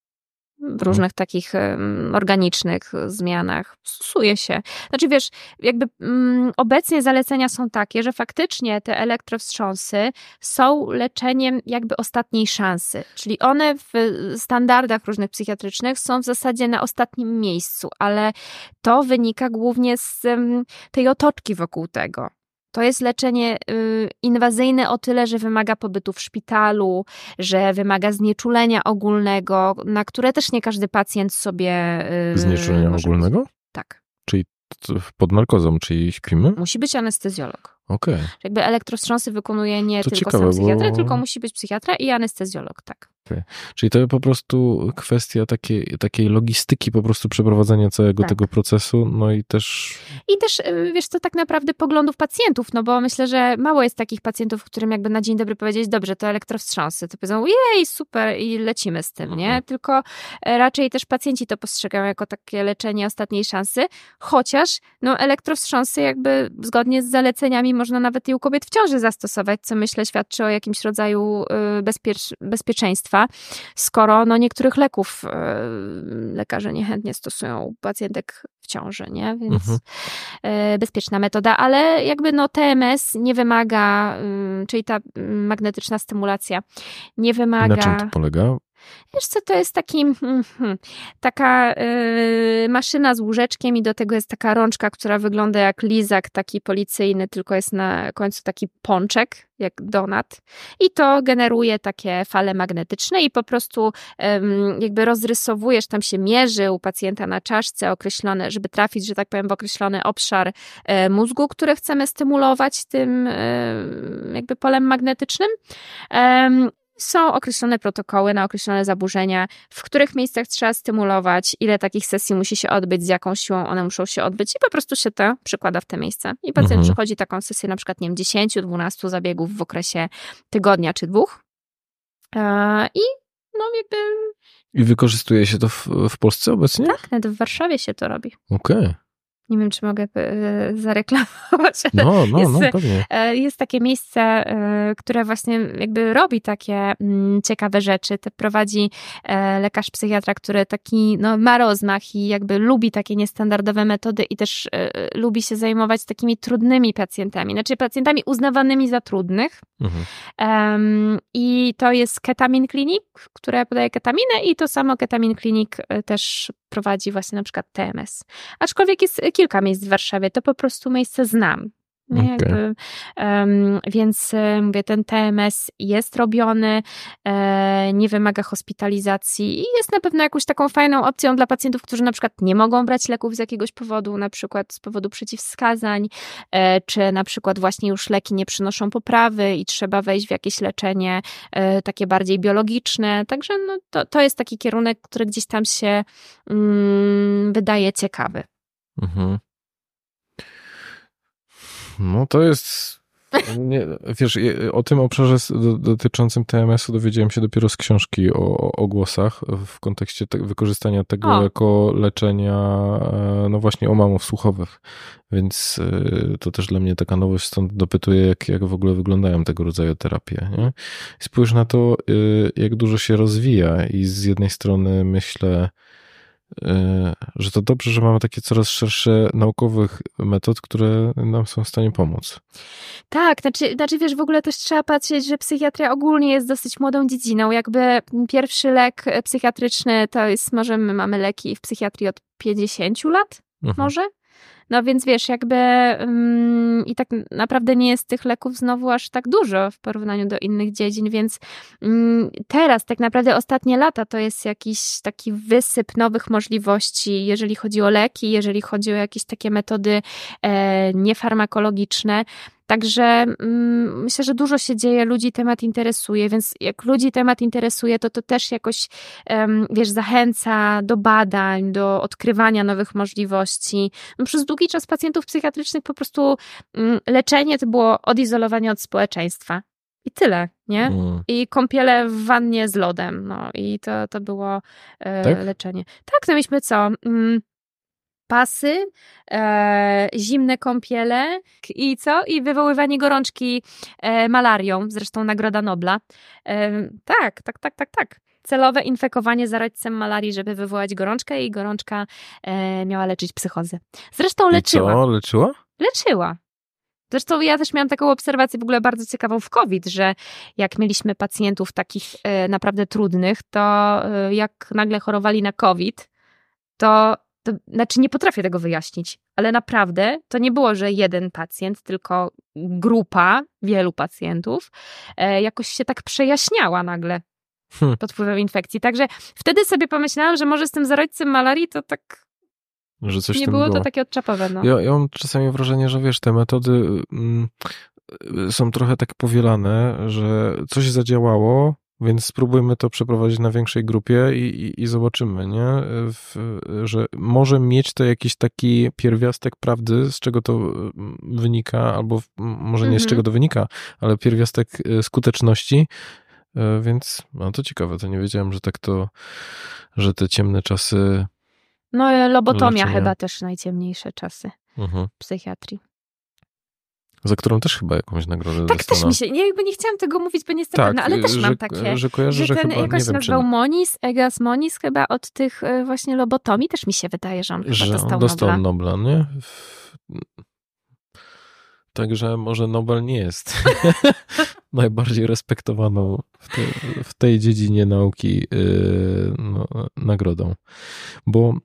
w różnych takich organicznych zmianach. Stosuje się. Znaczy wiesz, jakby obecnie zalecenia są takie, że faktycznie te elektrowstrząsy są leczeniem jakby ostatniej szansy. Czyli one w standardach różnych psychiatrycznych są w zasadzie na ostatnim miejscu, ale to wynika głównie z tej otoczki wokół tego. To jest leczenie inwazyjne o tyle, że wymaga pobytu w szpitalu, że wymaga znieczulenia ogólnego, na które też nie każdy pacjent sobie... Znieczulenia ogólnego? Tak. Czyli pod narkozą, czyli śpimy? Musi być anestezjolog. Okej. Jakby elektrowstrząsy wykonuje nie to tylko ciekawe, sam psychiatra, bo... tylko musi być psychiatra i anestezjolog, tak. Okay. Czyli to po prostu kwestia takiej logistyki po prostu przeprowadzenia całego tego procesu, no i też... I też, wiesz co, tak naprawdę poglądów pacjentów, no bo myślę, że mało jest takich pacjentów, którym jakby na dzień dobry powiedzieć, dobrze, to elektrowstrząsy, to powiedzą, jej, super i lecimy z tym, nie? Tylko raczej też pacjenci to postrzegają jako takie leczenie ostatniej szansy, chociaż no elektrowstrząsy jakby zgodnie z zaleceniami można nawet i u kobiet w ciąży zastosować, co myślę świadczy o jakimś rodzaju bezpieczeństwa, skoro no niektórych leków lekarze niechętnie stosują u pacjentek w ciąży, nie? Więc bezpieczna metoda, ale jakby no TMS nie wymaga, czyli ta magnetyczna stymulacja nie wymaga... I na czym to polega? Wiesz co, to jest taka maszyna z łóżeczkiem i do tego jest taka rączka, która wygląda jak lizak taki policyjny, tylko jest na końcu taki pączek, jak donat i to generuje takie fale magnetyczne i po prostu jakby rozrysowujesz, tam się mierzy u pacjenta na czaszce określone, żeby trafić, że tak powiem, w określony obszar mózgu, który chcemy stymulować tym jakby polem magnetycznym. Są określone protokoły na określone zaburzenia, w których miejscach trzeba stymulować, ile takich sesji musi się odbyć, z jaką siłą one muszą się odbyć i po prostu się to przykłada w te miejsca. I pacjent przychodzi taką sesję na przykład, nie wiem, 10-12 zabiegów w okresie tygodnia czy 2 i no jakby... I wykorzystuje się to w Polsce obecnie? Tak, nawet w Warszawie się to robi. Okej. Nie wiem, czy mogę zareklamować. No, pewnie. Jest takie miejsce, które właśnie jakby robi takie ciekawe rzeczy. Prowadzi lekarz psychiatra, który taki no, ma rozmach i jakby lubi takie niestandardowe metody i też lubi się zajmować takimi trudnymi pacjentami. Znaczy pacjentami uznawanymi za trudnych. I to jest Ketamin Clinic, które podaje ketaminę i to samo Ketamin Clinic też prowadzi właśnie na przykład TMS. Aczkolwiek jest kilka miejsc w Warszawie, to po prostu miejsce znam. Okay. Jakby, więc mówię, ten TMS jest robiony, nie wymaga hospitalizacji i jest na pewno jakąś taką fajną opcją dla pacjentów, którzy na przykład nie mogą brać leków z jakiegoś powodu, na przykład z powodu przeciwwskazań, czy na przykład właśnie już leki nie przynoszą poprawy i trzeba wejść w jakieś leczenie takie bardziej biologiczne. Także no, to jest taki kierunek, który gdzieś tam się wydaje ciekawy. No to jest, wiesz, o tym obszarze dotyczącym TMS-u dowiedziałem się dopiero z książki o głosach w kontekście wykorzystania tego jako leczenia, no właśnie omamów słuchowych, więc to też dla mnie taka nowość, stąd dopytuję, jak w ogóle wyglądają tego rodzaju terapie, nie? Spójrz na to, jak dużo się rozwija i z jednej strony myślę, że to dobrze, że mamy takie coraz szersze naukowych metod, które nam są w stanie pomóc. Tak, znaczy wiesz, w ogóle też trzeba patrzeć, że psychiatria ogólnie jest dosyć młodą dziedziną. Jakby pierwszy lek psychiatryczny to jest, może my mamy leki w psychiatrii od 50 lat, może? No więc wiesz, jakby i tak naprawdę nie jest tych leków znowu aż tak dużo w porównaniu do innych dziedzin, więc teraz tak naprawdę ostatnie lata to jest jakiś taki wysyp nowych możliwości, jeżeli chodzi o leki, jeżeli chodzi o jakieś takie metody niefarmakologiczne. Także myślę, że dużo się dzieje, ludzi temat interesuje, więc jak ludzi temat interesuje, to też jakoś, wiesz, zachęca do badań, do odkrywania nowych możliwości. Przez długi czas pacjentów psychiatrycznych po prostu leczenie to było odizolowanie od społeczeństwa. I tyle, nie? I kąpiele w wannie z lodem, no i to było leczenie. Tak, to mieliśmy co? Pasy, zimne kąpiele i co? I wywoływanie gorączki malarią, zresztą Nagroda Nobla. Tak. Celowe infekowanie zarodźcem malarii, żeby wywołać gorączkę i gorączka miała leczyć psychozę. Zresztą leczyła. I co? Leczyła? Leczyła. Zresztą ja też miałam taką obserwację w ogóle bardzo ciekawą w COVID, że jak mieliśmy pacjentów takich naprawdę trudnych, to jak nagle chorowali na COVID, to znaczy nie potrafię tego wyjaśnić, ale naprawdę to nie było, że jeden pacjent, tylko grupa wielu pacjentów jakoś się tak przejaśniała nagle pod wpływem infekcji. Także wtedy sobie pomyślałam, że może z tym zarodźcem malarii to tak że coś nie było to takie odczapowe. No. Ja mam czasami wrażenie, że wiesz, te metody są trochę tak powielane, że coś zadziałało, więc spróbujmy to przeprowadzić na większej grupie i zobaczymy, nie? Że może mieć to jakiś taki pierwiastek prawdy, z czego to wynika, albo może nie z czego to wynika, ale pierwiastek skuteczności, więc no to ciekawe, to nie wiedziałem, że tak to, że te ciemne czasy... No lobotomia chyba też najciemniejsze czasy w psychiatrii. Za którą też chyba jakąś nagrodę tak dostano. Też mi się, jakby nie chciałam tego mówić, bo nie jestem pewna, ale też mam takie, że kojarzę, że ten chyba, jakoś się nazywał Egas Moniz chyba od tych właśnie lobotomii, też mi się wydaje, że on chyba dostał Nobla, nie? Także może Nobel nie jest najbardziej respektowaną w tej dziedzinie nauki nagrodą. Bo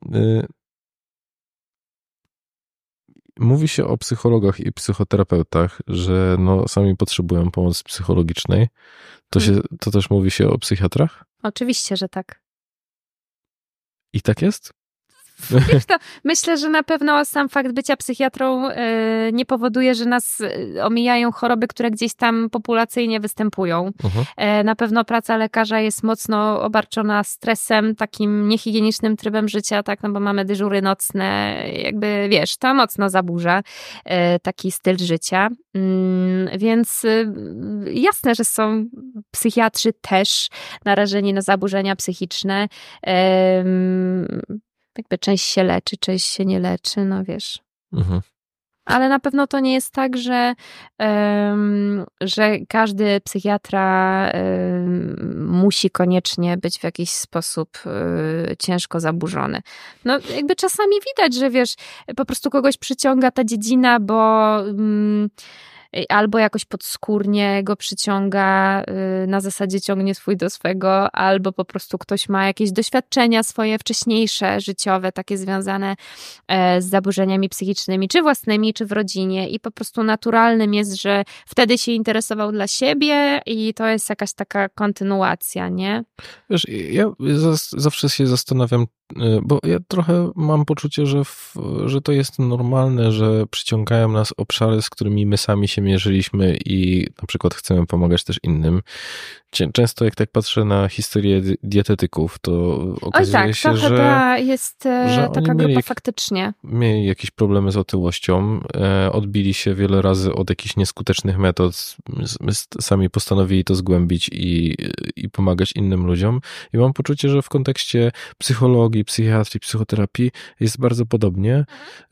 mówi się o psychologach i psychoterapeutach, że sami potrzebują pomocy psychologicznej. To też mówi się o psychiatrach? Oczywiście, że tak. I tak jest? Wiesz to, myślę, że na pewno sam fakt bycia psychiatrą nie powoduje, że nas omijają choroby, które gdzieś tam populacyjnie występują. Na pewno praca lekarza jest mocno obarczona stresem, takim niehigienicznym trybem życia, tak, no bo mamy dyżury nocne, jakby wiesz, to mocno zaburza taki styl życia. Więc jasne, że są psychiatrzy też narażeni na zaburzenia psychiczne. Jakby część się leczy, część się nie leczy, no wiesz. Ale na pewno to nie jest tak, że każdy psychiatra musi koniecznie być w jakiś sposób ciężko zaburzony. No jakby czasami widać, że wiesz, po prostu kogoś przyciąga ta dziedzina, bo albo jakoś podskórnie go przyciąga, na zasadzie ciągnie swój do swego, albo po prostu ktoś ma jakieś doświadczenia swoje wcześniejsze, życiowe, takie związane z zaburzeniami psychicznymi, czy własnymi, czy w rodzinie i po prostu naturalnym jest, że wtedy się interesował dla siebie i to jest jakaś taka kontynuacja, nie? Wiesz, ja zawsze się zastanawiam, bo ja trochę mam poczucie, że to jest normalne, że przyciągają nas obszary, z którymi my sami się mierzyliśmy i na przykład chcemy pomagać też innym. Często jak tak patrzę na historię dietetyków, to okazuje się, że chyba jest taka grupa faktycznie. Mieli jakieś problemy z otyłością, odbili się wiele razy od jakichś nieskutecznych metod, my sami postanowili to zgłębić i pomagać innym ludziom. I mam poczucie, że w kontekście psychologii, psychiatrii, psychoterapii jest bardzo podobnie.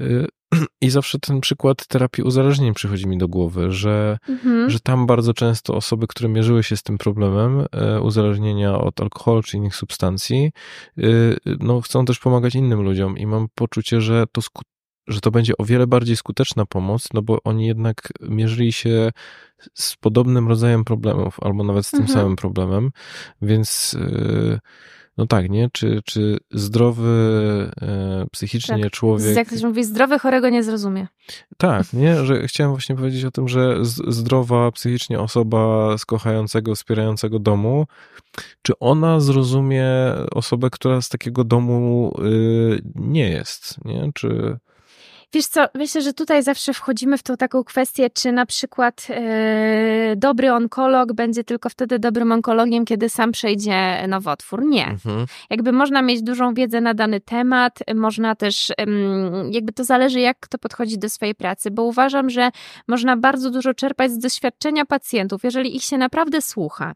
I zawsze ten przykład terapii uzależnień przychodzi mi do głowy, że tam bardzo często osoby, które mierzyły się z tym problemem uzależnienia od alkoholu czy innych substancji, no chcą też pomagać innym ludziom i mam poczucie, że to będzie o wiele bardziej skuteczna pomoc, no bo oni jednak mierzyli się z podobnym rodzajem problemów, albo nawet z tym samym problemem, więc no tak, nie? Czy zdrowy psychicznie człowiek... Jak ktoś mówi, zdrowy chorego nie zrozumie. Tak, nie? Że chciałem właśnie powiedzieć o tym, że zdrowa psychicznie osoba z kochającego, wspierającego domu, czy ona zrozumie osobę, która z takiego domu nie jest, nie? Czy... Wiesz co, myślę, że tutaj zawsze wchodzimy w tą taką kwestię, czy na przykład dobry onkolog będzie tylko wtedy dobrym onkologiem, kiedy sam przejdzie nowotwór. Nie. Jakby można mieć dużą wiedzę na dany temat, można też, jakby to zależy, jak kto podchodzi do swojej pracy, bo uważam, że można bardzo dużo czerpać z doświadczenia pacjentów, jeżeli ich się naprawdę słucha.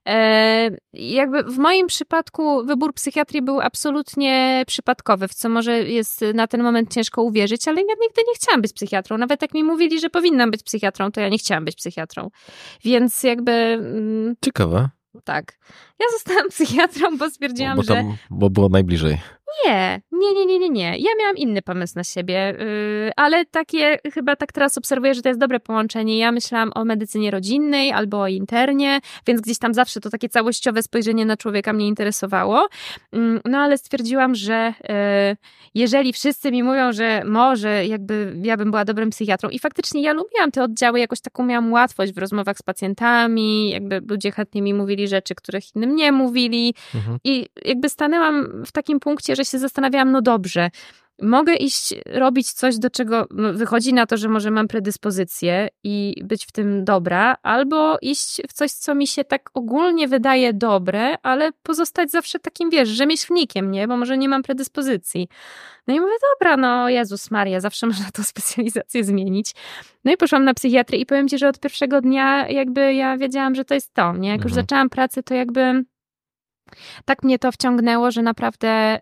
Jakby w moim przypadku wybór psychiatrii był absolutnie przypadkowy, w co może jest na ten moment ciężko uwierzyć, ale ja nigdy nie chciałam być psychiatrą. Nawet jak mi mówili, że powinnam być psychiatrą, to ja nie chciałam być psychiatrą. Więc jakby... Ciekawe. Tak. Ja zostałam psychiatrą, bo stwierdziłam, Bo było najbliżej. Nie. Ja miałam inny pomysł na siebie, ale takie chyba tak teraz obserwuję, że to jest dobre połączenie. Ja myślałam o medycynie rodzinnej albo o internie, więc gdzieś tam zawsze to takie całościowe spojrzenie na człowieka mnie interesowało. No ale stwierdziłam, że jeżeli wszyscy mi mówią, że może jakby ja bym była dobrym psychiatrą i faktycznie ja lubiłam te oddziały, jakoś taką miałam łatwość w rozmowach z pacjentami, jakby ludzie chętnie mi mówili rzeczy, których innym nie mówili i jakby stanęłam w takim punkcie, że się zastanawiałam, no dobrze, mogę iść robić coś, do czego wychodzi na to, że może mam predyspozycję i być w tym dobra, albo iść w coś, co mi się tak ogólnie wydaje dobre, ale pozostać zawsze takim, wiesz, rzemieślnikiem, nie? Bo może nie mam predyspozycji. No i mówię, dobra, no Jezus Maria, zawsze można tą specjalizację zmienić. No i poszłam na psychiatrię i powiem ci, że od pierwszego dnia jakby ja wiedziałam, że to jest to, nie? Jak już zaczęłam pracę, to jakby... Tak mnie to wciągnęło, że naprawdę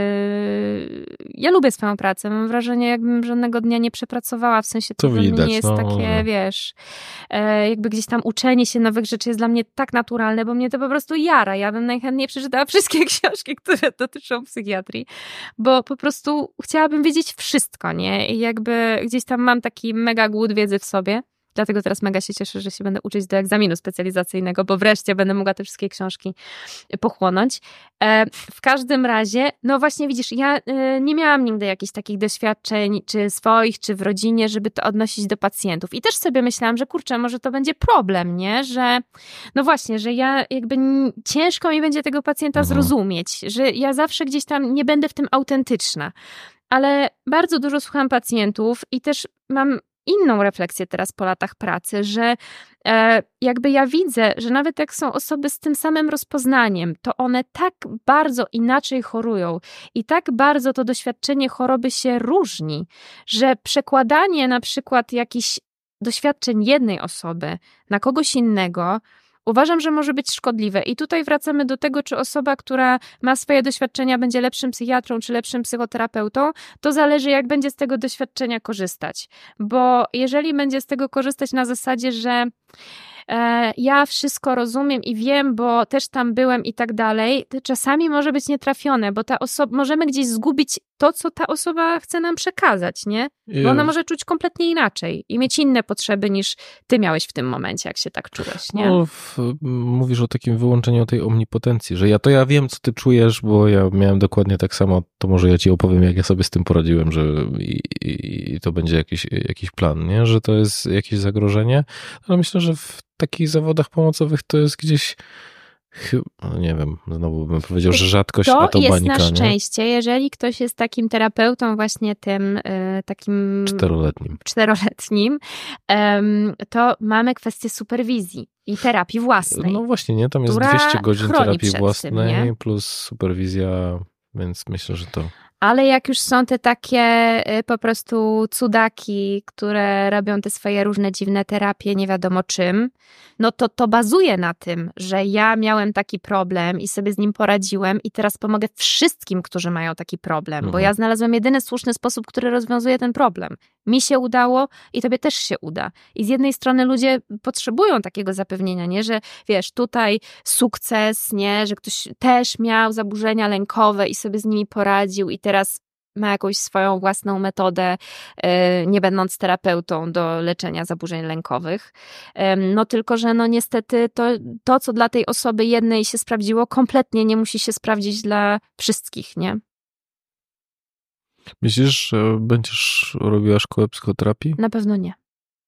ja lubię swoją pracę. Mam wrażenie, jakbym żadnego dnia nie przepracowała, w sensie to widać, nie jest takie, wiesz, jakby gdzieś tam uczenie się nowych rzeczy jest dla mnie tak naturalne, bo mnie to po prostu jara. Ja bym najchętniej przeczytała wszystkie książki, które dotyczą psychiatrii, bo po prostu chciałabym wiedzieć wszystko, nie? I jakby gdzieś tam mam taki mega głód wiedzy w sobie. Dlatego teraz mega się cieszę, że się będę uczyć do egzaminu specjalizacyjnego, bo wreszcie będę mogła te wszystkie książki pochłonąć. W każdym razie, no właśnie widzisz, ja nie miałam nigdy jakichś takich doświadczeń, czy swoich, czy w rodzinie, żeby to odnosić do pacjentów. I też sobie myślałam, że kurczę, może to będzie problem, nie? Że no właśnie, że ja jakby ciężko mi będzie tego pacjenta zrozumieć, że ja zawsze gdzieś tam nie będę w tym autentyczna. Ale bardzo dużo słucham pacjentów i też mam inną refleksję teraz po latach pracy, że jakby ja widzę, że nawet jak są osoby z tym samym rozpoznaniem, to one tak bardzo inaczej chorują i tak bardzo to doświadczenie choroby się różni, że przekładanie na przykład jakichś doświadczeń jednej osoby na kogoś innego uważam, że może być szkodliwe. I tutaj wracamy do tego, czy osoba, która ma swoje doświadczenia, będzie lepszym psychiatrą, czy lepszym psychoterapeutą, to zależy, jak będzie z tego doświadczenia korzystać. Bo jeżeli będzie z tego korzystać na zasadzie, że ja wszystko rozumiem i wiem, bo też tam byłem i tak dalej, to czasami może być nietrafione, bo ta osoba, możemy gdzieś zgubić to, co ta osoba chce nam przekazać, nie? Bo ona może czuć kompletnie inaczej i mieć inne potrzeby niż ty miałeś w tym momencie, jak się tak czułeś, nie? No, mówisz o takim wyłączeniu tej omnipotencji, że ja wiem, co ty czujesz, bo ja miałem dokładnie tak samo, to może ja ci opowiem, jak ja sobie z tym poradziłem, że i to będzie jakiś plan, nie? Że to jest jakieś zagrożenie, ale myślę, że w takich zawodach pomocowych to jest gdzieś, nie wiem, znowu bym powiedział, że rzadkość, a to bańka, nie? To jest na szczęście, jeżeli ktoś jest takim terapeutą właśnie tym takim... 4-letnim, to mamy kwestię superwizji i terapii własnej. No właśnie, nie? Tam jest 200 godzin terapii własnej plus superwizja, więc myślę, że to... Ale jak już są te takie po prostu cudaki, które robią te swoje różne dziwne terapie, nie wiadomo czym, no to bazuje na tym, że ja miałem taki problem i sobie z nim poradziłem i teraz pomogę wszystkim, którzy mają taki problem, bo ja znalazłem jedyny słuszny sposób, który rozwiązuje ten problem. Mi się udało i tobie też się uda. I z jednej strony ludzie potrzebują takiego zapewnienia, nie, że wiesz, tutaj sukces, nie, że ktoś też miał zaburzenia lękowe i sobie z nimi poradził i teraz ma jakąś swoją własną metodę, nie będąc terapeutą do leczenia zaburzeń lękowych. No tylko, że no niestety to, co dla tej osoby jednej się sprawdziło, kompletnie nie musi się sprawdzić dla wszystkich, nie? Myślisz, że będziesz robiła szkołę psychoterapii? Na pewno nie.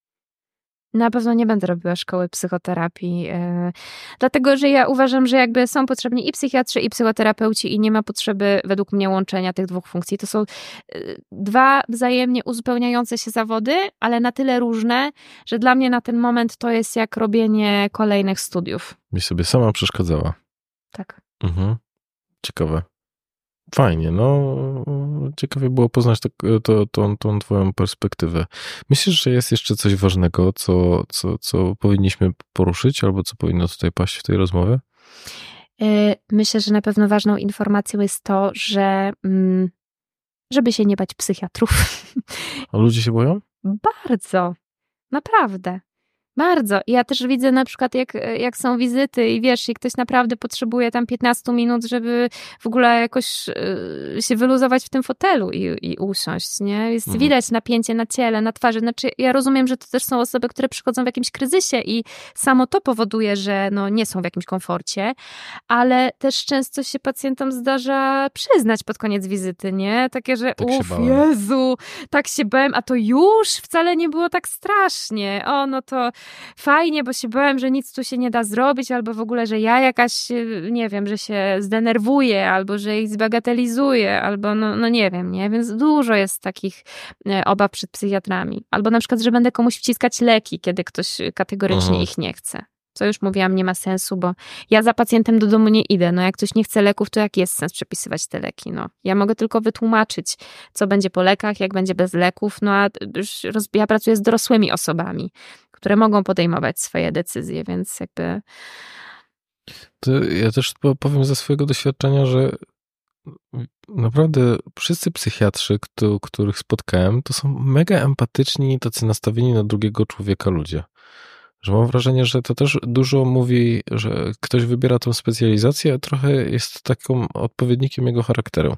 Na pewno nie będę robiła szkoły psychoterapii, dlatego, że ja uważam, że jakby są potrzebni i psychiatrzy, i psychoterapeuci i nie ma potrzeby według mnie łączenia tych dwóch funkcji. To są dwa wzajemnie uzupełniające się zawody, ale na tyle różne, że dla mnie na ten moment to jest jak robienie kolejnych studiów. Mi sobie sama przeszkadzała. Tak. Ciekawe. Fajnie, no ciekawie było poznać tą twoją perspektywę. Myślisz, że jest jeszcze coś ważnego, co powinniśmy poruszyć, albo co powinno tutaj paść w tej rozmowie? Myślę, że na pewno ważną informacją jest to, że żeby się nie bać psychiatrów. A ludzie się boją? Bardzo. Naprawdę. Bardzo. Ja też widzę na przykład, jak są wizyty i wiesz, i ktoś naprawdę potrzebuje tam 15 minut, żeby w ogóle jakoś się wyluzować w tym fotelu i usiąść, nie? Jest widać napięcie na ciele, na twarzy. Znaczy, ja rozumiem, że to też są osoby, które przychodzą w jakimś kryzysie i samo to powoduje, że no, nie są w jakimś komforcie, ale też często się pacjentom zdarza przyznać pod koniec wizyty, nie? Takie, że Jezu, tak się bałem, a to już wcale nie było tak strasznie. O, no to fajnie, bo się bałem, że nic tu się nie da zrobić, albo w ogóle, że ja jakaś, nie wiem, że się zdenerwuję, albo że ich zbagatelizuję, albo no nie wiem, nie? Więc dużo jest takich obaw przed psychiatrami. Albo na przykład, że będę komuś wciskać leki, kiedy ktoś kategorycznie ich nie chce. Co już mówiłam, nie ma sensu, bo ja za pacjentem do domu nie idę. No jak ktoś nie chce leków, to jaki jest sens przepisywać te leki? No, ja mogę tylko wytłumaczyć, co będzie po lekach, jak będzie bez leków, no a ja pracuję z dorosłymi osobami, które mogą podejmować swoje decyzje, więc jakby... To ja też powiem ze swojego doświadczenia, że naprawdę wszyscy psychiatrzy, których spotkałem, to są mega empatyczni, tacy nastawieni na drugiego człowieka ludzie. Że mam wrażenie, że to też dużo mówi, że ktoś wybiera tą specjalizację, a trochę jest taką odpowiednikiem jego charakteru.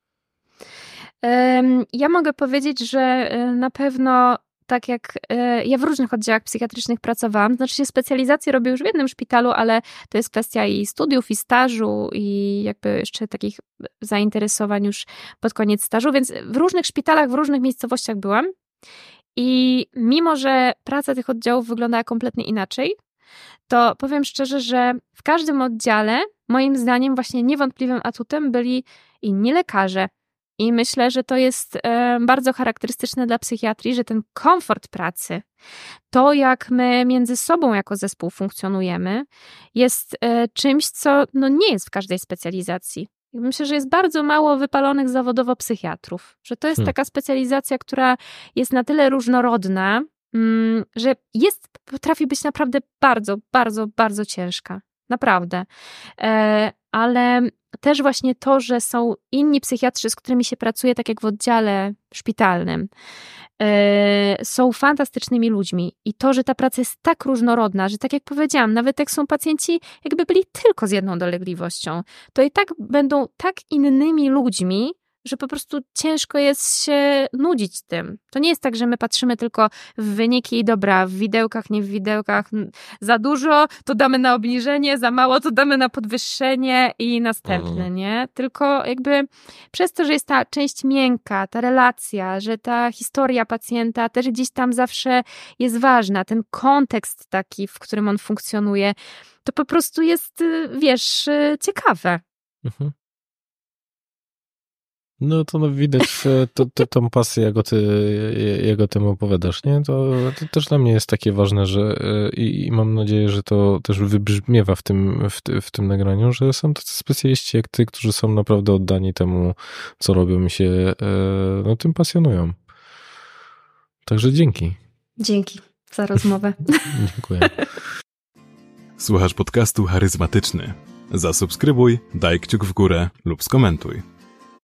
Ja mogę powiedzieć, że na pewno tak jak ja w różnych oddziałach psychiatrycznych pracowałam, znaczy się specjalizację robię już w jednym szpitalu, ale to jest kwestia i studiów, i stażu, i jakby jeszcze takich zainteresowań już pod koniec stażu, więc w różnych szpitalach, w różnych miejscowościach byłam. I mimo, że praca tych oddziałów wyglądała kompletnie inaczej, to powiem szczerze, że w każdym oddziale, moim zdaniem, właśnie niewątpliwym atutem byli inni lekarze. I myślę, że to jest bardzo charakterystyczne dla psychiatrii, że ten komfort pracy, to jak my między sobą jako zespół funkcjonujemy, jest czymś, co no, nie jest w każdej specjalizacji. Myślę, że jest bardzo mało wypalonych zawodowo psychiatrów, że to jest taka specjalizacja, która jest na tyle różnorodna, że potrafi być naprawdę bardzo, bardzo, bardzo ciężka. Naprawdę. Ale też właśnie to, że są inni psychiatrzy, z którymi się pracuje, tak jak w oddziale szpitalnym, są fantastycznymi ludźmi i to, że ta praca jest tak różnorodna, że tak jak powiedziałam, nawet jak są pacjenci jakby byli tylko z jedną dolegliwością, to i tak będą tak innymi ludźmi, że po prostu ciężko jest się nudzić tym. To nie jest tak, że my patrzymy tylko w wyniki i dobra, w widełkach, nie w widełkach, za dużo to damy na obniżenie, za mało to damy na podwyższenie i następne, nie? Tylko jakby przez to, że jest ta część miękka, ta relacja, że ta historia pacjenta też gdzieś tam zawsze jest ważna, ten kontekst taki, w którym on funkcjonuje, to po prostu jest, wiesz, ciekawe. No to widać tą pasję, jak o tym opowiadasz, nie? To też dla mnie jest takie ważne, że i mam nadzieję, że to też wybrzmiewa w tym nagraniu, że są tacy specjaliści jak ty, którzy są naprawdę oddani temu, co robią i się tym pasjonują. Także dzięki. Dzięki za rozmowę. Dziękuję. Słuchasz podcastu Charyzmatyczny. Zasubskrybuj, daj kciuk w górę lub skomentuj.